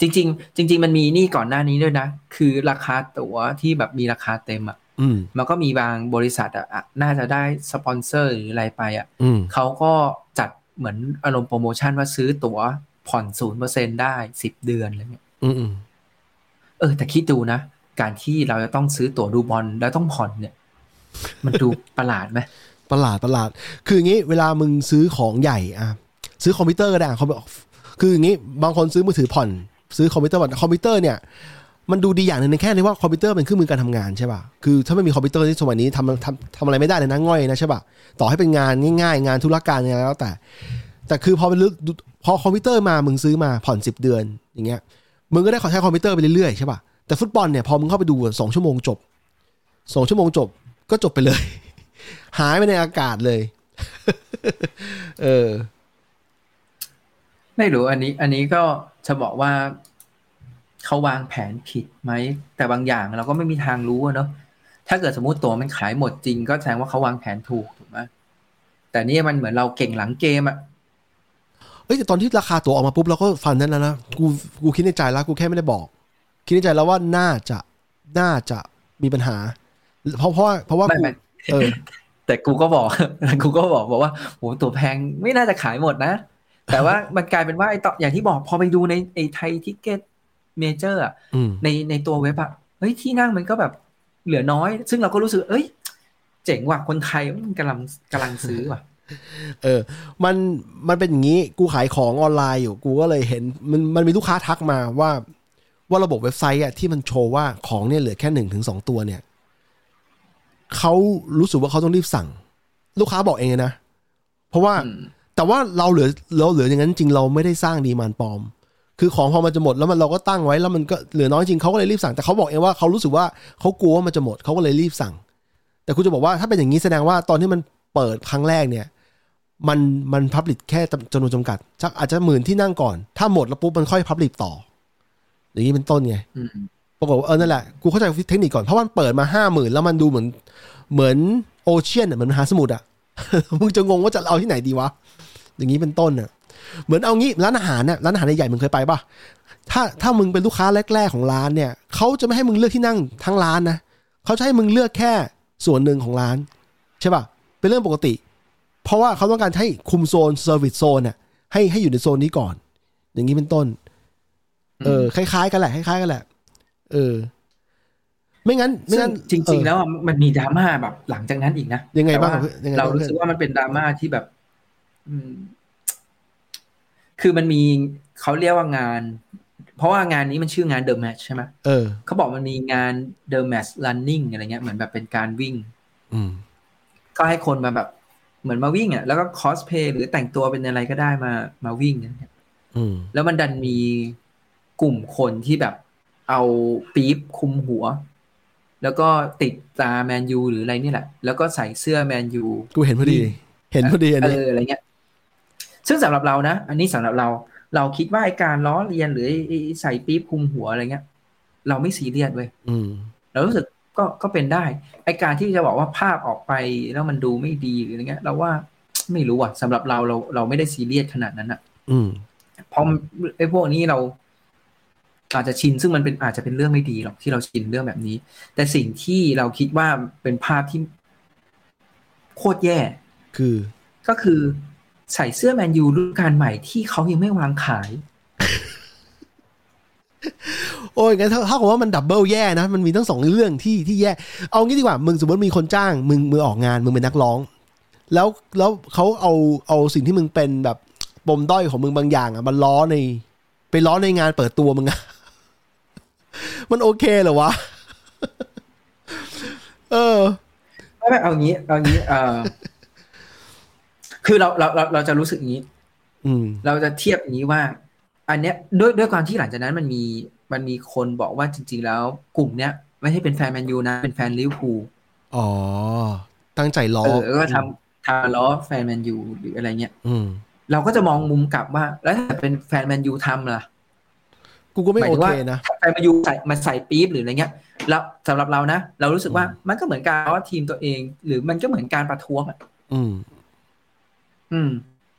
จริงๆจริงๆมันมีนี่ก่อนหน้านี้ด้วยนะคือราคาตั๋วที่แบบมีราคาเต็มอ่ะมันก็มีบางบริษัทอ่ะน่าจะได้สปอนเซอร์หรืออะไรไปอ่ะเขาก็จัดเหมือนอารมณ์โปรโมชั่นว่าซื้อตั๋วผ่อน ศูนย์เปอร์เซ็นต์ ได้สิบเดือนอะไรเงี้ยเออแต่คิดดูนะการที่เราจะต้องซื้อตั๋วดูบอลแล้วต้องผ่อนเนี่ยมันดูประหลาดไหมประหลาดประหลาดคืออย่างงี้เวลามึงซื้อของใหญ่อ่ะซื้อคอมพิวเตอร์ก็ได้เขาบอกคืออย่างงี้บางคนซื้อมือถือผ่อนซื้อคอมพิวเตอร์คอมพิวเตอร์เนี่ยมันดูดีอย่างนึงในแค่ที่ว่าคอมพิวเตอร์เป็นเครื่องมือการทำงานใช่ป่ะคือถ้าไม่มีคอมพิวเตอร์ที่สมัยนี้ทำทำทำอะไรไม่ได้เลยนะง่อยนะใช่ป่ะต่อให้เป็นงานง่ายๆงานธุรการอะไรแล้วแต่แต่คือพอเป็นพอคอมพิวเตอร์มามึงซื้อมาผ่อนสิบเดือนอย่างเงี้ยมึงก็ได้ขอใช้คอมพิวเตอร์ไปเรื่อยๆใช่ป่ะแต่ฟุตบอลเนี่ยพอมึงเข้าไปดูสองชั่วโมงจบสองชั่วโมงจบก็จบไปเลยหายไปในอากาศเลยเออไม่รู้อันนี้อันนี้ก็จะบอกว่าเขาวางแผนผิดไหมแต่บางอย่างเราก็ไม่มีทางรู้เนาะถ้าเกิดสมมติตัวมันขายหมดจริงก็แสดงว่าเขาวางแผนถูกถูกไหมแต่นี่มันเหมือนเราเก่งหลังเกมอะเอ้ยแต่ตอนที่ราคาตั๋วออกมาปุ๊บเราก็ฟันนั้นแล้วนะกูกูคิดในใจแล้วกูแค่ไม่ได้บอกคิดในใจแล้วว่าน่าจะน่าจะมีปัญหาเพราะเพราะเพราะว่ากูเออแต่กูก็บอกกูก็บอกบอกว่าโหตั๋วแพงไม่น่าจะขายหมดนะแต่ว่ามันกลายเป็นว่าไอ้ต่ออย่างที่บอกพอไปดูในไอ้ไทยทิกเก็ตเมเจอร์อะในในตัวเว็บอะเฮ้ยที่นั่งมันก็แบบเหลือน้อยซึ่งเราก็รู้สึกเอ้ยเจ๋งว่ะคนไทยมันกำลังกำลังซื้อว่ะเออมันมันเป็นอย่างนี้กูขายของออนไลน์อยู่กูก็เลยเห็นมันมันมีลูกค้าทักมาว่าว่าระบบเว็บไซต์อะที่มันโชว์ว่าของเนี่ยเหลือแค่หนึ่งถึงสองตัวเนี่ยเขารู้สึกว่าเขาต้องรีบสั่งลูกค้าบอกเองนะเพราะว่าแต่ว่าเราเหลือเราเหลืออย่างนั้นจริงเราไม่ได้สร้างดีมานด์ปลอมคือของพอมันจะหมดแล้วมันเราก็ตั้งไว้แล้วมันก็เหลือน้อยจริงเขาก็เลยรีบสั่งแต่เขาบอกเองว่าเขารู้สึกว่าเขากลัวว่ามันจะหมดเขาก็เลยรีบสั่งแต่คุณจะบอกว่าถ้าเป็นอย่างนี้แสดงว่าตอนที่มันเปิดครั้งแรกเนี่ยมันมันพับลิชแค่จำนวนจำกัดชักอาจจะหมื่นที่นั่งก่อนถ้าหมดแล้วปุ๊บมันค่อยพับลิชต่ออย่างนี้เป็นต้นไงปรากฏว่าเออนั่นแหละกูเข้าใจเทคนิคก่อนเพราะมันเปิดมาห้าหมื่นแล้วมันดูเหมือนเหมือนโอเชียนเหมือนมหาสมุทรอ่ะมึงจะงงว่าจะเอาที่ไหนดีวะอย่างนี้เป็นต้นอ่ะเหมือนเอางี้ร้านอาหารเนี่ยร้านอาหารใหญ่ๆมึงเคยไปป่ะถ้าถ้ามึงเป็นลูกค้าแรกๆของร้านเนี่ยเขาจะไม่ให้มึงเลือกที่นั่งทั้งร้านนะเขาจะให้มึงเลือกแค่ส่วนหนึ่งของร้านใช่ป่ะเป็นเรื่องปกติเพราะว่าเขาต้องการให้คุมโซนเซอร์วิสโซนน่ะให้ให้อยู่ในโซนนี้ก่อนอย่างนี้เป็นต้นเออคล้ายๆกันแหละคล้ายๆกันแหละเออไม่งั้นไม่งั้นจริงๆแล้วมันมีดราม่าแบบหลังจากนั้นอีกนะยังไงบ้างเรารู้สึกว่ามันเป็นดราม่าที่แบบคือมันมีเขาเรียกว่างานเพราะว่างานนี้มันชื่องาน The Match ใช่ไหมเออเขาบอกมันมีงาน The Match Running อะไรเงี้ยเหมือนแบบเป็นการวิ่งก็ให้คนมาแบบเหมือนมาวิ่งอ่ะแล้วก็คอสเพย์หรือแต่งตัวเป็นอะไรก็ได้มามาวิ่งเนี่ยแล้วมันดันมีกลุ่มคนที่แบบเอาปี๊บคุมหัวแล้วก็ติดตาแมนยูหรืออะไรนี่แหละแล้วก็ใส่เสื้อแมนยูกูเห็นพอดีเห็นพอดีอันนี้เอออะไรเงี้ยซึ่งสำหรับเรานะอันนี้สำหรับเราเราคิดว่าไอ้การล้อเลียนหรือใส่ปี๊บคุมหัวอะไรเงี้ยเราไม่ซีเรียสเว้ยเรารู้สึกก็ก็เป็นได้ไอ้การที่จะบอกว่าภาพออกไปแล้วมันดูไม่ดีหรืออะไรเงี้ยเราว่าไม่รู้อ่ะสำหรับเราเราเราไม่ได้ซีเรียสขนาดนั้นอ่ะเพราะไอ้พวกนี้เราอาจจะชินซึ่งมันเป็นอาจจะเป็นเรื่องไม่ดีหรอกที่เราชินเรื่องแบบนี้แต่สิ่งที่เราคิดว่าเป็นภาพที่โคตรแย่คือก็คือใส่เสื้อแมนยูฤดูกาลใหม่ที่เขายังไม่วางขายโอ้ยงั้นเท่ากับว่ามันดับเบิลแย่นะมันมีทั้งสองเรื่องที่ที่แย่เอางี้ดีกว่ามึงสมมติมีคนจ้างมึงมือออกงานมึงเป็นนักร้องแล้วแล้วเขาเอาเอาสิ่งที่มึงเป็นแบบปมด้อยของมึงบางอย่างอ่ะมันล้อในไปล้อในงานเปิดตัวมึงอ่ะมันโอเคเหรอวะเออไม่เอางี้เอางี้เออคือเราเราเราเราจะรู้สึกอย่างนี้เราจะเทียบอย่างนี้ว่าอันเนี้ยด้วยด้วยความที่หลังจากนั้นมันมีมันมีคนบอกว่าจริงๆแล้วกลุ่มเนี้ยไม่ใช่เป็นแฟนแมนยูนะเป็นแฟนลิเวอร์พูลอ๋อตั้งใจล้อเออก็ทำทำล้อแฟนแมนยูหรืออะไรเงี้ยเราก็จะมองมุมกลับว่าแล้วถ้าเป็นแฟนแมนยูทำล่ะกูก็ไม่โอเคนะแฟนแมนยูใส่มาใส่ปี๊บหรืออะไรเงี้ยแล้วสำหรับเรานะเรารู้สึกว่ามันก็เหมือนการว่าทีมตัวเองหรือมันก็เหมือนการประท้วงอ่ะอืมอืม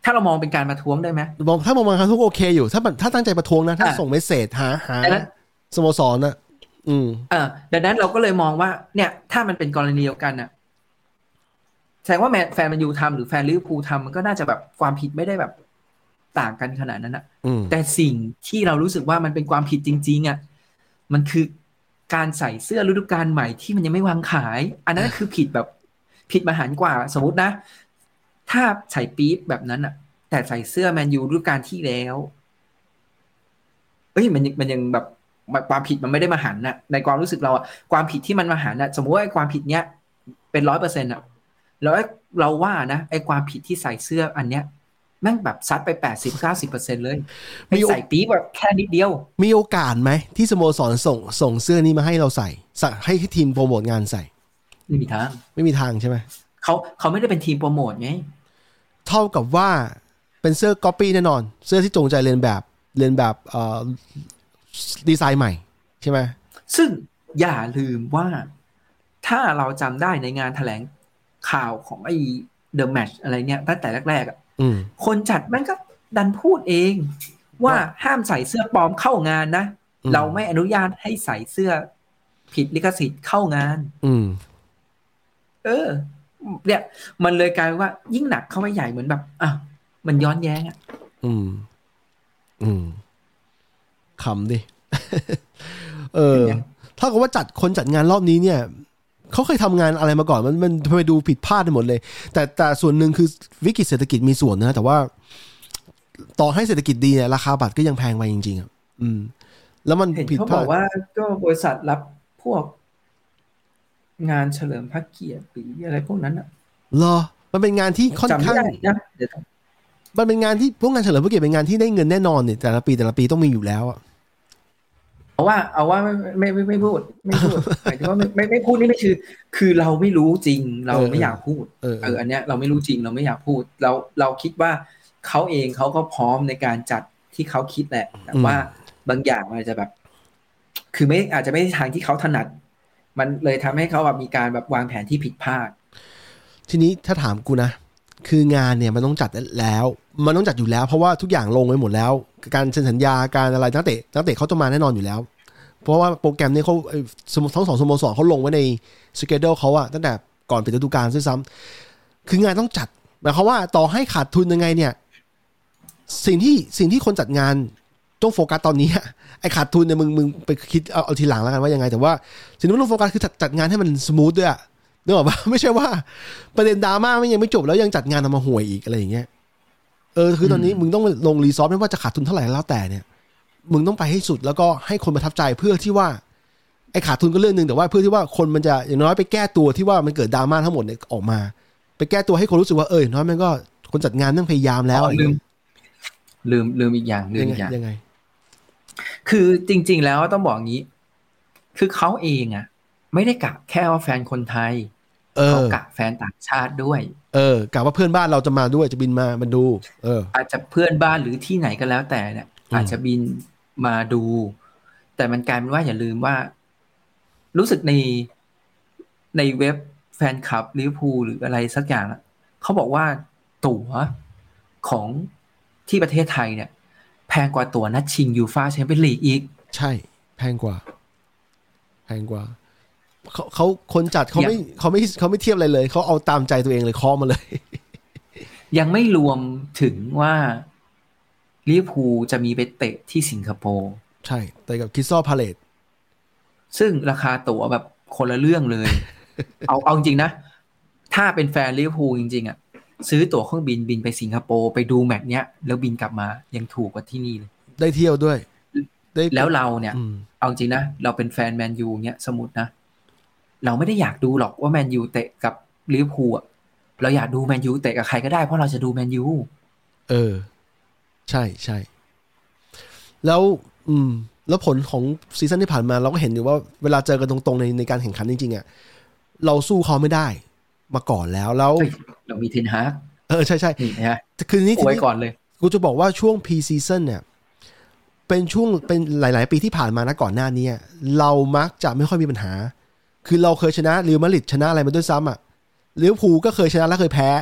ถ้าเรามองเป็นการประท้วงได้ไหมมองถ้ามองมาทุกโอเคอยู่ถ้าถ้าตั้งใจประท้วงนะถ้าส่งเมสเสจหาหาสโมสรนะอืมเออดังนั้นเราก็เลยมองว่าเนี่ยถ้ามันเป็นกรณีเดียวกันน่ะแสดงว่าแฟนแมนยูทำหรือแฟนลิเวอร์พูลทำมันก็น่าจะแบบความผิดไม่ได้แบบต่างกันขนาดนั้นนะแต่สิ่งที่เรารู้สึกว่ามันเป็นความผิดจริงๆอ่ะมันคือการใส่เสื้อฤดูกาลใหม่ที่มันยังไม่วางขายอันนั้นคือผิดแบบผิดมหันต์กว่าสมมตินะถ้าใส่ปี๊บแบบนั้นอ่ะแต่ใส่เสื้อแมนยูฤดูกาลที่แล้วเอ้ยมันมันยังแบบความผิดมันไม่ได้มหันต์น่ะในความรู้สึกเราอ่ะความผิดที่มันมหันต์น่ะสมมติว่าความผิดเนี้ยเป็นร้อยเปอร์เซ็นต์อ่ะแล้วเราว่านะไอ้ความผิดที่ใส่เสื้ออันเนี้ยแม่งแบบซัดไป แปดสิบถึงเก้าสิบเปอร์เซ็นต์ เลยไม่ใส่ปี๊บแบบแค่นิดเดียวมีโอกาสไหมที่สโมสรส่งส่งเสื้อนี้มาให้เราใส่ให้ทีมโปรโมทงานใส่ไม่มีทางไม่มีทางใช่ไหมเขาเขาไม่ได้เป็นทีมโปรโมทไงเท่ากับว่าเป็นเสื้อก๊อปปี้แน่นอนเสื้อที่จงใจเลียนแบบเลียนแบบเอ่อดีไซน์ใหม่ใช่ไหมซึ่งอย่าลืมว่าถ้าเราจำได้ในงานแถลงข่าวของไอ้เดอะแมตช์อะไรเงี้ยตั้งแต่แรกๆอ่ะคนจัดมันก็ดันพูดเองว่าห้ามใส่เสื้อปลอมเข้างานนะเราไม่อนุญาตให้ใส่เสื้อผิดลิขสิทธิ์เข้างานอืมเออเนี่ยมันเลยกลายว่ายิ่งหนักเข้าไปใหญ่เหมือนแบบอ่ะมันย้อนแย้งอ่ะอืมอืมขำดิ เออถ้ากับว่าจัดคนจัดงานรอบนี้เนี่ยเขาเคยทำงานอะไรมาก่อนมันมันไปดูผิดพลาดไปหมดเลยแต่แต่ส่วนหนึ่งคือวิกฤตเศรษฐกิจมีส่วนนะแต่ว่าต่อให้เศรษฐกิจดีเนี่ยราคาบัตรก็ยังแพงไปจริงๆอ่ะอืมแล้วมันผิดพลาดเขาบอกว่าก็บริษัทรับพวกงานเฉลิมพระเกียรติหรืออะไรพวกนั้นอ่ะเหรอมันเป็นงานที่ค่อนข้างนะเดี๋ยวมันเป็นงานที่พวกงานเฉลิมพระเกียรติเป็นงานที่ได้เงินแน่นอนเนี่ยแต่ละปีแต่ละปีต้องมีอยู่แล้วอ่ะเอาว่าเอาว่าไม่ไม่ไม่ไม่พูดไม่พูดหมายถึงว่าไม่ไม่ไม่พูดนี่ไม่คือคือเราไม่รู้จริงเราไม่อยากพูดเออเอออันเนี้ยเราไม่รู้จริงเราไม่อยากพูดเราเราคิดว่าเขาเองเขาก็พร้อมในการจัดที่เขาคิดแหละแต่ว่าบางอย่างมันจะแบบคือไม่อาจจะไม่ใช่ทางที่เขาถนัดมันเลยทำให้เขาแบบมีการแบบวางแผนที่ผิดพลาดทีนี้ถ้าถามกูนะคืองานเนี่ยมันต้องจัดแล้วมันต้องจัดอยู่แล้วเพราะว่าทุกอย่างลงไว้หมดแล้วการเซ็นสัญญาการอะไรนักเตะนักเตะเขาต้องมาแน่นอนอยู่แล้วเพราะว่าโปรแกรมนี้เขาทั้งสองสโมสรเขาลงไว้ในสเกดูลเขาอะตั้งแต่ก่อนปิดฤดูกาลด้วยซ้ำคืองานต้องจัดหมายความว่าต่อให้ขาดทุนยังไงเนี่ยสิ่งที่สิ่งที่คนจัดงานต้องโฟกัสตอนนี้ไอ้ขาดทุนเนี่ยมึงมึงไปคิดเอาเอาทีหลังแล้วกันว่ายังไงแต่ว่าสิ่งที่มันต้องโฟกัสคือจัดจัดงานให้มันสมูทด้วยอะนึกออกปะไม่ใช่ว่าประเด็นดราม่าไม่ยังไม่จบแล้วยังจัดงานทำมาห่วยอีกอะไรอย่างเงี้ยเออคือตอนนี้มึงต้องลงรีซอสไม่ว่าจะขาดทุนเท่าไหร่แล้วแต่เนี่ยมึงต้องไปให้สุดแล้วก็ให้คนประทับใจเพื่อที่ว่าไอ้ขาดทุนก็เรื่องนึงแต่ว่าเพื่อที่ว่าคนมันจะอย่างน้อยไปแก้ตัวที่ว่ามันเกิดดราม่าทั้งหมดเนี่ยออกมาไปแก้ตัวให้คนรู้สึกว่าเออน้อยมันก็คนจัดงานต้องพยายามแล้วลืมลืมลืมอีกอย่างลืมอีกอย่างยังไงคือจริงๆแล้วต้องบอกงี้คือเขาเองอ่ะไม่ได้กะแค่ว่าแฟนคนไทยเขากะแฟนต่างชาติด้วยเออกะว่าเพื่อนบ้านเราจะมาด้วยจะบินมามาดูเอออาจจะเพื่อนบ้านหรือที่ไหนก็แล้วแต่เนี่ยอาจจะบินมาดูแต่มันกลายเป็นว่าอย่าลืมว่ารู้สึกในในเว็บแฟนคลับลิเวอร์พูลหรืออะไรสักอย่างเขาบอกว่าตั๋วของที่ประเทศไทยเนี่ยแพงกว่าตั๋วนัดชิงยูฟ่าแชมเปี้ยนลีกอีกใช่แพงกว่าแพงกว่าเขาเขาคนจัดเขาไม่เขาไม่เขาไม่เทียบอะไรเลยเขาเอาตามใจตัวเองเลยเคาะมาเลยยังไม่รวมถึงว่าลิเวอร์พูลจะมีไปเตะที่สิงคโปร์ใช่เตะกับคริสตัลพาเลซซึ่งราคาตั๋วแบบคนละเรื่องเลย เอาเอาจริงนะถ้าเป็นแฟนลิเวอร์พูลจริงๆอ่ะซื้อตั๋วเครื่องบินบินไปสิงคโปร์ไปดูแมตช์เนี้ยแล้วบินกลับมายังถูกกว่าที่นี่เลยได้เที่ยวด้วยแล้วเราเนี่ยเอาจริงนะเราเป็นแฟนแมนยูเนี้ยสมมุตินะเราไม่ได้อยากดูหรอกว่าแมนยูเตะกับลิเวอร์พูลอ่ะเราอยากดูแมนยูเตะกับใครก็ได้เพราะเราจะดูแมนยูเออใช่ใช่แล้วอืมแล้วผลของซีซั่นที่ผ่านมาเราก็เห็นอยู่ว่าเวลาเจอกันตรงๆในในการแข่งขันจริงๆอ่ะเราสู้เขาไม่ได้มาก่อนแล้วแล้วเรามีเทนฮากเออใช่ใช่นี่ฮะคือนี้ทีนี้ก่อนเลยกูจะบอกว่าช่วงพรีซีซั่นเนี่ยเป็นช่วงเป็นหลายๆปีที่ผ่านมานะก่อนหน้านี้เรามักจะไม่ค่อยมีปัญหาคือเราเคยชนะเรอัลมาดริดชนะอะไรมาด้วยซ้ำอ่ะลิเวอร์พูลก็เคยชนะแล้วเคยแพ้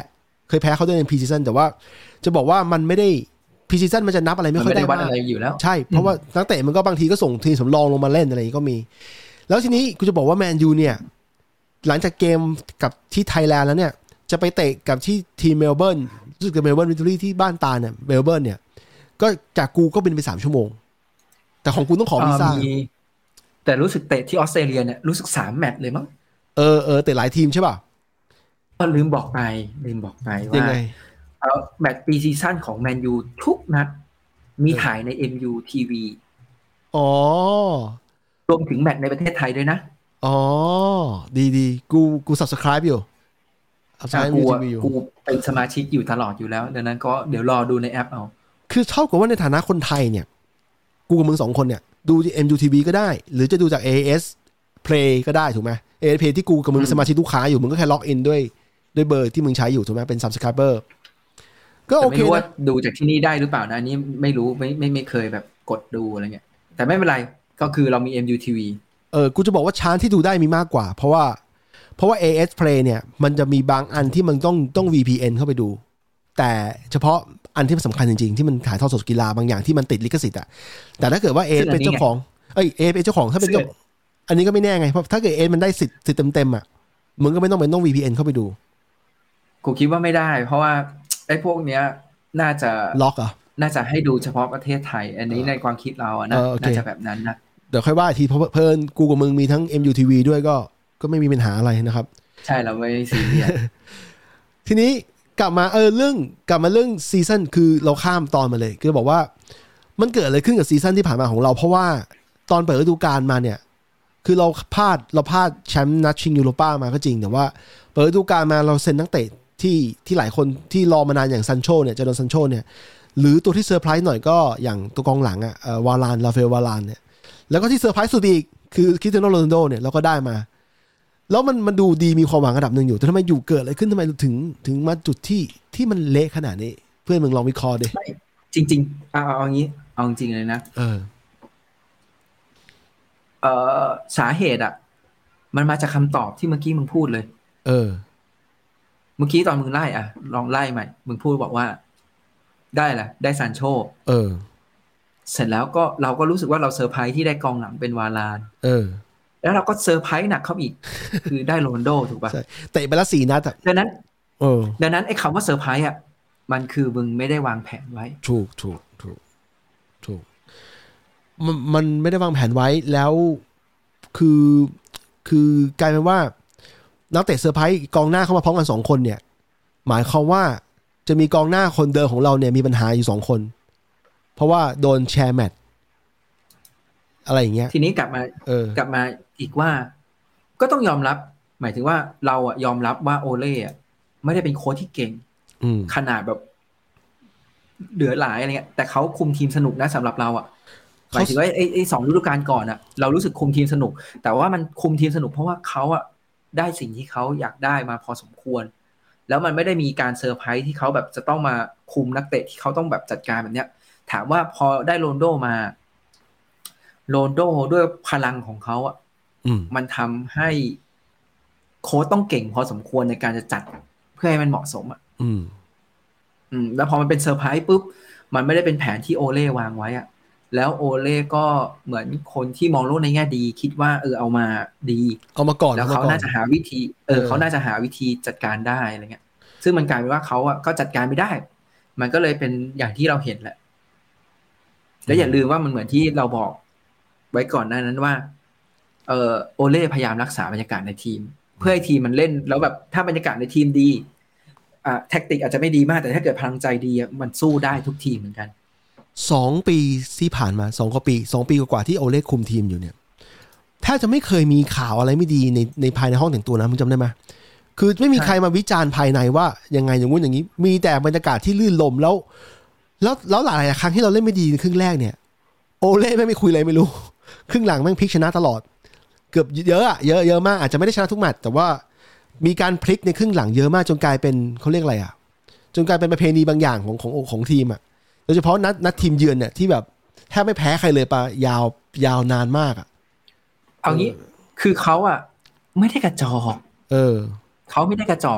เคยแพ้เขาด้วยในพรีซีซั่นแต่ว่าจะบอกว่ามันไม่ได้พรีซีซั่นมันจะนับอะไรไม่ค่อยได้วัดอะไรอยู่แล้วใช่เพราะว่านักเตะมันก็บางทีก็ส่งทีมสำรองลงมาเล่นอะไรก็มีแล้วทีนี้กูจะบอกว่าแมนยูเนี่ยหลังจากเกมกับที่ไทยแลนด์แล้วเนี่ยจะไปเตะกับที่ทีมเมลเบิร์นรู้สึกกับเมลเบิร์นวิกตอรี่ที่บ้านตาเนี่ยเมลเบิร์นเนี่ยก็จากกูก็บินไปสามชั่วโมงแต่ของกูต้องขอวีซ่าแต่รู้สึกเตะที่ออสเตรเลียเนี่ยรู้สึกสามแมตช์เลยมั้งเออเออเตะหลายทีมใช่ป่ะก็ลืมบอกไปลืมบอกไปว่าเอาแมตช์ปีซีซั่นของแมนยูทุกนัดมีถ่ายใน เอ็ม ยู ที วีอ๋อรวมถึงแมตช์ในประเทศไทยด้วยนะอ๋อดีดีกูกู subscribe อยู่ subscribe กูกูเป็นสมาชิกอยู่ตลอดอยู่แล้วดังนั้นก็เดี๋ยวรอดูในแอปเอาคือเท่ากับว่าในฐานะคนไทยเนี่ยกูกับมึงสองคนเนี่ยดูที่ เอ็ม ยู ที วี ก็ได้หรือจะดูจาก เอ เอส Play ก็ได้ถูกไหม เอ เอส Play ที่กูกับมึงเป็นสมาชิกลูกค้าอยู่มึงก็แค่ล็อกอินด้วยด้วยเบอร์ที่มึงใช้อยู่ถูกไหมเป็น Subscriber ก็โอเคนะไม่รู้ว่าดูจากที่นี่ได้หรือเปล่านะอันนี้ไม่รู้ไม่ไม่ไม่เคยแบบกดดูอะไรเงี้ยแต่ไม่เป็นไรก็คือเรามี เอ็ม ยู ที วีเออกูจะบอกว่าชานที่ดูได้มีมากกว่าเพราะว่าเพราะว่า เอ เอส Play เนี่ยมันจะมีบางอันที่มันต้องต้อง วี พี เอ็น เข้าไปดูแต่เฉพาะอันที่มันสำคัญจริงๆที่มันถ่ายทอดสดกีฬาบางอย่างที่มันติดลิขสิทธิ์อ่ะแต่ถ้าเกิดว่า เอ เอส เป็นเจ้าของเอ้ย เอ เอส เป็นเจ้าของถ้าเป็นเจ้าอันนี้ก็ไม่แน่ไงเพราะถ้าเกิด เอ เอส มันได้สิทธิ์สิทธิ์เต็มๆอ่ะมึงก็ไม่ต้องเป็นต้อง วี พี เอ็น เข้าไปดูกูคิดว่าไม่ได้เพราะว่าไอ้พวกเนี้ยน่าจะล็อกอ่ะน่าจะให้ดูเฉพาะประเทศไทยอันนี้ในความคิดเราอ่ะนะน่าจะแบบนั้นนะเดี๋ยวค่อยว่าทีเพราะเพิ่นกูกับมึงมีทั้ง เอ็ม ยู ที วี ด้วยก็ก็ไม่มีปัญหาอะไรนะครับใช่เราไม่ซีเรียสทีนี้กลับมาเออเรื่องกลับมาเรื่องซีซั่นคือเราข้ามตอนมาเลยคือบอกว่ามันเกิดอะไรขึ้นกับซีซั่นที่ผ่านมาของเราเพราะว่าตอนเปิดฤดูกาลมาเนี่ยคือเราพลาดเราพลาดแชมป์นัดชิงยูโรป้ามาก็จริงแต่ว่าเปิดฤดูกาลมาเราเซ็นนักเตะที่ที่หลายคนที่รอมานานอย่างซันโชเนี่ยจาโดนซันโชเนี่ยหรือตัวที่เซอร์ไพรส์หน่อยก็อย่างตัวกองหลังอ่ะวาลานลาเฟลวาลานเนี่ยแล้วก็ที่เซอร์ไพรส์สุดอีกคือคริสเตียโนโรนัลโดเนี่ยเราก็ได้มาแล้วมันมันดูดีมีความหวังระดับหนึ่งอยู่แต่ทำไมอยู่เกิดอะไรขึ้นทำไมถึงถึงมาจุดที่ที่มันเละขนาดนี้เพื่อนมึงลองวิเคราะห์ดิจริงๆเอาเอาอย่างนี้เอาจริงเลยนะเออเอ่อสาเหตุอ่ะมันมาจากคำตอบที่เมื่อกี้มึงพูดเลยเออเมื่อกี้ตอนมึงไล่อ่ะลองไล่ใหม่มึงพูดบอกว่าได้แหละได้ซานโชเออเสร็จแล้วก็เราก็รู้สึกว่าเราเซอร์ไพรส์ที่ได้กองหลังเป็นวาลานเออแล้วเราก็เซอร์ไพรส์หนักเข้าอีกคือได้โรนัลโดถูกป่ะใช่เตะไปแล้วสี่นัดอ่ะดังนั้นเออดังนั้นไอ้คำว่าเซอร์ไพรส์อ่ะมันคือมึงไม่ได้วางแผนไว้ถูกถูกถูกถูกมันมันไม่ได้วางแผนไว้แล้วคือคือกลายเป็นว่านักเตะเซอร์ไพรส์กองหน้าเข้ามาพร้อมกันสองคนเนี่ยหมายความว่าจะมีกองหน้าคนเดิมของเราเนี่ยมีปัญหาอยู่สองคนเพราะว่าโดนแชร์แมตช์อะไรอย่างเงี้ยทีนี้กลับมาเออกลับมาอีกว่าก็ต้องยอมรับหมายถึงว่าเราอ่ะยอมรับว่าโอเล่อ่ะไม่ได้เป็นโค้ชที่เก่งขนาดแบบเหลือหลายอะไรเงี้ยแต่เขาคุมทีมสนุกนะสำหรับเราอ่ะหมายถึงว่าไอ้ไอ้สองฤดูกาลก่อนอ่ะเรารู้สึกคุมทีมสนุกแต่ว่ามันคุมทีมสนุกเพราะว่าเขาอ่ะได้สิ่งที่เขาอยากได้มาพอสมควรแล้วมันไม่ได้มีการเซอร์ไพรส์ที่เขาแบบจะต้องมาคุมนักเตะที่เขาต้องแบบจัดการแบบเนี้ยถามว่าพอได้โรนโดมาโรนโดด้วยพลังของเขาอ่ะมันทำให้โค้ชต้องเก่งพอสมควรในการจะจัดเพื่อให้มันเหมาะสมอ่ะอืมอืมแล้วพอมันเป็นเซอร์ไพรส์ปุ๊บมันไม่ได้เป็นแผนที่โอเล่วางไว้อ่ะแล้วโอเล่ก็เหมือนคนที่มองโลกในแง่ดีคิดว่าเออเอามาดีเอามาก่อนแล้วเขาน่าจะหาวิธีเออเขาน่าจะหาวิธีจัดการได้อะไรเงี้ยซึ่งมันกลายเป็นว่าเขาอ่ะก็จัดการไม่ได้มันก็เลยเป็นอย่างที่เราเห็นแหละและอย่าลืมว่ามันเหมือนที่เราบอกไว้ก่อนหน้านั้นว่าเออโอเล่พยายามรักษาบรรยากาศในทีมเพื่อให้ทีมมันเล่นแล้วแบบถ้าบรรยากาศในทีมดีอ่าแท็กติกอาจจะไม่ดีมากแต่ถ้าเกิดพลังใจดีมันสู้ได้ทุกทีมเหมือนกันสองปีที่ผ่านมาสองกว่าปีสองปีกว่าที่โอเล่คุมทีมอยู่เนี่ยแทบจะไม่เคยมีข่าวอะไรไม่ดีในในภายในห้องแต่งตัวนะมึงจำได้ไหมคือไม่มีใครมาวิจารณ์ภายในว่ายังไงอย่างงู้นอย่างนี้มีแต่บรรยากาศที่ลื่นลมแล้วแล้วแล้วหลายๆครั้งที่เราเล่นไม่ดีในครึ่งแรกเนี่ยโอเล่ไม่คุยอะไรไม่รู้ครึ่งหลังแม่งพลิกชนะตลอดเกือบเยอะอะเยอะเยอะมากอาจจะไม่ได้ชนะทุกแมตช์แต่ว่ามีการพลิกในครึ่งหลังเยอะมากจนกลายเป็นเขาเรียกอะไรอะจนกลายเป็นประเพณีบางอย่างของของของทีมอะโดยเฉพาะนัดนัดทีมเยือนเนี่ยที่แบบแทบไม่แพ้ใครเลยปะยาวยาวนานมากอะเอางี้คือเขาอะไม่ได้กระจอกเออเขาไม่ได้กระจอก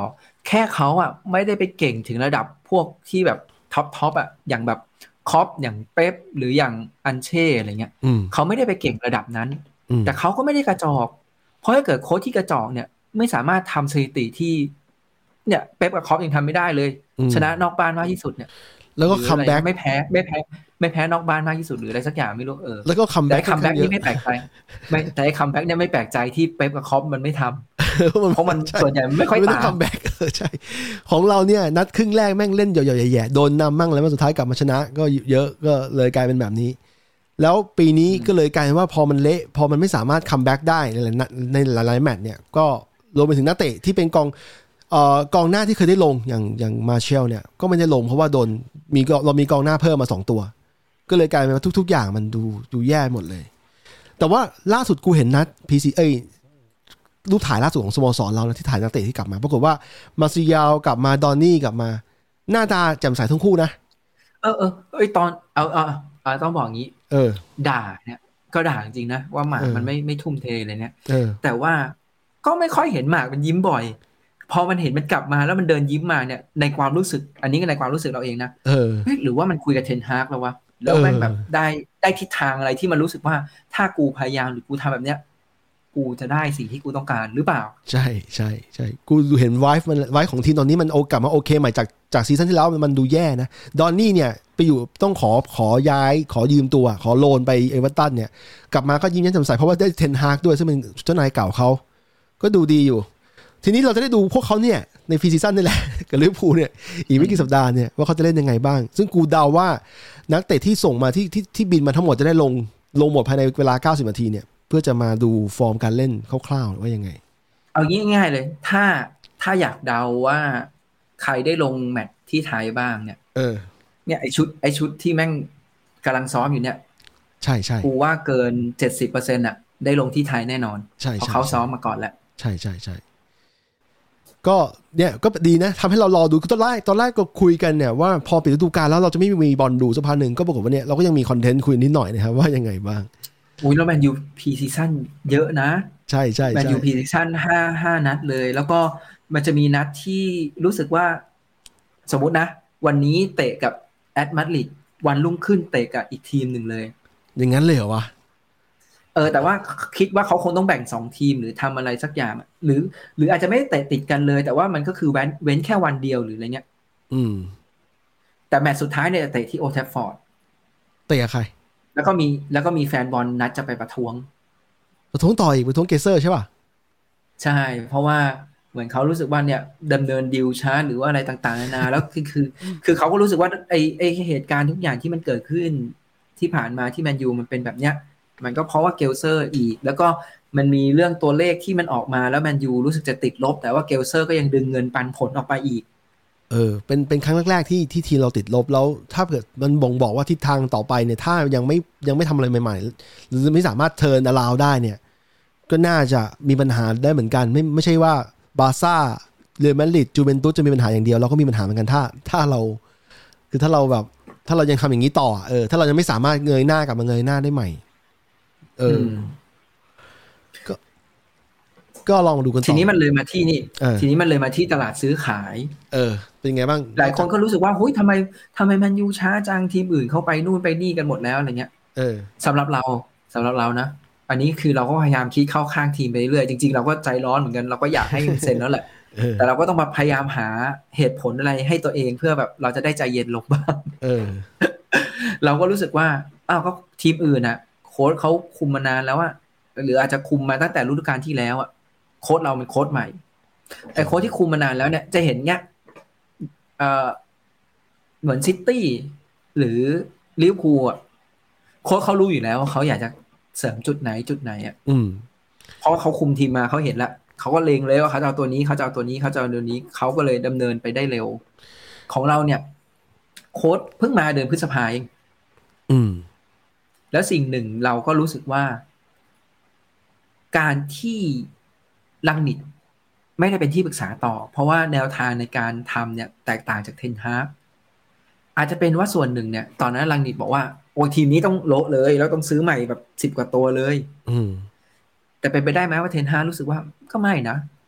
แค่เขาอ่ะไม่ได้ไปเก่งถึงระดับพวกที่แบบท็อปท็อปอ่ะอย่างแบบคอปอย่างเป๊ปหรืออย่างอันเช่อะไรเงี้ยเขาไม่ได้ไปเก่งระดับนั้นแต่เขาก็ไม่ได้กระจอกเพราะถ้าเกิดโค้ชที่กระจอกเนี่ยไม่สามารถทำสถิติที่เนี่ยเป๊ปกับคอปยังทำไม่ได้เลยชนะนอกบ้านมากที่สุดเนี่ยแล้วก็คัมแบ็กไม่แพ้ไม่แพ้ไม่แพ้นอกบ้านมากที่สุดหรืออะไรสักอย่างไม่รู้เออแล้วก็คัมแบ็กคัมแบ็กนี่ไม่แปลกใจไม่แต่ไอ้คัมแบ็กเนี่ยไม่แปลกใจที่เป๊ปกับคอปมันไม่ทำเพราะมันส่วนใหญ่ไม่ค่อยตามคัมแบ็กใช่ของเราเนี่ยนัดครึ่งแรกแม่งเล่นหย่อยๆแย่ๆโดนนำมั่งแล้วมาสุดท้ายกลับมาชนะก็เยอะก็เลยกลายเป็นแบบนี้แล้วปีนี้ก็เลยกลายเป็นว่าพอมันเละพอมันไม่สามารถคัมแบ็กได้ในในหลายๆแมตช์เนี่ยก็รวมไปถึงนักเตะที่เป็นกองเอ่อกองหน้าที่เคยได้ลงอย่างอย่างมาเชลเนี่ยก็ไม่ได้ลงเพราะว่าโดนมีเรามีกองหน้าเพิ่มมาสองตัวก็เลยกลายเป็นว่าทุกๆอย่างมันดูดูแย่หมดเลยแต่ว่าล่าสุดกูเห็นนัด พี ซี เอ้ยรูปถ่ายล่าสุดของสโมสรเราที่ถ่ายนักเตะที่กลับมาปรากฏว่ามาซิยาวกลับมาดอนนี่กลับมาหน้าตาแจ่มใสทั้งคู่นะเออเออไอตอนเอาเอาเอาต้องบอกงี้เออด่าเนี่ยก็ด่าจริงนะว่าหมากมันไม่ไม่ทุ่มเทเลยเนี่ยแต่ว่าก็ไม่ค่อยเห็นหมากมันยิ้มบ่อยพอมันเห็นมันกลับมาแล้วมันเดินยิ้มมาเนี่ยในความรู้สึกอันนี้ก็ในความรู้สึกเราเองนะเออหรือว่ามันคุยกับเทนฮากแล้ววะแล้วแม่งแบบได้ได้ทิศทางอะไรที่มันรู้สึกว่าถ้ากูพยายามหรือกูทำแบบเนี้ยกูจะได้สิ่งที่กูต้องการหรือเปล่าใช่ใช่ใช่กูเห็นไวฟ์มันไวฟ์ของทีมตอนนี้มันโอกลับมาโอเคใหม่จากจากซีซั่นที่แล้วมันดูแย่นะดอนนี่เนี่ยไปอยู่ต้องขอขอย้ายขอยืมตัวขอโลนไปเอเวอร์ตันเนี่ยกลับมาก็ยิ้มแย้มแจ่มใสเพราะว่าได้เทนฮากด้วยซึ่งเป็นเจ้านายเก่าเขาก็ดูดีอยู่ทีนี้เราจะได้ดูพวกเขาเนี่ยในฟรีซีซั่นนี่แหละกับลิเวอร์พูลเนี่ยอีกไม่กี่สัปดาห์เนี่ยว่าเขาจะเล่นยังไงบ้างซึ่งกูเดาว่านักเตะที่ส่งมาที่ที่ที่บินมาทั้งหมดจะได้ลงลงหมดภายในเวลาเก้าสิบนาทีเนี่ยเพื่อจะมาดูฟอร์มการเล่นคร่าวๆว่ายังไงเอาง่ายๆเลยถ้าถ้าอยากเดาว่าใครได้ลงแมตช์ที่ไทยบ้างเนี่ยเออเนี่ยไอชุดไอชุดที่แม่งกำลังซ้อมอยู่เนี่ยใช่ใช่กูว่าเกิน เจ็ดสิบเปอร์เซ็นต์ อ่ะได้ลงที่ไทยแน่นอนใช่เพราะเขาซ้อมมาก่อนแล้วใช่ใช่ใช่ก็เนี่ยก็ดีนะทำให้เรารอดูตอนแรกตอนแรกก็คุยกันเนี่ยว่าพอปิดฤดูกาลแล้วเราจะไม่มีบอลดูสักพักหนึ่งก็ปรากฏว่าเนี่ยเราก็ยังมีคอนเทนต์คุยนิดหน่อยนะครับว่ายังไงบ้างอุ้ยแล้วแมนยูพีซีซั่นเยอะนะใช่ใช่แมนยูพีซีซั่นห้าห้านัดเลยแล้วก็มันจะมีนัดที่รู้สึกว่าสมมตินะวันนี้เตะกับแอตมาดริดวันรุ่งขึ้นเตะกับอีกทีมหนึ่งเลยอย่างนั้นเลยเหรอวะเออแต่ว่าคิดว่าเขาคงต้องแบ่งสองทีมหรือทำอะไรสักอย่างหรือหรืออาจจะไม่เตะติดกันเลยแต่ว่ามันก็คือเว้นเว้นแค่วันเดียวหรืออะไรเงี้ยอืมแต่แมตช์สุดท้ายเนี่ยเตะที่โอลด์แทรฟฟอร์ดเตะใครแล้วก็มีแล้วก็มีแฟนบอลนัดจะไปประท้วงประท้วงต่ออีกประท้วงเกเซอร์ใช่ป่ะใช่เพราะว่าเหมือนเขารู้สึกว่าเนี่ยดำเนินดีลช้าหรือว่าอะไรต่างๆนานาแล้วคือคือคือเขาก็รู้สึกว่าไอไอเหตุการณ์ทุกอย่างที่มันเกิดขึ้นที่ผ่านมาที่แมนยูมันเป็นแบบเนี้ยมันก็เพราะว่าเกลเซอร์อีกแล้วก็มันมีเรื่องตัวเลขที่มันออกมาแล้วแมนยูรู้สึกจะติดลบแต่ว่าเกลเซอร์ก็ยังดึงเงินปันผลออกไปอีกเออเป็นเป็นครั้งแรกๆที่ที่ทีมเราติดลบแล้วถ้าเกิดมันบ่งบอกว่าทิศทางต่อไปเนี่ยถ้ายังไม่ยังไม่ทำอะไรใหม่ๆหรือไม่สามารถเทิร์นอลาวได้เนี่ยก็น่าจะมีปัญหาได้เหมือนกันไม่ไม่ใช่ว่าบาร์ซ่าเรอัลมาดริดจูเวนตุสจะมีปัญหาอย่างเดียวเราก็มีปัญหาเหมือนกันถ้าถ้าเราคือถ้าเราแบบถ้าเรายังทำอย่างนี้ต่อเออถ้าเรายังไม่สามารถเงยหน้ากลับมาเงยหน้าได้ใหม่เออก็ก็ลองดูกันต่อทีนี้มันเลยมาที่นี่ทีนี้มันเลยมาที่ตลาดซื้อขายเออเป็นไงบ้างหลายคนก็รู้สึกว่าเฮ้ยทำไมทำไมแมนยูช้าจังทีมอื่นเข้าไปนู่นไปนี่กันหมดแล้วอะไรเงี้ยเออสำหรับเราสำหรับเรานะอันนี้คือเราก็พยายามคิดเข้าข้างทีมไปเรื่อยจริงๆเราก็ใจร้อนเหมือนกันเราก็อยากให้เซ็นแล้วแหละแต่เราก็ต้องมาพยายามหาเหตุผลอะไรให้ตัวเองเพื่อแบบเราจะได้ใจเย็นลงบ้างเออเราก็รู้สึกว่าอ้าวก็ทีมอื่นน่ะโค้ชเขาคุมมานานแล้วอะหรืออาจจะคุมมาตั้งแต่ฤดูกาลที่แล้วอะโค้ชเราเป็นโค้ชใหม่ไอ้โค้ชที่คุมมานานแล้วเนี่ยจะเห็นเนี้ยเอ่อเหมือนซิตี้หรือลิเวอร์พูลอ่ะโค้ชเขารู้อยู่แล้วว่าเขาอยากจะเสริมจุดไหนจุดไหนอ่ะเพราะเขาคุมทีมมาเขาเห็นละเขาก็เลงเลยว่าเขาจะเอาตัวนี้เขาจะเอาตัวนี้เขาจะเอาตัวนี้เขาก็เลยดำเนินไปได้เร็วของเราเนี่ยโค้ชเพิ่งมาเดือนพฤษภาคมอืมแล้วสิ่งหนึ่งเราก็รู้สึกว่าการที่ลังนิดไม่ได้เป็นที่ปรึกษาต่อเพราะว่าแนวทางในการทำเนี่ยแตกต่างจากเทนฮากอาจจะเป็นว่าส่วนหนึ่งเนี่ยตอนนั้นลังนิดบอกว่าโอ้ทีมนี้ต้องโละเลยแล้วต้องซื้อใหม่แบบสิบกว่าตัวเลยอืมแต่เป็นไปได้ไหมว่าเทนฮากรู้สึกว่าก็ไม่นะ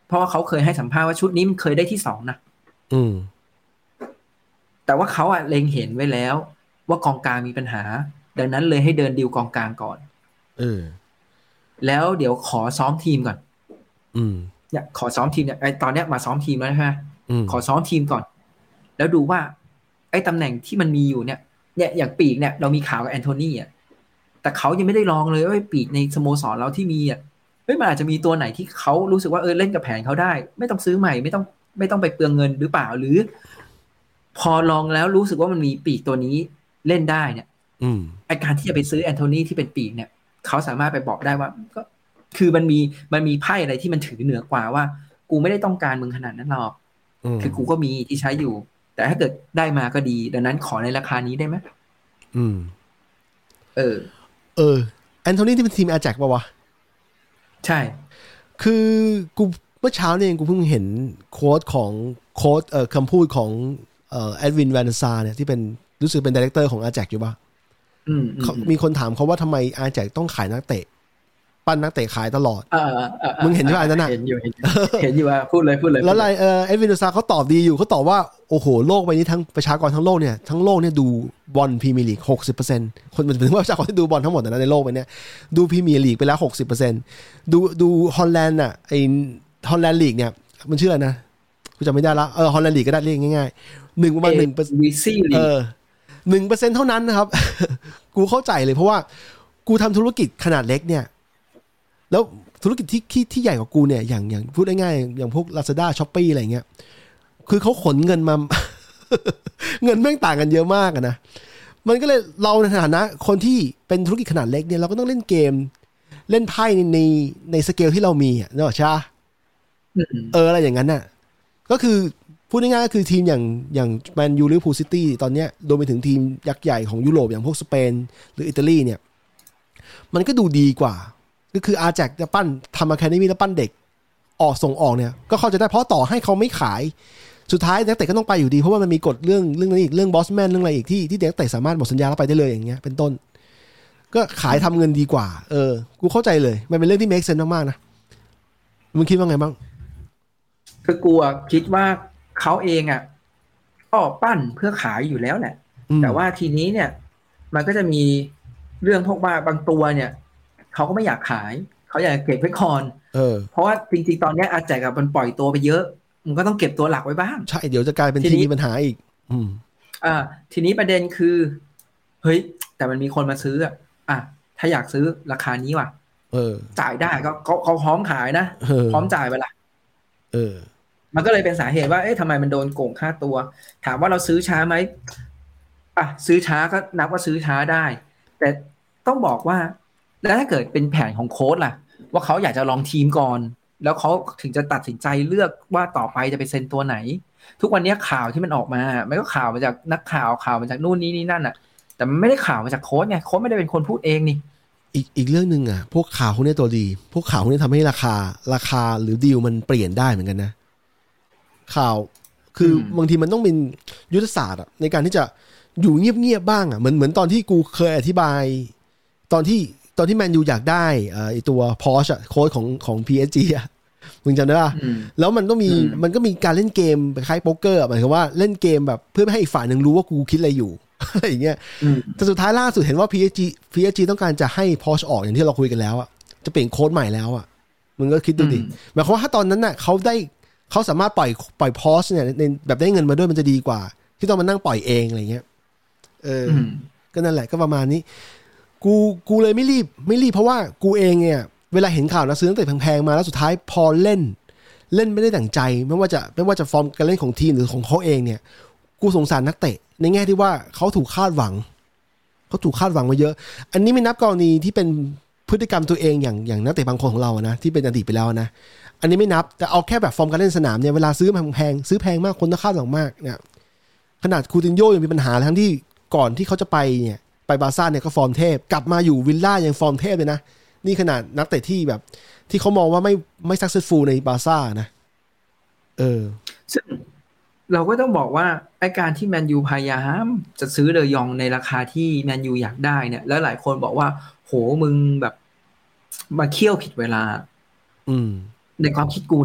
เพราะว่าเขาเคยให้สัมภาษณ์ว่าชุดนี้มันเคยได้ที่สองนะอืมแต่ว่าเขาอะเล็งเห็นไว้แล้วว่ากองกลางมีปัญหาดังนั้นเลยให้เดินดีลกองกลางก่อนเออแล้วเดี๋ยวขอซ้อมทีมก่อนอืมเนี่ยขอซ้อมทีมเนี่ยไอตอนเนี้ยมาซ้อมทีมแล้วใช่ไหมอืมขอซ้อมทีมก่อนแล้วดูว่าไอ้ตำแหน่งที่มันมีอยู่เนี่ยเนี่ยอย่างปีกเนี่ยเรามีข่าวกับแอนโทนีอ่ะแต่เขายังไม่ได้ลองเลยว่าปีกในสโมสรเราที่มีอ่ะเฮ้ยมันอาจจะมีตัวไหนที่เขารู้สึกว่าเออเล่นกับแผนเขาได้ไม่ต้องซื้อใหม่ไม่ต้องไม่ต้องไปเปลืองเงินหรือเปล่าหรือพอลองแล้วรู้สึกว่ามันมีปีกตัวนี้เล่นได้เนี่ยอืมไอการที่จะไปซื้อแอนโทนีที่เป็นปีกเนี่ยเขาสามารถไปบอกได้ว่าก็คือมันมีมันมีไพ่อะไรที่มันถือเหนือกว่าว่ากูไม่ได้ต้องการมึงขนาดนั้นหรอกคือกูก็มีที่ใช้อยู่แต่ถ้าเกิดได้มาก็ดีดังนั้นขอในราคานี้ได้ไหมอืมเออเออแอนโทนีที่เป็นทีมอาแจ็คป่ะวะใช่คือกูเมื่อเช้าเนี่ยกูเพิ่งเห็นโค้ดของโค้ดเอ่อคำพูดของเอ่อแอดวินแวนซาเนี่ยที่เป็นรู้สึกเป็นดีเรคเตอร์ของอาแจ็คอยู่ป่ะอืมมีคนถามเขาว่าทำไมอาแจ็คต้องขายนักเตะปั้นนักเตะขายตลอดเออมึงเห็นใช่ไหมอันนั้นน่ะเห็นอยู่เห็นเห็นอยู่ว่าพูดเลยพูดเลยแล้วอะไรเอ่อแอดวินแวนซาเขาตอบดีอยู่เขาตอบว่าโอ้โหโลกใบนี้ทั้งประชากรทั้งโลกเนี่ยทั้งโลกเนี่ยดูบอลพรีเมียร์ลีก หกสิบเปอร์เซ็นต์ คนหมายถึงว่าประชากรที่ดูบอลทั้งหมดนะในโลกใบนี้ดูพรีเมียร์ลีกไปแล้ว หกสิบเปอร์เซ็นต์ ดูดูฮอลแลนด์น่ะไอ้ฮอลแลนด์ลีกเนี่ยมันชื่ออะไรนะกูจำไม่ได้ละเออฮอลแลนด์ลีกก็ได้เรียกง่ายๆหนึ่งประมาณหนึ่งเปอร์เซ็นต์เออหนึ่งเปอร์เซ็นต์เท่านั้นนะครับ กูเข้าใจเลยเพราะว่ากูทำธุรกิจขนาดเล็กเนี่ยแล้วธุรกิจที่ที่ที่ใหญ่กว่ากูเนี่ยอย่างอย่างพูดง่ายๆอย่างพวก Lazada Shopee อะไรเงี้ยคือเขาขนเงินมา เงินแม่งต่างกันเยอะมากอะนะมันก็เลยเราในฐานะคนที่เป็นธุรกิจขนาดเล็กเนี่ยเราก็ต้องเล่นเกมเล่นไพ่ในในในสเกลที่เรามีอ่ะเนอะใช่เอออะไรอย่างนั้นน่ะก็คือพูดง่ายๆก็คือทีมอย่างอย่างแมนยูลิเวอร์พูลซิตี้ตอนเนี้ยโดยไปถึงทีมยักษ์ใหญ่ของยุโรปอย่างพวกสเปนหรืออิตาลีเนี่ยมันก็ดูดีกว่าก็คืออาแจ็คจะปั้นทำอะคาเดมี่แล้วปั้นเด็กออกส่งออกเนี่ยก็เข้าใจได้เพราะต่อให้เขาไม่ขายสุดท้ายนักเตะก็ต้องไปอยู่ดีเพราะว่ามันมีกฎเรื่องเรื่องนั้นอีกเรื่องบอสแมนเรื่องอะไรอีกที่ที่นักเตะสามารถหมดสัญญาแล้วไปได้เลยอย่างเงี้ยเป็นต้นก็ขายทำเงินดีกว่าเออกูเข้าใจเลยมันเป็นเรื่องที่ make sense มากๆนะมึงคิดว่าไงบ้างคือกูคิดว่าเขาเองอ่ะก็ปั้นเพื่อขายอยู่แล้วแหละแต่ว่าทีนี้เนี่ยมันก็จะมีเรื่องพวกว่าบางตัวเนี่ยเขาก็ไม่อยากขายเขาอยากเก็บไว้ก่อนเออเพราะว่าจริงๆตอนนี้อาแจกกับมันปล่อยตัวไปเยอะมันก็ต้องเก็บตัวหลักไว้บ้างใช่เดี๋ยวจะกลายเป็นที่มีปัญหาอีกอืมอ่าทีนี้ประเด็นคือเฮ้ยแต่มันมีคนมาซื้ออ่ะอ่ะถ้าอยากซื้อราคานี้ว่ะเออจ่ายได้ก็เขาเขาพร้อมขายนะพร้อมจ่ายไปละเออมันก็เลยเป็นสาเหตุว่าเอ๊ะทำไมมันโดนโกงค่าตัวถามว่าเราซื้อช้าไหมอ่ะซื้อช้าก็นับว่าซื้อช้าได้แต่ต้องบอกว่าแล้วถ้าเกิดเป็นแผนของโค้ชล่ะว่าเขาอยากจะลองทีมก่อนแล้วเขาถึงจะตัดสินใจเลือกว่าต่อไปจะไปเซ็นตัวไหนทุกวันนี้ข่าวที่มันออกมามันก็ข่าวมาจากนักข่าวข่าวมาจากนู่นนี่นี่นั่นอ่ะแต่มันไม่ได้ข่าวมาจากโค้ชไงโค้ชไม่ได้เป็นคนพูดเองนี่อีกอีกเรื่องนึงอ่ะพวกข่าวพวกนี้ตัวดีพวกข่าวพวกนี้ทำให้ราคาราคาหรือดีลมันเปลี่ยนได้เหมือนกันนะข่าวคือบางทีมันต้องเป็นยุทธศาสตร์อ่ะในการที่จะอยู่เงียบๆบ้างอ่ะเหมือนเหมือนตอนที่กูเคยอธิบายตอนที่ตอนที่แมนยูอยากได้ไอตัวพอชอ่ะโค้ชของของ พี เอส จี อ่ะมึงจำได้ป่ะแล้วมันต้องมีมันก็มีการเล่นเกมคล้ายโป๊กเกอร์หมายความว่าเล่นเกมแบบเพื่อไม่ให้อีกฝ่ายหนึ่งรู้ว่ากูคิดอะไรอยู่อะไรอย่างเงี้ยแต่สุดท้ายล่าสุดเห็นว่า พี เอส จี พี เอส จี ต้องการจะให้พอชออกอย่างที่เราคุยกันแล้วอ่ะจะเปลี่ยนโค้ชใหม่แล้วอ่ะมึงก็คิดดูดิหมายความว่าถ้าตอนนั้นน่ะเขาได้เขาสามารถปล่อยปล่อยพอชเนี่ยในแบบได้เงินมาด้วยมันจะดีกว่าที่ต้องมานั่งปล่อยเองอะไรเงี้ยเออก็นั่นแหละก็ประมาณนี้กูกูเลยไม่รีบไม่รีบเพราะว่ากูเองเนี่ยเวลาเห็นข่าวนะซื้อตั้งแต่แพงๆมาแล้วสุดท้ายพอเล่นเล่นไม่ได้ดั่งใจไม่ว่าจะไม่ว่าจะฟอร์มการเล่นของทีมหรือของเขาเองเนี่ยกูสงสารนักเตะในแง่ที่ว่าเขาถูกคาดหวังเขาถูกคาดหวังมาเยอะอันนี้ไม่นับกรณีที่เป็นพฤติกรรมตัวเองอย่างอย่างนักเตะบางคนของเรานะที่เป็นอดีตไปแล้วนะอันนี้ไม่นับแต่เอาแค่แบบฟอร์มการเล่นสนามเนี่ยเวลาซื้อแพงๆซื้อแพงมากคนต้องคาดหวังมากเนี่ยขนาดคูตินโญ่ยังมีปัญหาทั้งที่ก่อนที่เขาจะไปเนี่ยไปบาร์ซ่าเนี่ยก็ฟอร์มเทพกลับมาอยู่วิลล่ายังฟอร์มเทพเลยนะนี่ขนาดนักเตะที่แบบที่เขามองว่าไม่ไม่ซักเซสฟูลในบาร์ซ่านะเออซึ่งเราก็ต้องบอกว่าไอ้การที่แมนยูพยายามจะซื้อเดยองในราคาที่แมนยูอยากได้เนี่ยแล้วหลายคนบอกว่าโหมึงแบบมาเคี่ยวผิดเวลาอืมในความคิดกูนะ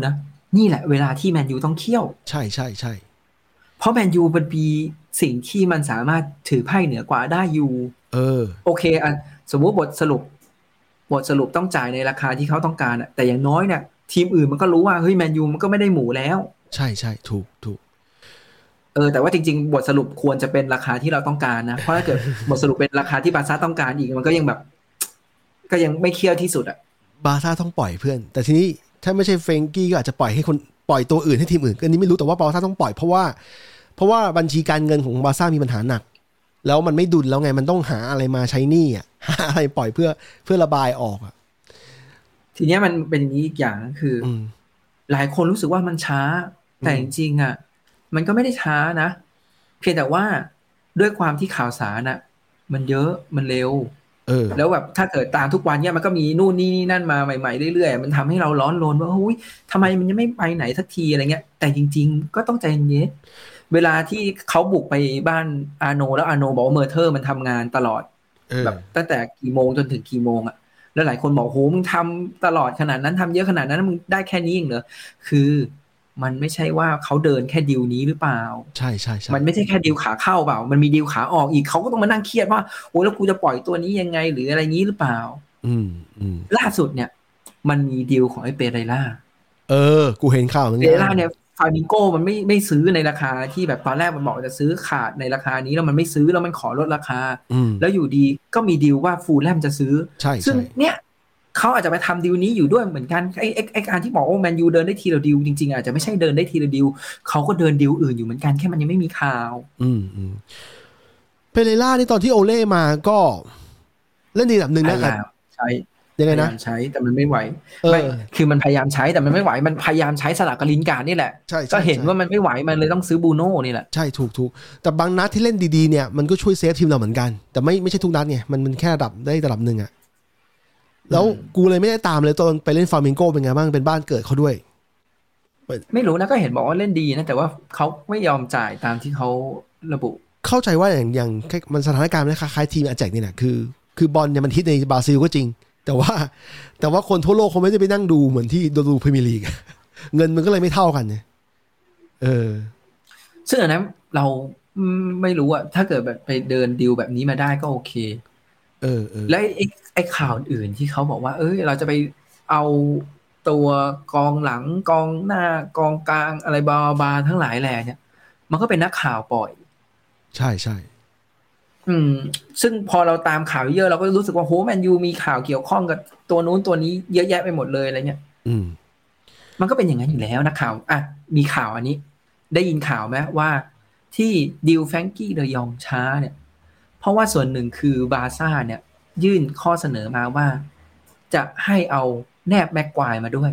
นี่แหละเวลาที่แมนยูต้องเคี่ยวใช่ใช่ใช่เพราะแมนยูมันมีสิ่งที่มันสามารถถือไพ่เหนือกว่าได้อยู่เออโอเคอ่ะสมมุติบทสรุปบทสรุปต้องจ่ายในราคาที่เขาต้องการอ่ะแต่อย่างน้อยเนี่ยทีมอื่นมันก็รู้ว่าเฮ้ยแมนยูมันก็ไม่ได้หมูแล้วใช่ใช่ถูกถูกเออแต่ว่าจริงๆบทสรุปควรจะเป็นราคาที่เราต้องการนะเพราะถ้าเกิดบทสรุปเป็นราคาที่บาร์ซ่าต้องการอีกมันก็ยังแบบก็ยังไม่เคี่ยวที่สุดอ่ะบาร์ซ่าต้องปล่อยเพื่อนแต่ทีนี้ถ้าไม่ใช่เฟรงกี้ก็อาจจะปล่อยให้คนปล่อยตัวอื่นให้ทีมอื่นอันนี้ไม่รู้แต่ว่าบาร์ซ่าต้องปล่อยเพราะว่าเพราะว่าบัญชีการเงินของบาร์ซ่ามีปัญหาหนักแล้วมันไม่ดุลแล้วไงมันต้องหาอะไรมาใช้หนี้อ่ะหาอะไรปล่อยเพื่อเพื่อระบายออกอ่ะทีเนี้ยมันเป็นอย่างนี้อีกอย่างคือหลายคนรู้สึกว่ามันช้าแต่จริงๆอ่ะมันก็ไม่ได้ช้านะเพียงแต่ว่าด้วยความที่ข่าวสารอ่ะมันเยอะมันเร็วเออแล้วแบบถ้าเกิดตามทุกวันเนี่ยมันก็มีนู่นนี่นี่นั่นมาใหม่ๆเรื่อยๆมันทำให้เราร้อนรนว่าหุ้ยทำไมมันยังไม่ไปไหนสักทีอะไรเงี้ยแต่จริงๆก็ต้องใจเย็นเวลาที่เขาบุกไปบ้านอาโนแล้วอาโนบอกว่าเมอร์เทอร์มันทำงานตลอดแบบตั้งแต่กี่โมงจนถึงกี่โมงอ่ะแล้วหลายคนบอกโหมึงทำตลอดขนาดนั้นทำเยอะขนาดนั้นมึงได้แค่นี้เองเหรอคือมันไม่ใช่ว่าเขาเดินแค่ดีลนี้หรือเปล่าใช่ใช่ใช่มันไม่ใช่แค่ดีลขาเข้าเปล่ามันมีดีลขาออกอีกเขาก็ต้องมานั่งเครียดว่าโอ้แล้วกูจะปล่อยตัวนี้ยังไงหรืออะไรงี้หรือเปล่าอืมอืมล่าสุดเนี่ยมันมีดีลของไอ้เปเรล่าเออกูเห็นข่าวเหมือนเปกันเรล่าเนี่ยฟาบิโก้มันไม่ไม่ซื้อในราคาที่แบบตอนแรกมันบอกจะซื้อขาดในราคานี้แล้วมันไม่ซื้อแล้วมันขอลดราคาแล้วอยู่ดีก็มีดีลว่าฟูลแลมจะซื้อใช่ซึ่งเนี่ยเขาอาจจะไปทำดีลนี้อยู่ด้วยเหมือนกันไอ้ไอ้ไอ้การที่บอกว่าแมนยูเดินได้ทีละดีลจริงๆอาจจะไม่ใช่เดินได้ทีละดีลเขาก็เดินดีลอื่นอยู่เหมือนกันแค่มันยังไม่มีข่าวอืมอืมเปเรล่านี่ตอนที่โอเล่มาก็เล่นดีระดับหนึ่งนะใช่ยังไงนะใช้แต่มันไม่ไหวไม่คือมันพยายามใช้แต่มันไม่ไหวมันพยายามใช้สลับกับลินการ์ดนี่แหละก็เห็นว่ามันไม่ไหวมันเลยต้องซื้อบูโน่นี่แหละใช่ถูกถูกแต่บางนัดที่เล่นดีๆเนี่ยมันก็ช่วยเซฟทีมเราเหมือนกันแต่ไม่ไม่ใช่ทุกนัดไงมันมันแค่ระดับได้ระดับหนึ่งอะแล้วกูเลยไม่ได้ตามเลยตอนไปเล่นฟาร์มิงโกเป็นไงบ้างเป็นบ้านเกิดเขาด้วยไม่รู้นะก็เห็นบอกว่าเล่นดีนะแต่ว่าเขาไม่ยอมจ่ายตามที่เขาระบุเข้าใจว่าอย่างอย่างมันสถานการณ์มันคล้ายๆทีมอาแจกนี่แหละคือคือบอลเนี่ยมันฮิตในบราซิลก็จริงแต่ว่าแต่ว่าคนทั่วโลกเขาไม่ได้ไปนั่งดูเหมือนที่ดูพรีเมียร์ลีกเงินมันก็เลยไม่เท่ากันเนี่ยเออซึ่งอันนั้นเราไม่รู้อะถ้าเกิดแบบไปเดินดีลแบบนี้มาได้ก็โอเคเออเออและไอ้ไอ้ข่าวอื่นที่เขาบอกว่าเอ้ยเราจะไปเอาตัวกองหลังกองหน้ากองกลางอะไรบาบาทั้งหลายแหล่เนี่ยมันก็เป็นนักข่าวปล่อยใช่ใช่อืมซึ่งพอเราตามข่าวเยอะเราก็รู้สึกว่าโหแมนยูมีข่าวเกี่ยวข้องกับตัวนู้นตัวนี้เยอะแยะไปหมดเลยอะไรเงี้ยอืมมันก็เป็นอย่างนั้นอยู่แล้วนักข่าวอ่ะมีข่าวอันนี้ได้ยินข่าวไหมว่าที่ดิลแฟรงกี้เดยองช้าเนี่ยเพราะว่าส่วนหนึ่งคือบาร์ซ่าเนี่ยยื่นข้อเสนอมาว่าจะให้เอาแนบแม็กควายมาด้วย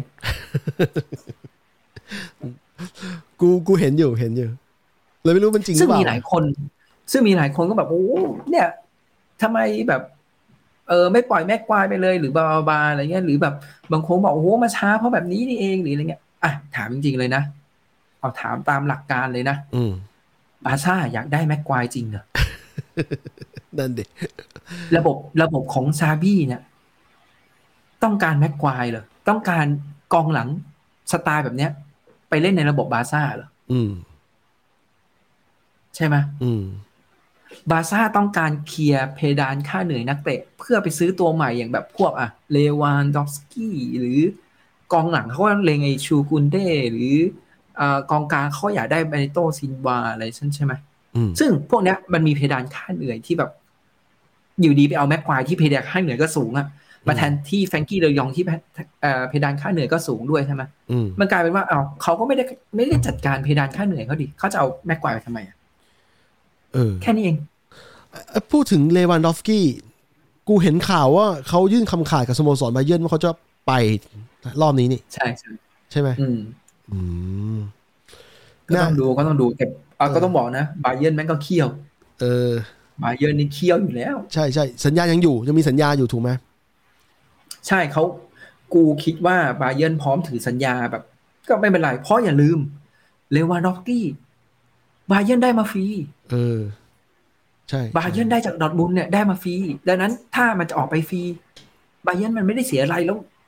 กูกูเห็นอยู่เห็นอยู่เลยไม่รู้มันจริงหรือเปล่าซึ่งมีหลายคนซึ่งมีหลายคนก็แบบโอ้เนี่ยทำไมแบบเออไม่ปล่อยแม็กควายไปเลยหรือบาบาอะไรเงี้ยหรือแบบบางคนบอกโอ้โหมาช้าเพราะแบบนี้นี่เองหรืออะไรเงี้ยอ่ะถามจริงๆเลยนะเอาถามตามหลักการเลยนะบาร์ซ่าอยากได้แม็กควายจริงเหรอนั่นดิระบบระบบของซาบี้เนี่ยต้องการแม็กควายเหรอต้องการกองหลังสไตล์แบบเนี้ยไปเล่นในระบบบาร์ซ่าเหรออืมใช่ไหมอืมบาร์ซ่าต้องการเคลียร์เพดานค่าเหนื่อยนักเตะเพื่อไปซื้อตัวใหม่อย่างแบบพวกอะเลวานดอฟสกี้หรือกองหลังเขาเลงไอชูกุนเด้หรืออ่ากองกลางเขาอยากได้เบเนโตซินวาอะไรใช่ไหมซึ่งพวกเนี้ยมันมีเพดานค่าเหนื่อยที่แบบอยู่ดีไปเอาแม็กควายที่เพดานค่าเหนื่อยก็สูงอะมาแทนที่แฟรงกี้เดยองที่เพดานค่าเหนื่อยก็สูงด้วยใช่ไหมมันกลายเป็นว่าเอาเขาก็ไม่ได้ไม่ได้จัดการเพดานค่าเหนื่อยเขาดิเขาจะเอาแม็กควายไปทำไมอะแค่นี้เองพูดถึงเลวานดอฟสกี้กูเห็นข่าวว่าเขายื่นคำขาดกับสโมสรบาเยิร์นว่าเขาจะไปรอบนี้นี่ใช่ใช่ใช่ไหมอืมอืมก็ต้องดูก็ต้องดูแต่ก็ต้องบอกนะบาเยิร์นแม่งก็เคี่ยวเออบาเยิร์นนี่เคี่ยวอยู่แล้วใช่ใช่สัญญายังอยู่ยังมีสัญญาอยู่ถูกไหมใช่เขากูคิดว่าบาเยิร์นพร้อมถือสัญญาแบบก็ไม่เป็นไรเพราะอย่าลืมเลวานดอฟสกี้บาเยิร์นได้มาฟรีเออใช่บาเยิร์นได้จากดอร์ทมุนด์เนี่ยได้มาฟรีดังนั้นถ้ามันจะออกไปฟรีบาเยิร์นมันไม่ได้เสียอะไรแล้ว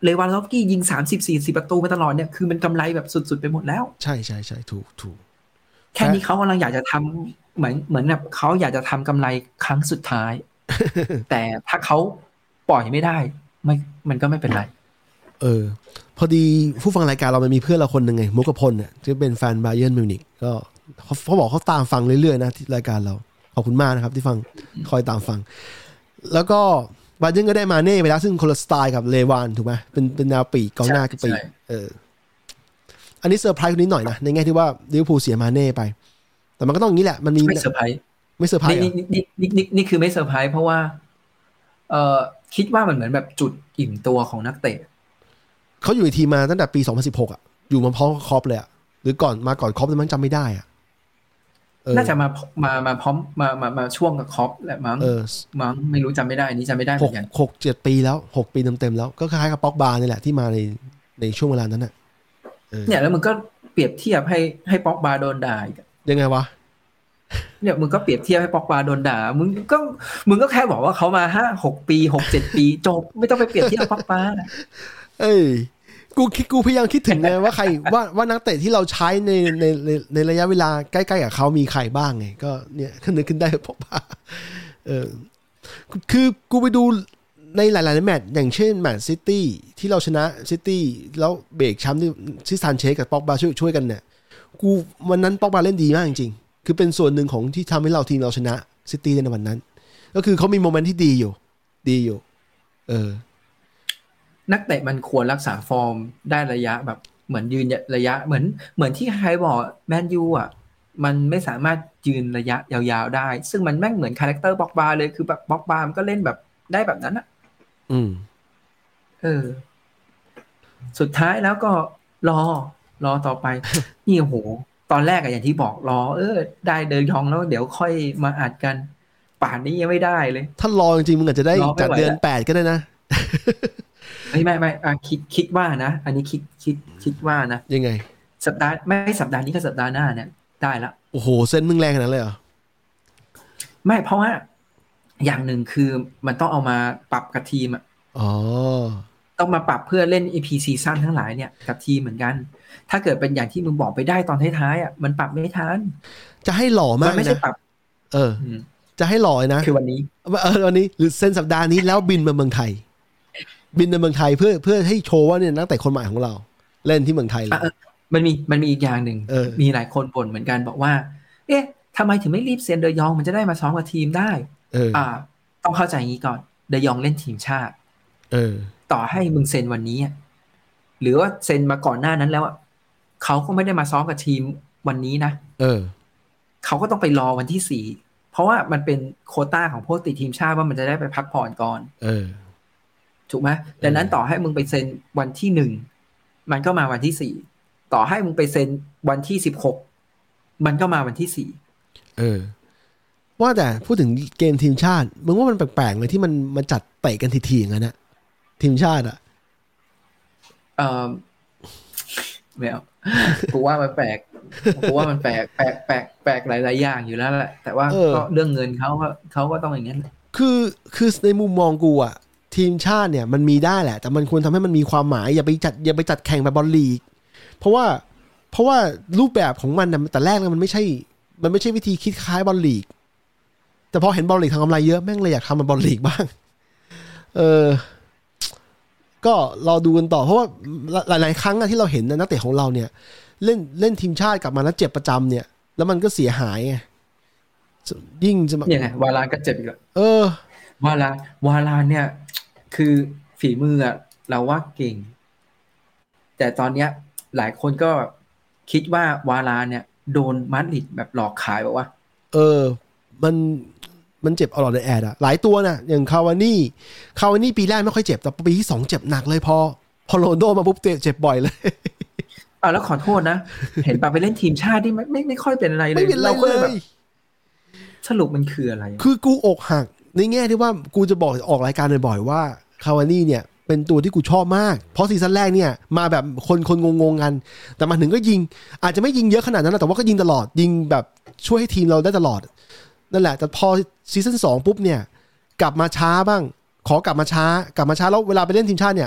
เลวานดอฟสกี้ยิง สามสิบสี่สิบ ประตูมาตลอดเนี่ยคือมันกำไรแบบสุดๆไปหมดแล้วใช่ๆๆถูกถูกแค่นี้เขากำลังอยากจะทำเหมือนเหมือนแบบเขาอยากจะทำกำไรครั้งสุดท้าย แต่ถ้าเขาปล่อยไม่ได้ไม่มันก็ไม่เป็นไรเออพอดีผู้ฟังรายการเรามันมีเพื่อนเราคนหนึ่งไงมุกพลเนี่ยที่เป็นแฟนบาเยิร์นมิวนิกก็เขาเขาบอกเขาตามฟังเรื่อยๆนะที่รายการเราขอบคุณมากนะครับที่ฟังคอยตามฟังแล้วก็บาเยิร์นก็ได้มาเน่ไปแล้วซึ่งคนละสไตล์กับเลวานถูกไหมเป็นเป็นแนวปีกกองหน้าคือปีกเอออันนี้เซอร์ไพรส์นิดหน่อยนะในแง่ที่ว่าลิเวอร์พูลเสียมาเน่ไปแต่มันก็ต้องอย่างนี้แหละมันมีไม่เซอร์ไพรส์ไม่เซอร์ไพรส์นี่นี่นี่นี่นี่คือไม่เซอร์ไพรส์เพราะว่าเอ่อคิดว่ามันเหมือนแบบจุดอิ่มตัวของนักเตะเขาอยู่ในทีมมาตั้งแต่ปีสองพันสิบหกอ่ะอยู่มาพร้อมคอปเลยอ่ะหรือก่อนมาก่อนคอปแต่มันจำไม่ได้อ่ะน่าจะมามามาพร้อมมามามาช่วงกับคอปแหละมั้งมั้งไม่รู้จำไม่ได้อันนี้จำไม่ได้เหมือนกันหกเจ็ดปีแล้วหกปีเต็มๆแล้วก็คล้ายๆกับป็อกบานี่แหละที่มาในในช่วงเวลานั้นน่ะเนี่ยแล้วมึงก็เปรียบเทียบให้ให้ป็อกบาโดนด่ายังไงวะเนี่ยมึงก็เปรียบเทียบให้ป็อกบาโดนด่ามึงก็มึงก็แค่บอกว่าเขามาห้า หกปี หก เจ็ดปีจบไม่ต้องไปเปรียบเทียบป็อกบาเอ้ยกูคิดกูพยายามคิดถึงไงว่าใครว่าว่านักเตะที่เราใช้ในในในระยะเวลาใกล้ๆกับเขามีใครบ้างไงก็เนี่ยขึ้นนึกขึ้นได้เพราะว่าเออคือกูไปดูในหลายๆแมตช์อย่างเช่นแมนซิตี้ที่เราชนะซิตี้แล้วเบรกแชมป์ที่ซิซานเชสกับป็อกบาช่วยช่วยกันเนี่ยกูวันนั้นป็อกบาเล่นดีมากจริงๆคือเป็นส่วนหนึ่งของที่ทำให้เราทีมเราชนะซิตี้ในวันนั้นก็คือเขามีโมเมนต์ที่ดีอยู่ดีอยู่เออนักเตะมันควรรักษาฟอร์มได้ระยะแบบเหมือนยืนระยะเหมือนเหมือนที่ใครบอกแมนยูอ่ะมันไม่สามารถยืนระยะยาวๆได้ซึ่งมันแม่งเหมือนคาแรคเตอร์บ็อกบาเลยคือแบบบ็อกบามันก็เล่นแบบได้แบบนั้นอ่ะอืมเออสุดท้ายแล้วก็รอรอต่อไป นี่โหตอนแรกอะอย่างที่บอกรอเออได้เดินทองแล้วเดี๋ยวค่อยมาอัดกันป่านนี้ยังไม่ได้เลยถ้ารอจริงๆมึงอาจจะได้จัดเดือนแปดก็ได้นะไม่ไม่ไม่อ่ะคิดคิดว่านะอันนี้คิดคิดคิดว่านะยังไงสัปดาห์ไม่สัปดาห์นี้ก็สัปดาห์หน้าเนี่ยได้ละโอ้โหเส้นมึงแรงขนาดนั้นเลยเหรอไม่เพราะว่าอย่างหนึ่งคือมันต้องเอามาปรับกับทีมอ่ะอ๋อต้องมาปรับเพื่อเล่น อี พี ซีซั่นทั้งหลายเนี่ยกับทีมเหมือนกันถ้าเกิดเป็นอย่างที่มึงบอกไปได้ตอนท้ายๆอ่ะมันปรับไม่ทันจะให้หล่อมากนะไม่ใช่ปรับเออจะให้หล่อนะคือวันนี้เออวันนี้หรือเส้นสัปดาห์นี้แล้วบินมาเมืองไทยบินในเมืองไทยเพื่อเพื่อให้โชว์ว่าเนี่ยนักเตะคนใหม่ของเราเล่นที่เมืองไทยเลยมันมีมันมีอีกอย่างหนึ่งมีหลายคนบ่นเหมือนกันบอกว่าเอ๊ะทำไมถึงไม่รีบเซ็นเดยองมันจะได้มาซ้อมกับทีมได้อ่าต้องเข้าใจงี้ก่อนเดยองเล่นทีมชาติเออต่อให้มึงเซ็นวันนี้หรือว่าเซ็นมาก่อนหน้านั้นแล้วอ่ะเขาก็ไม่ได้มาซ้อมกับทีมวันนี้นะเออเขาก็ต้องไปรอวันที่สี่เพราะว่ามันเป็นโควต้าของพวกติดทีมชาติว่ามันจะได้ไปพักผ่อนก่อนเออถูกไหมดังนั้นต่อให้มึงไปเซ็นวันที่หนึ่งมันก็มาวันที่สี่ต่อให้มึงไปเซ็นวันที่สิบหกมันก็มาวันที่สี่เออว่าแต่พูดถึงเกมทีมชาติมึงว่ามันแปลกๆเลยที่มันมาจัดเตะกันทีๆอย่างนั้นนะทีมชาติอ่ะเออไม่เอากูว่ามันแปลกกูว่ามันแปลกแปลกแปลกแปลกหลายๆอย่างอยู่แล้วแหละแต่ว่าก็เรื่องเงินเขาเขาก็ต้องอย่างนั้นคือคือในมุมมองกูอ่ะทีมชาติเนี่ยมันมีได้แหละแต่มันควรทำให้มันมีความหมายอย่าไปจัดอย่าไปจัดแข่งแบบบอลลีกเพราะว่าเพราะว่ารูปแบบของมันนะแต่แรกมันไม่ใช่มันไม่ใช่วิธีคิดคล้ายบอลลีกแต่พอเห็นบอลลีกทำกำไรเยอะแม่งเลยอยากทำมันบอลลีกบ้างเออก็รอดูกันต่อเพราะว่าหลายๆครั้งที่เราเห็นนักเตะของเราเนี่ยเล่นเล่นทีมชาติกลับมาแล้วเจ็บประจำเนี่ยแล้วมันก็เสียหายไงยิ่งจะยังไงวาลานก็เจ็บอีกแล้วเออวาลานวาลานเนี่ยคือฝีมืออะเราว่าเก่งแต่ตอนเนี้ยหลายคนก็คิดว่าวาลานเนี่ยโดนมาดริดแบบหลอกขายบอกว่าเออมันมันเจ็บอลอดในแอดอะหลายตัวนะอย่างคาวานี่คาวานี่ปีแรกไม่ค่อยเจ็บแต่ปีที่สองเจ็บหนักเลยพอพอโรนโดมาปุ๊บเจ็บบ่อยเลยอ่าแล้วขอโทษนะเห็นปาไปเล่นทีมชาติที่ไม่ไม่ไม่ค่อยเป็นอะไรเลยเราก็เลยแบบสรุปมันคืออะไรคือกูอกหักในแง่ที่ว่ากูจะบอกออกรายการบ่อยๆว่าคาวานี่เนี่ยเป็นตัวที่กูชอบมากเพราะซีซั่นแรกเนี่ยมาแบบคนคนงงๆกันแต่มาถึงก็ยิงอาจจะไม่ยิงเยอะขนาดนั้นแต่ว่าก็ยิงตลอดยิงแบบช่วยให้ทีมเราได้ตลอดนั่นแหละแต่พอซีซั่นสองปุ๊บเนี่ยกลับมาช้าบ้างขอกลับมาช้ากลับมาช้าแล้วเวลาไปเล่นทีมชาติเนี่ย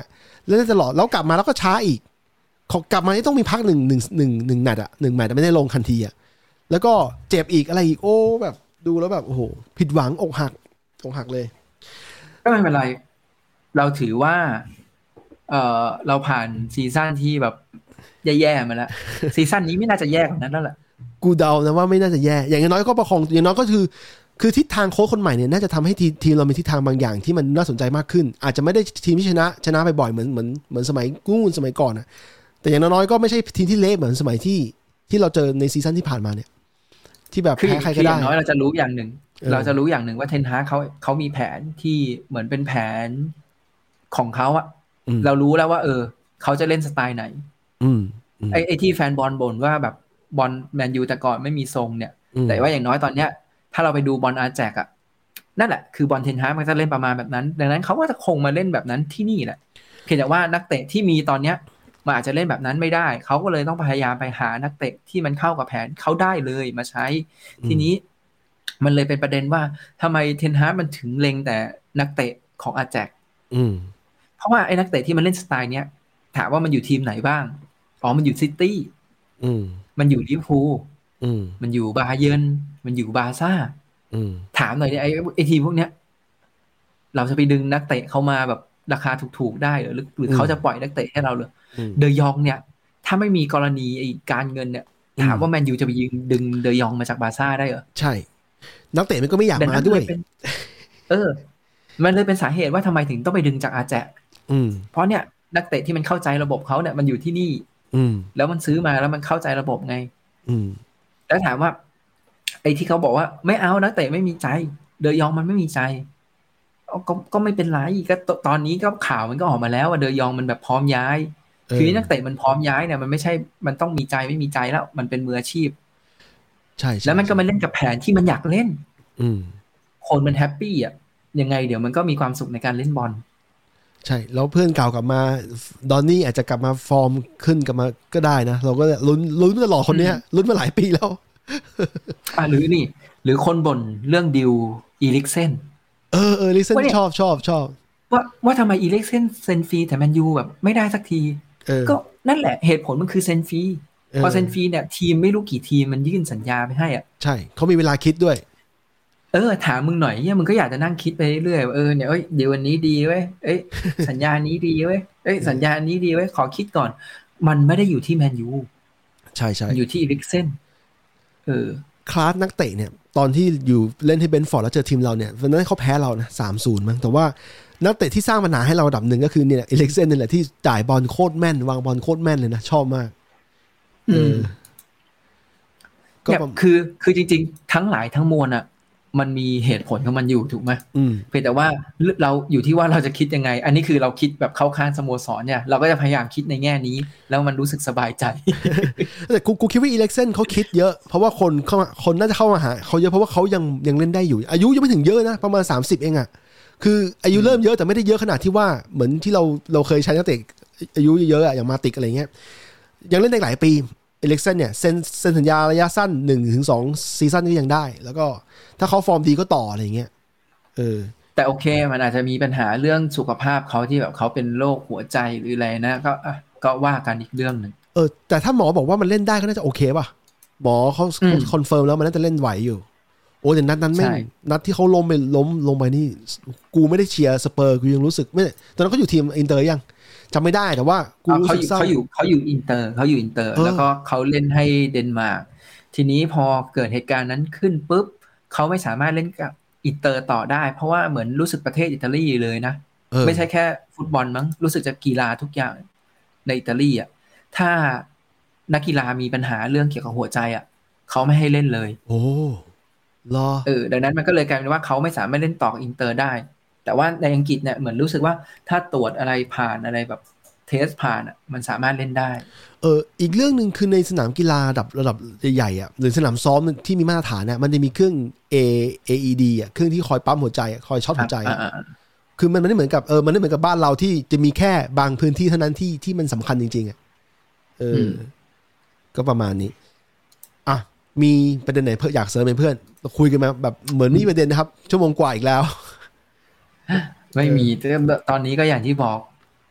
เล่นได้ตลอดแล้วกลับมาแล้วก็ช้าอีกกลับมานี่ต้องมีพักหนึ่งหนึ่งหนึ่งหนึ่งแมตช์อะหนึ่งแมตช์ไม่ได้ลงทันทีอะแล้วก็เจ็บอีกอะไรอีกโอ้แบบดูแล้วแบบโอ้โหผิดหวังอกหักอกหักเลยก็ไม่เป็นไรเราถือว่าเออเราผ่านซีซั่นที่แบบแย่ๆมาแล้วซีซั่นนี้ไม่น่าจะแย่กว่านั้นแล้วแหละกูเดานะว่าไม่น่าจะแย่อย่างน้อยก็ประคองอย่างน้อยก็คือคือทิศทางโค้ชคนใหม่เนี่ยน่าจะทำให้ทีมเรามีทิศทางบางอย่างที่มันน่าสนใจมากขึ้นอาจจะไม่ได้ทีมที่ชนะชนะไปบ่อยเหมือนเหมือนเหมือนสมัยกู้สมัยก่อนนะแต่อย่างน้อยก็ไม่ใช่ทีมที่เละเหมือนสมัยที่ที่เราเจอในซีซั่นที่ผ่านมาเนี่ยที่แบบแพ้ใครก็ได้อย่างน้อยเราจะรู้อย่างหนึ่งเราจะรู้อย่างหนึ่งว่าเทนฮากเขาเขามีแผนที่เหมือนเป็นแผนของเขาอะเรารู้แล้วว่าเออเขาจะเล่นสไตล์ไหนไอ้ไอ้ที่แฟนบอลบ่นว่าแบบบอลแมนยูแต่ก่อนไม่มีทรงเนี่ยแต่ว่าอย่างน้อยตอนเนี้ยถ้าเราไปดูบอลอาแจกอะนั่นแหละคือบอลเทนฮากมันจะเล่นประมาณแบบนั้นดังนั้นเขาก็จะคงมาเล่นแบบนั้นที่นี่แหละเพียงแต่ว่านักเตะที่มีตอนเนี้ยมันอาจจะเล่นแบบนั้นไม่ได้เขาก็เลยต้องพยายามไปหานักเตะที่มันเข้ากับแผนเขาได้เลยมาใช้ทีนี้มันเลยเป็นประเด็นว่าทำไมเทนฮากมันถึงเล็งแต่นักเตะของอาแจกเพราะว่าไอ้นักเตะที่มันเล่นสไตล์เนี้ยถามว่ามันอยู่ทีมไหนบ้างอ๋อมันอยู่ซิตี้มันอยู่ลิเวอร์พูลมันอยู่บาเยิร์นมันอยู่บาร์ซ่าถามหน่อยดิไอ้ไอ้ทีมพวกเนี้ยเราจะไปดึงนักเตะเข้ามาแบบราคาถูกๆได้หรือหรือเขาจะปล่อยนักเตะให้เราเลยเดยองเนี่ยถ้าไม่มีกรณีไอ้การเงินเนี่ยถามว่าแมนยูจะไปยิงดึงเดยองมาจากบาร์ซ่าได้เหรอใช่นักเตะมันก็ไม่อยากมาด้วยเออมันเลยเป็นสาเหตุว่าทำไมถึงต้องไปดึงจากอาแจกเพราะเนี่ยนักเตะที่มันเข้าใจระบบเขาเนี่ยมันอยู่ที่นี่แล้วมันซื้อมาแล้วมันเข้าใจระบบไงแล้วถามว่าไอ้ที่เขาบอกว่าไม่เอานักเตะไม่มีใจเดยองมันไม่มีใจก็ก็ไม่เป็นไรก็ตอนนี้ก็ข่าวมันก็ออกมาแล้วว่าเดยองมันแบบพร้อมย้ายคือนักเตะมันพร้อมย้ายเนี่ยมันไม่ใช่มันต้องมีใจไม่มีใจแล้วมันเป็นมืออาชีพใช่แล้วมันก็มาเล่นกับแผนที่มันอยากเล่นคนมันแฮปปี้อ่ะยังไงเดี๋ยวมันก็มีความสุขในการเล่นบอลใช่แล้วเพื่อนเก่ากลับมาดอนนี่อาจจะกลับมาฟอร์มขึ้นกลับมาก็ได้นะเราก็ลุ้นลุ้นตลอดคนเนี้ยลุ้นมาหลายปีแล้วอ่ะหรือนี่หรือคนบ่นเรื่องดิวอีลิกเซนเออเออลิกเซนชอบชอบชอบว่าว่าทำไมอีลิกเซนเซนฟรีแต่แมนยูแบบไม่ได้สักทีก็นั่นแหละเหตุผลมันคือเซนฟรีพอเซนฟรีเนี่ยทีมไม่รู้กี่ทีมมันยื่นสัญญาไปให้อ่ะใช่เขามีเวลาคิดด้วยเออถามมึงหน่อยเนี่ยมึงก็อยากจะนั่งคิดไปเรื่อยๆเออเนี่ยเอ้ยเดี๋ยววันนี้ดีเว้ยเอ้ยสัญญานี้ดีเว้ยเอ้ยสัญญานี้ดีเว้ยขอคิดก่อนมันไม่ได้อยู่ที่แมนยูใช่ใช่อยู่ที่อีลิกเซนเออคลาสนักเตะเนี่ยตอนที่อยู่เล่นที่เบนฟอร์ดแล้วเจอทีมเราเนี่ยวันนั้นเขาแพ้เรานะ สามศูนย์ มั้งแต่ว่านักเตะที่สร้างปัญหาให้เราระดับหนึ่งก็คือเนี่ยอีลิกเซนนี่แหละที่จ่ายบอลโคตรแม่นวางบอลโคตรแม่นเลยนะชอบมากเออก็คือคือจริงๆทั้งหลายทั้งมวลอ่ะมันมีเหตุผลของมันอยู่ถูกไหมเพียงแต่ว่าเราอยู่ที่ว่าเราจะคิดยังไงอันนี้คือเราคิดแบบเข้าข้างสโมสรเนี่ยเราก็จะพยายามคิดในแง่นี้แล้วมันรู้สึกสบายใจแต่กูกูคิดว่าอีเล็กเซนเขาคิดเยอะเพราะว่าคนเข้าคนน่าจะเข้ามาหาเขาเยอะเพราะว่าเขายังยังเล่นได้อยู่อายุยังไม่ถึงเยอะนะประมาณสามสิบเองอ่ะคืออายุเริ่มเยอะแต่ไม่ได้เยอะขนาดที่ว่าเหมือนที่เราเราเคยใช้นักเตะอายุเยอะๆอย่างมาติกอะไรเงี้ยยังเล่นได้หลายปีอีเล็กเซนเนี่ยเซ็นเซ็นสัญญาระยะสั้น หนึ่งถึงสอง ซีซั่นก็ยังได้แล้วก็ถ้าเขาฟอร์มดีก็ต่ออะไรเงี้ยเออแต่โอเคมันอาจจะมีปัญหาเรื่องสุขภาพเขาที่แบบเขาเป็นโรคหัวใจหรืออะไรนะก็ก็ว่ากันอีกเรื่องนึงเออแต่ถ้าหมอบอกว่ามันเล่นได้ก็น่าจะโอเคป่ะหมอเขาคอนเฟิร์มแล้วมันน่าจะเล่นไหวอยู่โอ้แต่นัดนั้นไม่นัดที่เขาล้มไปล้มลงไปนี่กูไม่ได้เชียร์สเปอร์กูยังรู้สึกไม่ตอนนั้นเขาอยู่ทีมอินเตอร์ยังจำไม่ได้แต่ว่ากูรู้สึกเขาอยู่เขาอยู่อินเตอร์เขาอยู่อินเตอร์แล้วก็เขาเล่นให้เดนมาร์กทีนี้พอเกิดเหตุการณ์นั้นขึ้นปุ๊บเขาไม่สามารถเล่นกับอินเตอร์ต่อได้เพราะว่าเหมือนรู้สึกประเทศอิตาลีเลยนะไม่ใช่แค่ฟุตบอลมั้งรู้สึกจะกีฬาทุกอย่างในอิตาลีอ่ะถ้านักกีฬามีปัญหาเรื่องเกี่ยวกับหัวใจอ่ะเขาไม่ให้เล่นเลยโอ้รอเออดังนั้นมันก็เลยกลายเป็นว่าเขาไม่สามารถเล่นต่ออินเตอร์ได้แต่ว่าในอังกฤษเนี่ยเหมือนรู้สึกว่าถ้าตรวจอะไรผ่านอะไรแบบเทสผ่านอ่ะมันสามารถเล่นได้เอออีกเรื่องนึงคือในสนามกีฬาระดับระดับใหญ่ๆอ่ะหรือสนามซ้อมที่มีมาตรฐานเนี่ยมันจะมีเครื่อง A เอ อี ดี อ่ะเครื่องที่คอยปั๊มหัวใจคอยช็อตหัวใจคือมันไม่เหมือนกับเออมันไม่เหมือนกับบ้านเราที่จะมีแค่บางพื้นที่เท่านั้นที่ที่มันสำคัญจริงๆอ่ะเออก็ประมาณนี้อ่ะมีประเด็นไหนเพื่ออยากเสริมเพื่อนคุยกันมาแบบเหมือนมีประเด็นนะครับชั่วโมงกว่าอีกแล้วไม่มีตอนนี้ก็อย่างที่บอก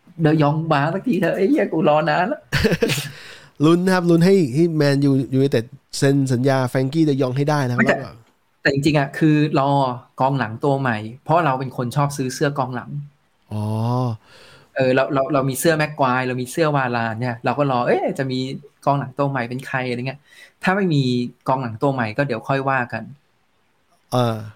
เดยองมาสักทีเถอะไอ้เหี้ยกูรอนานแล้วลุ้นนะครับลุ้นให้ให้แมนยูยูไนเต็ดเซ็นสัญญาแฟรงกี้เดยองให้ได้นะแล้วก็แต่จริงๆอ่ะคือรอกองหลังตัวใหม่เพราะเราเป็นคนชอบซื้อเสื้อกองหลังอ๋อเออเราเราเรามีเสื้อแม็กควายเรามีเสื้อวาลานเนี่ยเราก็รอเอ๊ะจะมีกองหลังตัวใหม่เป็นใครอะไรเงี้ยถ้าไม่มีกองหลังตัวใหม่ก็เดี๋ยวค่อยว่ากันเออ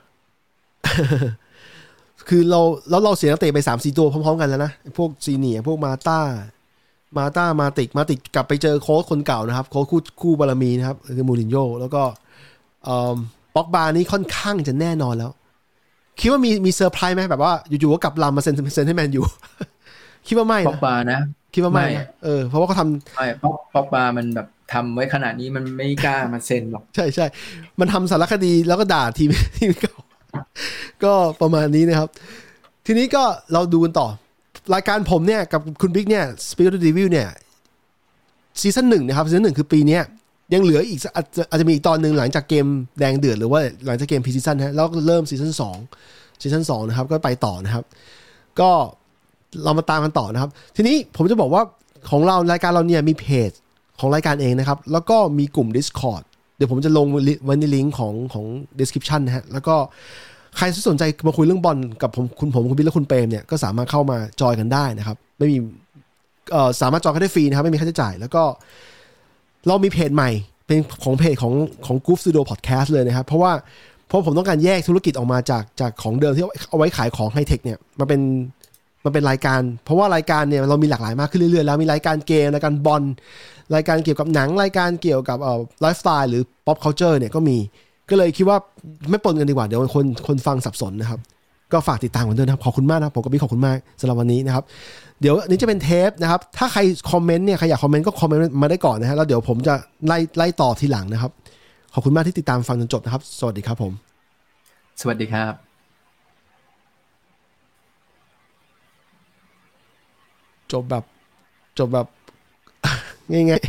คือเราแล้วเราเสียนักเตะไปสามสี่ตัวพร้อมๆกันแล้วนะพวกซีเนียพวกมาต้ามาต้ามาติกมาติกกลับไปเจอโค้ชคนเก่านะครับโค้ชคู่คู่บารมีนะครับคือมูรินโญ่แล้วก็เอ่อป็อกบานี่ค่อนข้างจะแน่นอนแล้วคิดว่ามีมีเซอร์ไพรส์ไหมแบบว่าอยู่ๆก็กลับลำมาเซ็นเซ็นให้แมนยูคิดว่าไม่ป็อกนะบานะคิดว่าไม่นะเออเพราะว่าเขาทำไม่ป็อกป็อกบามันแบบทำไว้ขนาดนี้มันไม่กล้ามาเซ็นหรอกใช่ใช่มันทำสารคดีแล้วก็ด่าทีมทีมเก่าก็ประมาณนี้นะครับทีนี้ก็เราดูกันต่อรายการผมเนี่ยกับคุณบิ๊กเนี่ย Speak of the Devil เนี่ยซีซั่นหนึ่งนะครับซีซั่นหนึ่งคือปีนี้ยังเหลืออีกอาจจะอาจจะมีอีกตอนหนึ่งหลังจากเกมแดงเดือดหรือว่าหลังจากเกมพรีซีซั่นฮะแล้วก็เริ่มซีซั่นสองซีซั่นสองนะครับก็ไปต่อนะครับก็เรามาตามกันต่อนะครับทีนี้ผมจะบอกว่าของเรารายการเราเนี่ยมีเพจของรายการเองนะครับแล้วก็มีกลุ่ม Discord เดี๋ยวผมจะลงไว้ในลิงก์ของของ description นะฮะแล้วก็ใครที่สนใจมาคุยเรื่องบอลกับผมคุณผมคุณบิ๊กและคุณเปรมเนี่ยก็สามารถเข้ามาจอยกันได้นะครับไม่มีเอ่อสามารถจอยกันได้ฟรีนะครับไม่มีค่าใช้จ่ายแล้วก็เรามีเพจใหม่เป็นของเพจของของ Groove Studio Podcast เลยนะครับเพราะว่าเพราะผมต้องการแยกธุรกิจออกมาจากจากของเดิมที่เอาไว้ขายของไฮเทคเนี่ยมาเป็นมาเป็นรายการเพราะว่ารายการเนี่ยเรามีหลากหลายมากขึ้นเรื่อยๆแล้วมีรายการเกมรายการบอลรายการเกี่ยวกับหนังรายการเกี่ยวกับเอ่อไลฟ์สไตล์หรือ pop culture เนี่ยก็มีก็เลยคิดว่าไม่ปนกันดีกว่าเดี๋ยวคนคนฟังสับสนนะครับก็ฝากติดตามกันด้วยนะครับขอบคุณมากนะครับผมกับพี่ขอบคุณมากสำหรับวันนี้นะครับเดี๋ยวนี้จะเป็นเทปนะครับถ้าใครคอมเมนต์เนี่ยใครอยากคอมเมนต์ก็คอมเมนต์มาได้ก่อนนะฮะแล้วเดี๋ยวผมจะไล่ไล่ต่อทีหลังนะครับขอบคุณมากที่ติดตามฟังจนจบนะครับสวัสดีครับผมสวัสดีครับจบแบบจบแบบง่ายๆ